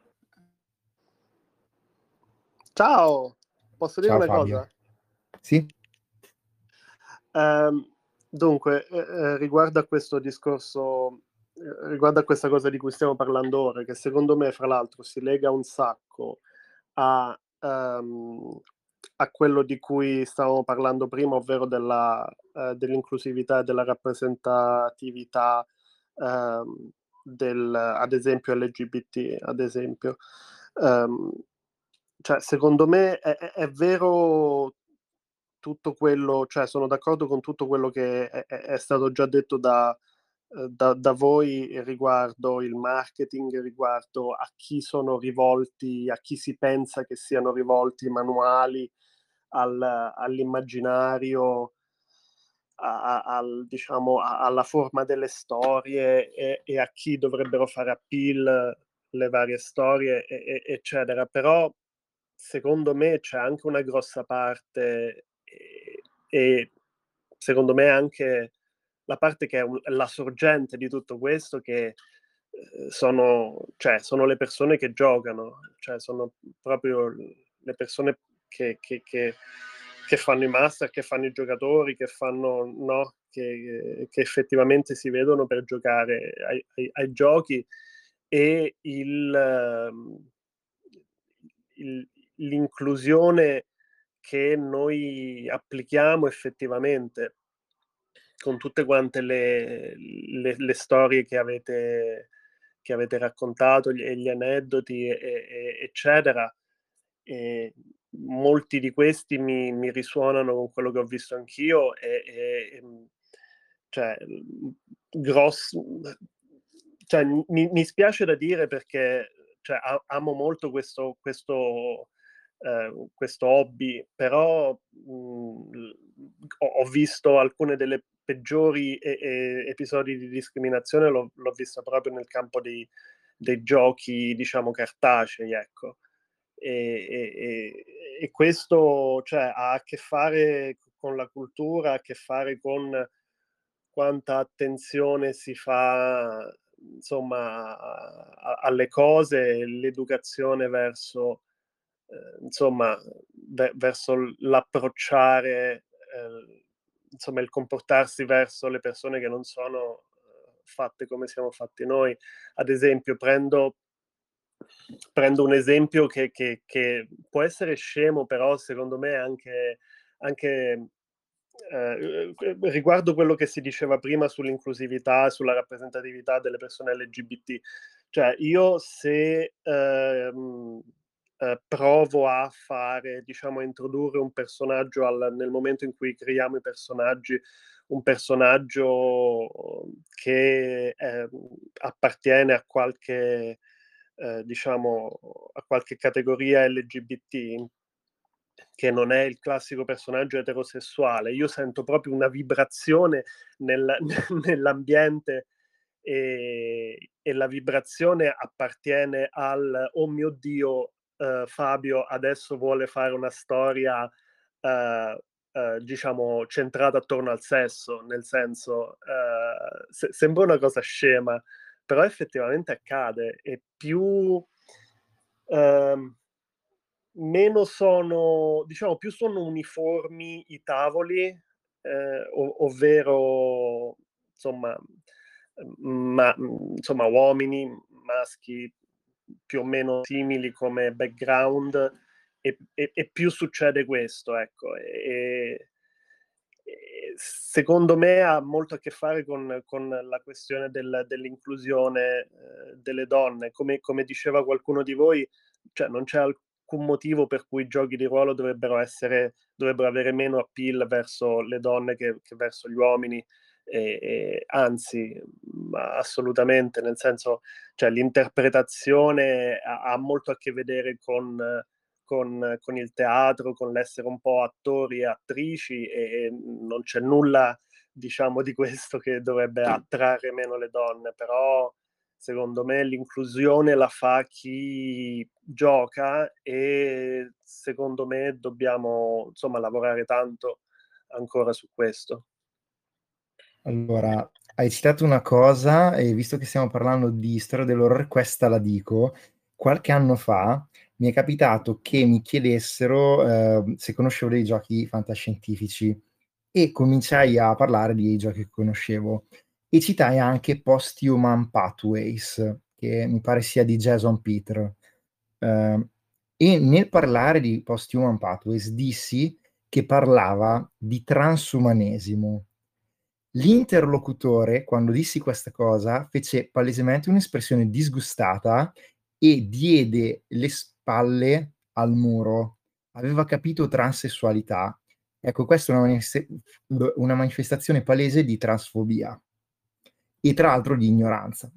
[SPEAKER 9] Ciao, posso dire
[SPEAKER 1] Ciao
[SPEAKER 9] una
[SPEAKER 1] Fabio.
[SPEAKER 9] cosa?
[SPEAKER 1] Sì?
[SPEAKER 9] Ehm, dunque, eh, eh, riguardo a questo discorso, eh, riguardo a questa cosa di cui stiamo parlando ora, che secondo me, fra l'altro, si lega un sacco a, ehm, a quello di cui stavamo parlando prima, ovvero della, eh, dell'inclusività e della rappresentatività, ehm, del, ad esempio, L G B T, ad esempio. Ehm, cioè, secondo me è, è- è vero tutto quello, cioè sono d'accordo con tutto quello che è, è- è stato già detto da, eh, da- da voi riguardo il marketing, riguardo a chi sono rivolti, a chi si pensa che siano rivolti i manuali, al- all'immaginario, a- a- al, diciamo, a- alla forma delle storie e, e a chi dovrebbero fare appeal le varie storie, e- e- eccetera. Però secondo me c'è anche una grossa parte e, e secondo me anche la parte che è un- la sorgente di tutto questo, che eh, sono, cioè, sono le persone che giocano, cioè sono proprio le persone che, che- che- che fanno i master, che fanno i giocatori, che fanno, no, che, che effettivamente si vedono per giocare ai, ai- ai giochi, e il, ehm, il- l'inclusione che noi applichiamo effettivamente con tutte quante le, le- le storie che avete, che avete raccontato, gli, e gli aneddoti, e- e- eccetera. E molti di questi mi, mi risuonano con quello che ho visto anch'io, e, e- e, cioè, gross- cioè, mi, mi spiace da dire perché cioè, a- amo molto questo, questo, eh, questo hobby, però mh, ho, ho visto alcune delle peggiori e- e- episodi di discriminazione, l'ho, l'ho visto proprio nel campo dei, dei giochi, diciamo, cartacei, ecco. E, e- e- e questo cioè, ha a che fare con la cultura, ha a che fare con quanta attenzione si fa insomma a- a- alle cose, l'educazione verso eh, insomma ve- verso l'approcciare eh, insomma il comportarsi verso le persone che non sono eh, fatte come siamo fatti noi. Ad esempio, prendo prendo un esempio che, che- che può essere scemo, però secondo me anche, anche eh, riguardo quello che si diceva prima sull'inclusività, sulla rappresentatività delle persone L G B T. Cioè, io se ehm, eh, provo a fare, diciamo, a introdurre un personaggio al- nel momento in cui creiamo i personaggi, un personaggio che eh, appartiene a qualche eh, diciamo, a qualche categoria L G B T, che non è il classico personaggio eterosessuale. Io sento proprio una vibrazione nel, nell'ambiente e, e la vibrazione appartiene al oh mio Dio, eh, Fabio adesso vuole fare una storia eh, eh, diciamo centrata attorno al sesso, nel senso eh, se- sembra una cosa scema, però effettivamente accade e più ehm, meno sono, diciamo, più sono uniformi i tavoli, eh, ov- ovvero insomma, ma, insomma, uomini, maschi più o meno simili come background, e, e- e più succede questo, ecco. E, e secondo me ha molto a che fare con, con la questione del- dell'inclusione eh, delle donne. Come, come diceva qualcuno di voi, cioè non c'è alcun motivo per cui i giochi di ruolo dovrebbero essere, dovrebbero avere meno appeal verso le donne che, che verso gli uomini. E, e, anzi, ma assolutamente, nel senso, cioè, l'interpretazione ha, ha molto a che vedere con, con, con il teatro, con l'essere un po' attori e attrici, e, e non c'è nulla, diciamo, di questo che dovrebbe attrarre meno le donne, però secondo me l'inclusione la fa chi gioca e secondo me dobbiamo insomma lavorare tanto ancora su questo.
[SPEAKER 1] Allora, hai citato una cosa e visto che stiamo parlando di storia dell'orrore, questa la dico. Qualche anno fa mi è capitato che mi chiedessero eh, se conoscevo dei giochi fantascientifici e cominciai a parlare dei giochi che conoscevo e citai anche Post-Human Pathways, che mi pare sia di Jason Peter. Eh, e nel parlare di Post-Human Pathways dissi che parlava di transumanesimo. L'interlocutore, quando dissi questa cosa, fece palesemente un'espressione disgustata e diede le spalle al muro. Aveva capito transessualità. Ecco, questa è una, manifest- una manifestazione palese di transfobia e tra l'altro di ignoranza.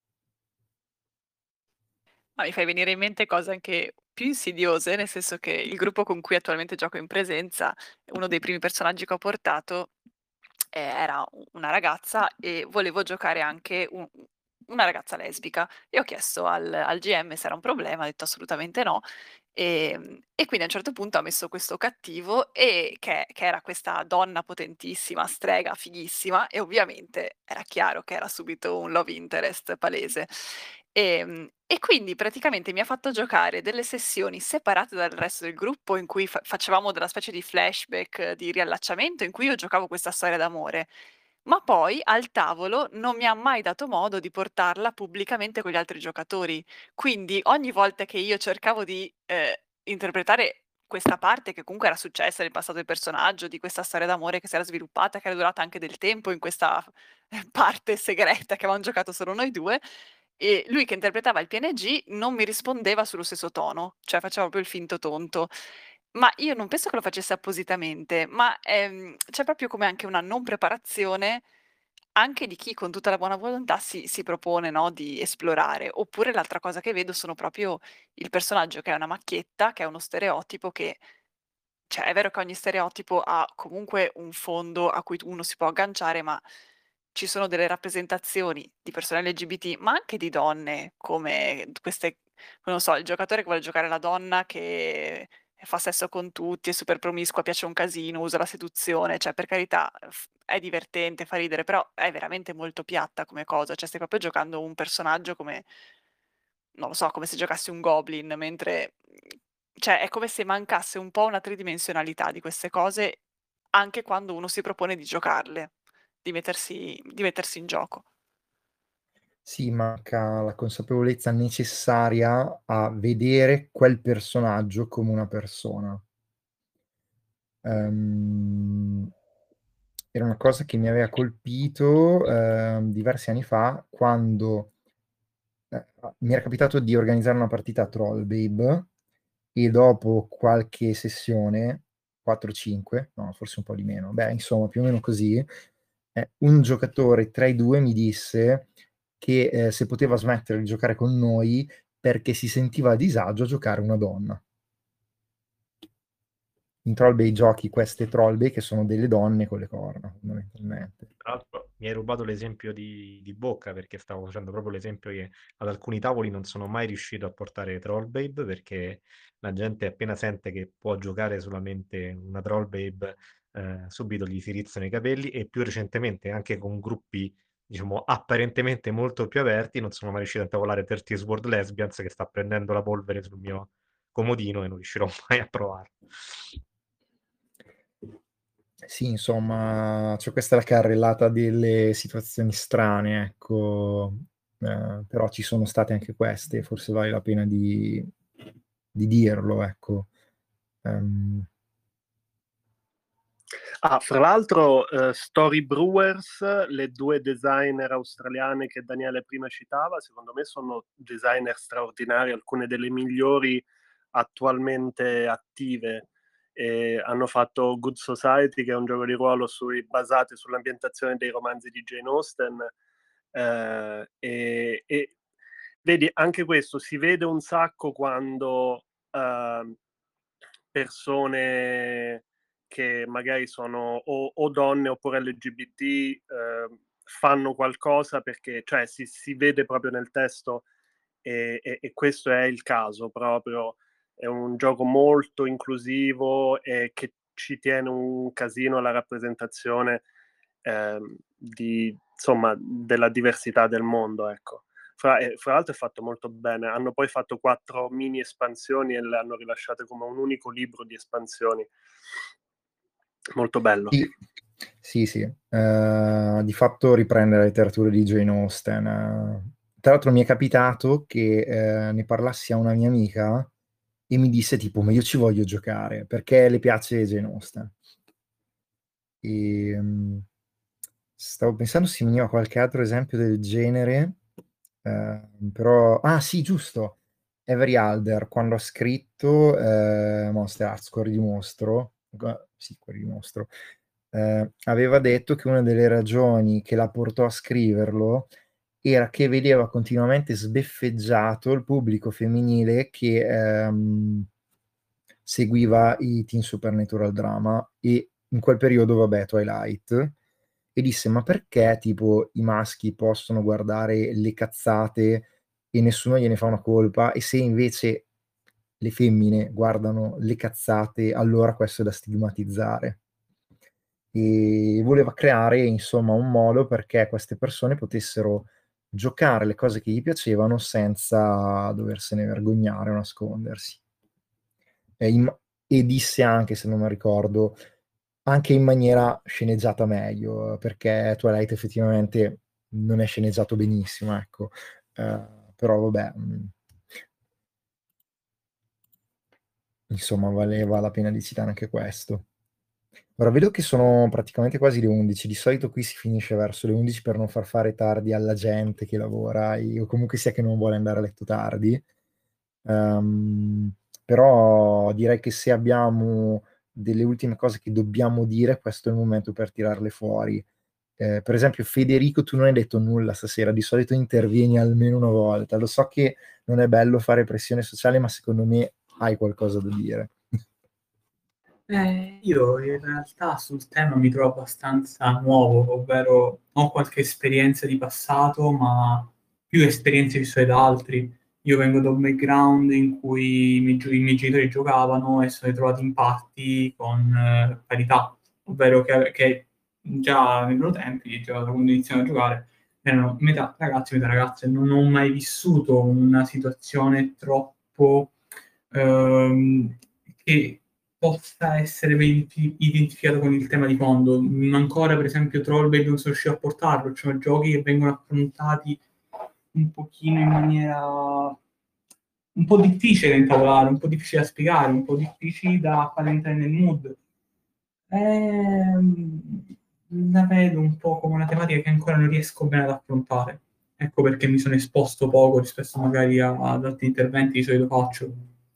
[SPEAKER 4] Ma mi fai venire in mente cose anche più insidiose, nel senso che il gruppo con cui attualmente gioco in presenza, uno dei primi personaggi che ho portato eh, era u- una ragazza e volevo giocare anche un- una ragazza lesbica e ho chiesto al, al G M se era un problema, ha detto assolutamente no. E, e quindi a un certo punto ha messo questo cattivo e che, che era questa donna potentissima, strega, fighissima, e ovviamente era chiaro che era subito un love interest palese. E, e quindi praticamente mi ha fatto giocare delle sessioni separate dal resto del gruppo in cui fa- facevamo della specie di flashback, eh, di riallacciamento, in cui io giocavo questa storia d'amore. Ma poi al tavolo non mi ha mai dato modo di portarla pubblicamente con gli altri giocatori. Quindi ogni volta che io cercavo di eh, interpretare questa parte che comunque era successa nel passato del personaggio, di questa storia d'amore che si era sviluppata, che era durata anche del tempo in questa eh, parte segreta che avevamo giocato solo noi due, e lui che interpretava il P N G non mi rispondeva sullo stesso tono, cioè faceva proprio il finto tonto. Ma io non penso che lo facesse appositamente, ma ehm, c'è proprio come anche una non preparazione anche di chi con tutta la buona volontà si, si propone, no, di esplorare. Oppure l'altra cosa che vedo sono proprio il personaggio che è una macchietta, che è uno stereotipo che, cioè è vero che ogni stereotipo ha comunque un fondo a cui uno si può agganciare, ma ci sono delle rappresentazioni di persone L G B T, ma anche di donne, come queste, non so, il giocatore che vuole giocare la donna che fa sesso con tutti, è super promiscua, piace un casino, usa la seduzione, cioè per carità f- è divertente, fa ridere, però è veramente molto piatta come cosa, cioè stai proprio giocando un personaggio come, non lo so, come se giocassi un goblin, mentre, cioè è come se mancasse un po' una tridimensionalità di queste cose, anche quando uno si propone di giocarle, di mettersi, di mettersi in gioco.
[SPEAKER 1] Sì, manca la consapevolezza necessaria a vedere quel personaggio come una persona. Ehm, era una cosa che mi aveva colpito, ehm, diversi anni fa quando, eh, mi era capitato di organizzare una partita a Trollbabe e dopo qualche sessione, quattro cinque, no, forse un po' di meno, beh, insomma, più o meno così, eh, un giocatore tra i due mi disse che, eh, se poteva smettere di giocare con noi perché si sentiva a disagio a giocare una donna. In Trollbay giochi queste Trollbay che sono delle donne con le corna, fondamentalmente.
[SPEAKER 2] Tra l'altro mi hai rubato l'esempio di, di Bocca, perché stavo facendo proprio l'esempio che ad alcuni tavoli non sono mai riuscito a portare Trollbabe, perché la gente appena sente che può giocare solamente una Trollbabe, eh, subito gli si rizzano i capelli, e più recentemente anche con gruppi, diciamo, apparentemente molto più aperti non sono mai riuscito a intavolare thirty Sword Lesbians, che sta prendendo la polvere sul mio comodino e non riuscirò mai a provarlo.
[SPEAKER 1] Sì, insomma, c'è questa è la carrellata delle situazioni strane, ecco, eh, però ci sono state anche queste, forse vale la pena di, di dirlo, ecco. Um,
[SPEAKER 9] Ah, fra l'altro, eh, Story Brewers, le due designer australiane che Daniele prima citava, secondo me sono designer straordinari, alcune delle migliori attualmente attive. E hanno fatto Good Society, che è un gioco di ruolo sui, basato sull'ambientazione dei romanzi di Jane Austen. Eh, e, e vedi, anche questo si vede un sacco quando eh, persone che magari sono o, o donne oppure L G B T eh, fanno qualcosa, perché cioè, si, si vede proprio nel testo e, e, e questo è il caso proprio. È un gioco molto inclusivo e che ci tiene un casino alla rappresentazione eh, di, insomma, della diversità del mondo, ecco. Fra, eh, fra l'altro è fatto molto bene, hanno poi fatto quattro mini espansioni e le hanno rilasciate come un unico libro di espansioni. Molto bello.
[SPEAKER 1] Sì, sì, sì. Uh, di fatto riprende la letteratura di Jane Austen. Uh, tra l'altro mi è capitato che uh, ne parlassi a una mia amica e mi disse tipo, ma io ci voglio giocare, perché le piace Jane Austen. E, um, stavo pensando se mi veniva qualche altro esempio del genere, uh, però... Ah sì, giusto! Avery Alder, quando ha scritto uh, Monster Hearts, Cuore di Mostro, sì, Cuore di Mostro, Uh, aveva detto che una delle ragioni che la portò a scriverlo era che vedeva continuamente sbeffeggiato il pubblico femminile che um, seguiva i teen supernatural drama, e in quel periodo, vabbè, Twilight, e disse, ma perché tipo i maschi possono guardare le cazzate e nessuno gliene fa una colpa, e se invece le femmine guardano le cazzate, allora questo è da stigmatizzare. E voleva creare insomma un modo perché queste persone potessero giocare le cose che gli piacevano senza doversene vergognare o nascondersi. E, in, e disse anche, se non mi ricordo, anche in maniera sceneggiata meglio, perché Twilight effettivamente non è sceneggiato benissimo, ecco. Uh, però vabbè, mh, insomma valeva la pena di citare anche questo. Ora vedo che sono praticamente quasi le undici, di solito qui si finisce verso le undici per non far fare tardi alla gente che lavora o comunque sia che non vuole andare a letto tardi. Um, però direi che se abbiamo delle ultime cose che dobbiamo dire, questo è il momento per tirarle fuori. eh, per esempio Federico, tu non hai detto nulla stasera, di solito intervieni almeno una volta, lo so che non è bello fare pressione sociale, ma secondo me hai qualcosa da dire.
[SPEAKER 10] Eh, io in realtà sul tema mi trovo abbastanza nuovo, ovvero ho qualche esperienza di passato, ma più esperienze vissute da altri. Io vengo da un background in cui i miei, gio- i miei genitori giocavano e sono ritrovati in parti con eh, parità, ovvero che, che già nei loro tempi, già da quando iniziano a giocare, erano metà ragazzi e metà ragazze. Non ho mai vissuto una situazione troppo ehm, che possa essere identifi- identificato con il tema di fondo. Mm, Ancora, per esempio, Trollbait non sono riuscito a portarlo, cioè giochi che vengono affrontati un pochino in maniera un po' difficile da intavolare, un po' difficile da spiegare, un po' difficili da far entrare nel mood. Ehm, la vedo un po' come una tematica che ancora non riesco bene ad affrontare. Ecco perché mi sono esposto poco rispetto magari a- ad altri interventi che di solito faccio.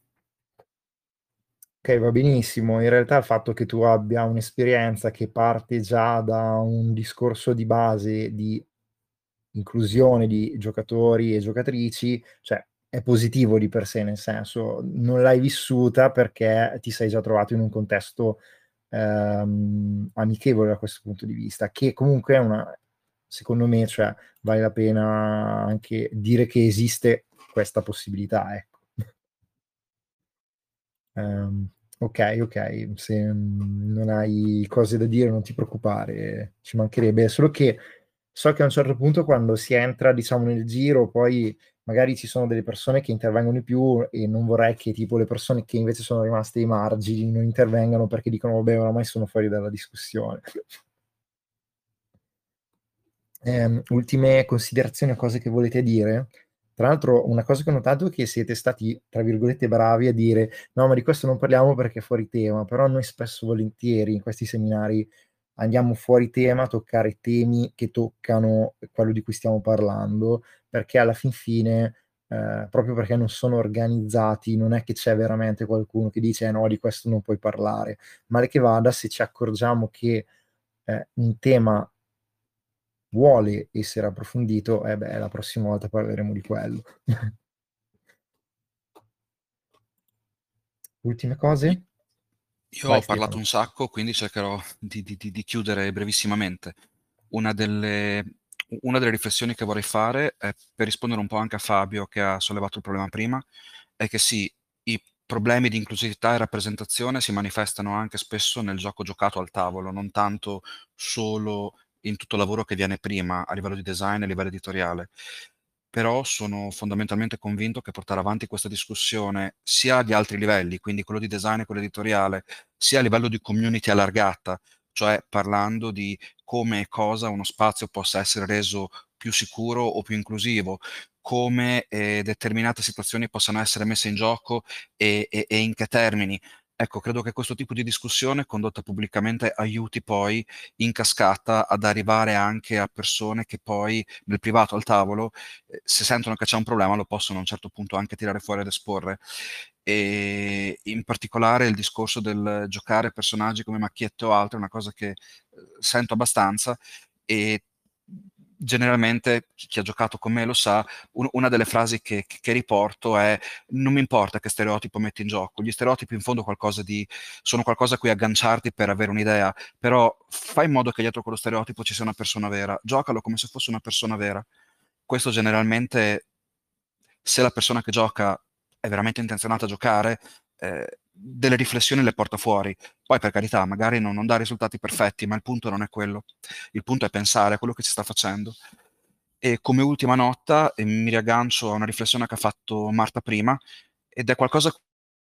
[SPEAKER 1] Ok, va benissimo. In realtà il fatto che tu abbia un'esperienza che parte già da un discorso di base di inclusione di giocatori e giocatrici, cioè è positivo di per sé, nel senso non l'hai vissuta perché ti sei già trovato in un contesto ehm, amichevole da questo punto di vista, che comunque è una, secondo me, cioè vale la pena anche dire che esiste questa possibilità, ecco. Ehm, ok, ok, se mm, non hai cose da dire non ti preoccupare, ci mancherebbe, solo che so che a un certo punto quando si entra, diciamo, nel giro, poi magari ci sono delle persone che intervengono di più e non vorrei che tipo le persone che invece sono rimaste ai margini non intervengano perché dicono vabbè, oramai sono fuori dalla discussione. Ehm, ultime considerazioni o cose che volete dire? Tra l'altro, una cosa che ho notato è che siete stati, tra virgolette, bravi a dire no, ma di questo non parliamo perché è fuori tema, però noi spesso volentieri in questi seminari andiamo fuori tema a toccare temi che toccano quello di cui stiamo parlando, perché alla fin fine, eh, proprio perché non sono organizzati, non è che c'è veramente qualcuno che dice eh, no, di questo non puoi parlare, male che vada, se ci accorgiamo che eh, un tema vuole essere approfondito, eh beh, la prossima volta parleremo di quello. Ultime cose?
[SPEAKER 3] Io
[SPEAKER 1] Vai
[SPEAKER 3] ho parlato
[SPEAKER 1] Stefano.
[SPEAKER 3] un sacco, quindi cercherò di, di- di- di chiudere brevissimamente. Una delle, una delle riflessioni che vorrei fare, è per rispondere un po' anche a Fabio che ha sollevato il problema prima, è che sì, i problemi di inclusività e rappresentazione si manifestano anche spesso nel gioco giocato al tavolo, non tanto solo in tutto il lavoro che viene prima a livello di design e a livello editoriale. Però sono fondamentalmente convinto che portare avanti questa discussione sia agli altri livelli, quindi quello di design e quello editoriale, sia a livello di community allargata, cioè parlando di come e cosa uno spazio possa essere reso più sicuro o più inclusivo, come eh, determinate situazioni possano essere messe in gioco e, e- e in che termini. Ecco, credo che questo tipo di discussione condotta pubblicamente aiuti poi in cascata ad arrivare anche a persone che poi nel privato al tavolo, eh, se sentono che c'è un problema, lo possono a un certo punto anche tirare fuori ed esporre. E in particolare il discorso del giocare personaggi come Macchietto o altro è una cosa che eh, sento abbastanza e generalmente chi ha giocato con me lo sa, un- una delle frasi che, che riporto è non mi importa che stereotipo metti in gioco, gli stereotipi in fondo qualcosa di, sono qualcosa a cui agganciarti per avere un'idea, però fai in modo che dietro quello stereotipo ci sia una persona vera, giocalo come se fosse una persona vera. Questo generalmente, se la persona che gioca è veramente intenzionata a giocare, eh, delle riflessioni le porta fuori. Poi, per carità, magari non, non dà risultati perfetti, ma il punto non è quello. Il punto è pensare a quello che si sta facendo. E come ultima nota, e mi riaggancio a una riflessione che ha fatto Marta prima, ed è qualcosa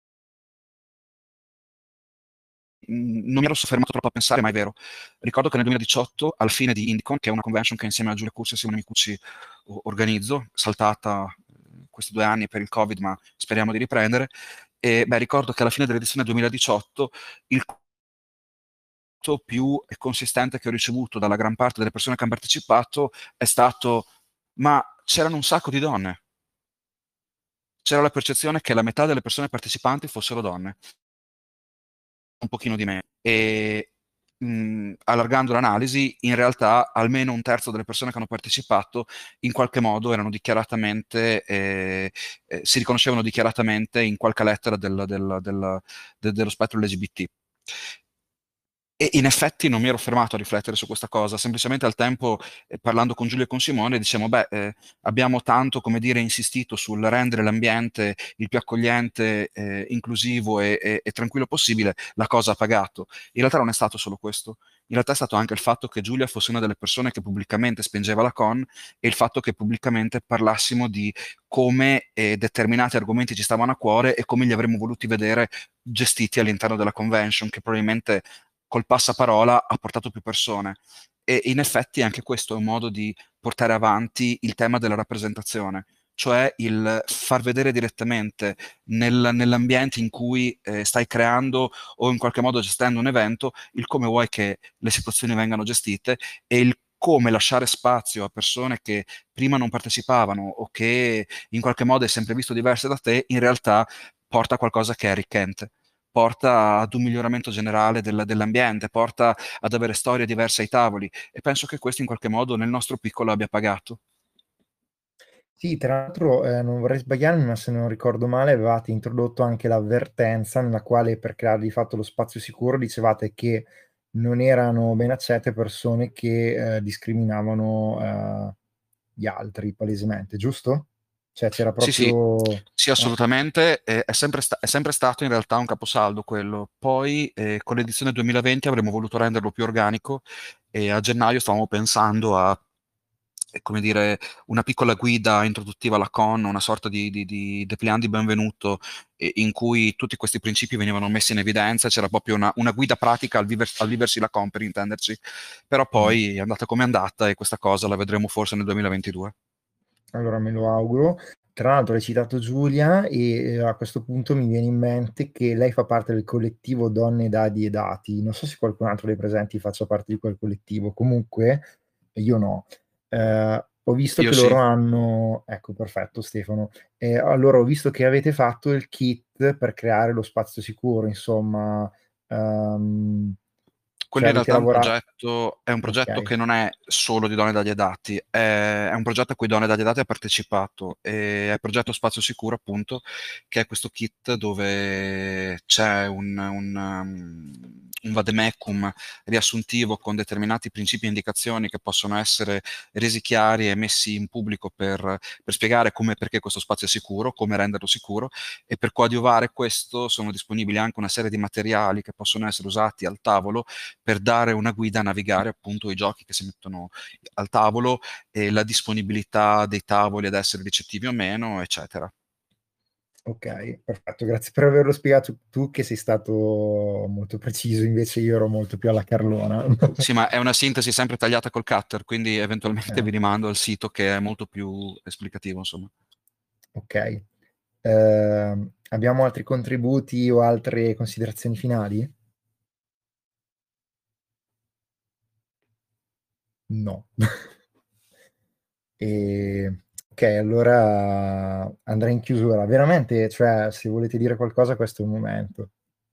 [SPEAKER 3] non mi ero soffermato troppo a pensare, ma è vero. Ricordo che nel duemiladiciotto, al fine di Indicon, che è una convention che insieme a Giulia Cursi e Simone Micucci o- organizzo, saltata eh, questi due anni per il Covid, ma speriamo di riprendere, e beh, ricordo che alla fine dell'edizione duemiladiciotto il costo più consistente che ho ricevuto dalla gran parte delle persone che hanno partecipato è stato: ma c'erano un sacco di donne. C'era la percezione che la metà delle persone partecipanti fossero donne. Un pochino di me. E mh, allargando l'analisi, in realtà almeno un terzo delle persone che hanno partecipato in qualche modo erano dichiaratamente, eh, eh, si riconoscevano dichiaratamente in qualche lettera del- del- del- de- dello spettro L G B T. E in effetti non mi ero fermato a riflettere su questa cosa, semplicemente al tempo, eh, parlando con Giulio e con Simone, diciamo, beh, eh, abbiamo tanto, come dire, insistito sul rendere l'ambiente il più accogliente, eh, inclusivo e, e- e tranquillo possibile, la cosa ha pagato. In realtà non è stato solo questo, in realtà è stato anche il fatto che Giulia fosse una delle persone che pubblicamente spingeva la con e il fatto che pubblicamente parlassimo di come eh, determinati argomenti ci stavano a cuore e come li avremmo voluti vedere gestiti all'interno della convention, che probabilmente col passaparola ha portato più persone. E in effetti anche questo è un modo di portare avanti il tema della rappresentazione, cioè il far vedere direttamente nel- nell'ambiente in cui eh, stai creando o in qualche modo gestendo un evento, il come vuoi che le situazioni vengano gestite e il come lasciare spazio a persone che prima non partecipavano o che in qualche modo hai sempre visto diverse da te, in realtà porta a qualcosa che è arricchente, porta ad un miglioramento generale del- dell'ambiente, porta ad avere storie diverse ai tavoli e penso che questo in qualche modo nel nostro piccolo abbia pagato.
[SPEAKER 1] Sì, tra l'altro, eh, non vorrei sbagliarmi, ma se non ricordo male, avevate introdotto anche l'avvertenza nella quale per creare di fatto lo spazio sicuro dicevate che non erano ben accette persone che eh, discriminavano eh, gli altri palesemente, giusto? Cioè c'era
[SPEAKER 3] Sì, sì,
[SPEAKER 1] proprio...
[SPEAKER 3] sì,
[SPEAKER 1] eh,
[SPEAKER 3] assolutamente. eh, È sempre, sta- è sempre stato in realtà un caposaldo quello. Poi eh, con l'edizione duemilaventi avremmo voluto renderlo più organico e a gennaio stavamo pensando a, eh, come dire, una piccola guida introduttiva alla con, una sorta di, di, di dépliant di benvenuto eh, in cui tutti questi principi venivano messi in evidenza, c'era proprio una, una guida pratica al, viver- al viversi la con, per intenderci. Però
[SPEAKER 1] mm.
[SPEAKER 3] poi è andata come è andata e questa cosa la vedremo forse nel duemilaventidue.
[SPEAKER 1] Allora me lo auguro. Tra l'altro hai citato Giulia e eh, a questo punto mi viene in mente che lei fa parte del collettivo Donne, Dadi e Dati. Non so se qualcun altro dei presenti faccia parte di quel collettivo. Comunque io no. Eh, ho visto
[SPEAKER 3] Io
[SPEAKER 1] che
[SPEAKER 3] sì.
[SPEAKER 1] loro hanno... Ecco, perfetto Stefano. Eh, allora ho visto che avete fatto il kit per creare lo spazio sicuro, insomma. Ehm,
[SPEAKER 3] Quello
[SPEAKER 1] cioè
[SPEAKER 3] in
[SPEAKER 1] avete
[SPEAKER 3] realtà è un
[SPEAKER 1] lavorato...
[SPEAKER 3] progetto, è un progetto
[SPEAKER 1] Ok.
[SPEAKER 3] che non è solo di Donne Dati e Dati, è, è un progetto a cui Donne Dati e Dati ha partecipato, e è il progetto Spazio Sicuro, appunto, che è questo kit dove c'è un, un, um, un vademecum riassuntivo con determinati principi e indicazioni che possono essere resi chiari e messi in pubblico per, per spiegare come e perché questo spazio è sicuro, come renderlo sicuro, e per coadiuvare questo sono disponibili anche una serie di materiali che possono essere usati al tavolo per dare una guida a navigare appunto i giochi che si mettono al tavolo e la disponibilità dei tavoli ad essere ricettivi o meno, eccetera.
[SPEAKER 1] Ok, perfetto, grazie per averlo spiegato tu che sei stato molto preciso, invece io ero molto più alla Carlona.
[SPEAKER 3] Sì, ma è una sintesi sempre tagliata col cutter, quindi eventualmente
[SPEAKER 1] Eh,
[SPEAKER 3] vi rimando al sito che è molto più esplicativo, insomma.
[SPEAKER 1] ok. Ehm, abbiamo altri contributi o altre considerazioni finali? No. E, ok, allora andrei in chiusura. Veramente, cioè, se volete dire qualcosa, questo è il momento.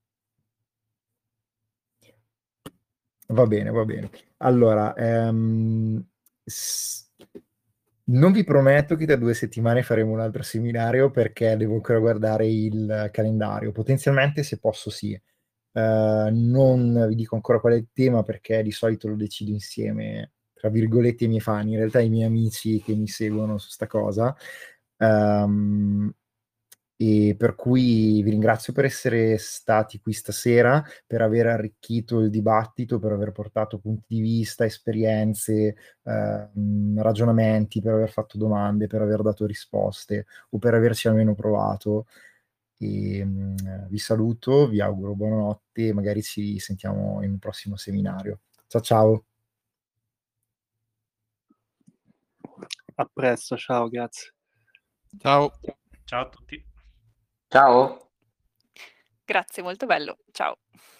[SPEAKER 1] Va bene, va bene. Allora, ehm, s- non vi prometto che tra due settimane faremo un altro seminario perché devo ancora guardare il calendario. Potenzialmente, se posso, sì. Eh, non vi dico ancora qual è il tema perché di solito lo decido insieme, tra virgolette, i miei fan, in realtà i miei amici che mi seguono su sta cosa. Ehm, e per cui vi ringrazio per essere stati qui stasera, per aver arricchito il dibattito, per aver portato punti di vista, esperienze, ehm, ragionamenti, per aver fatto domande, per aver dato risposte o per averci almeno provato. E, mh, vi saluto, vi auguro buonanotte e magari ci sentiamo in un prossimo seminario. Ciao ciao.
[SPEAKER 9] A presto, ciao, grazie.
[SPEAKER 3] Ciao.
[SPEAKER 2] Ciao a tutti.
[SPEAKER 8] Ciao.
[SPEAKER 4] Grazie, molto bello. Ciao.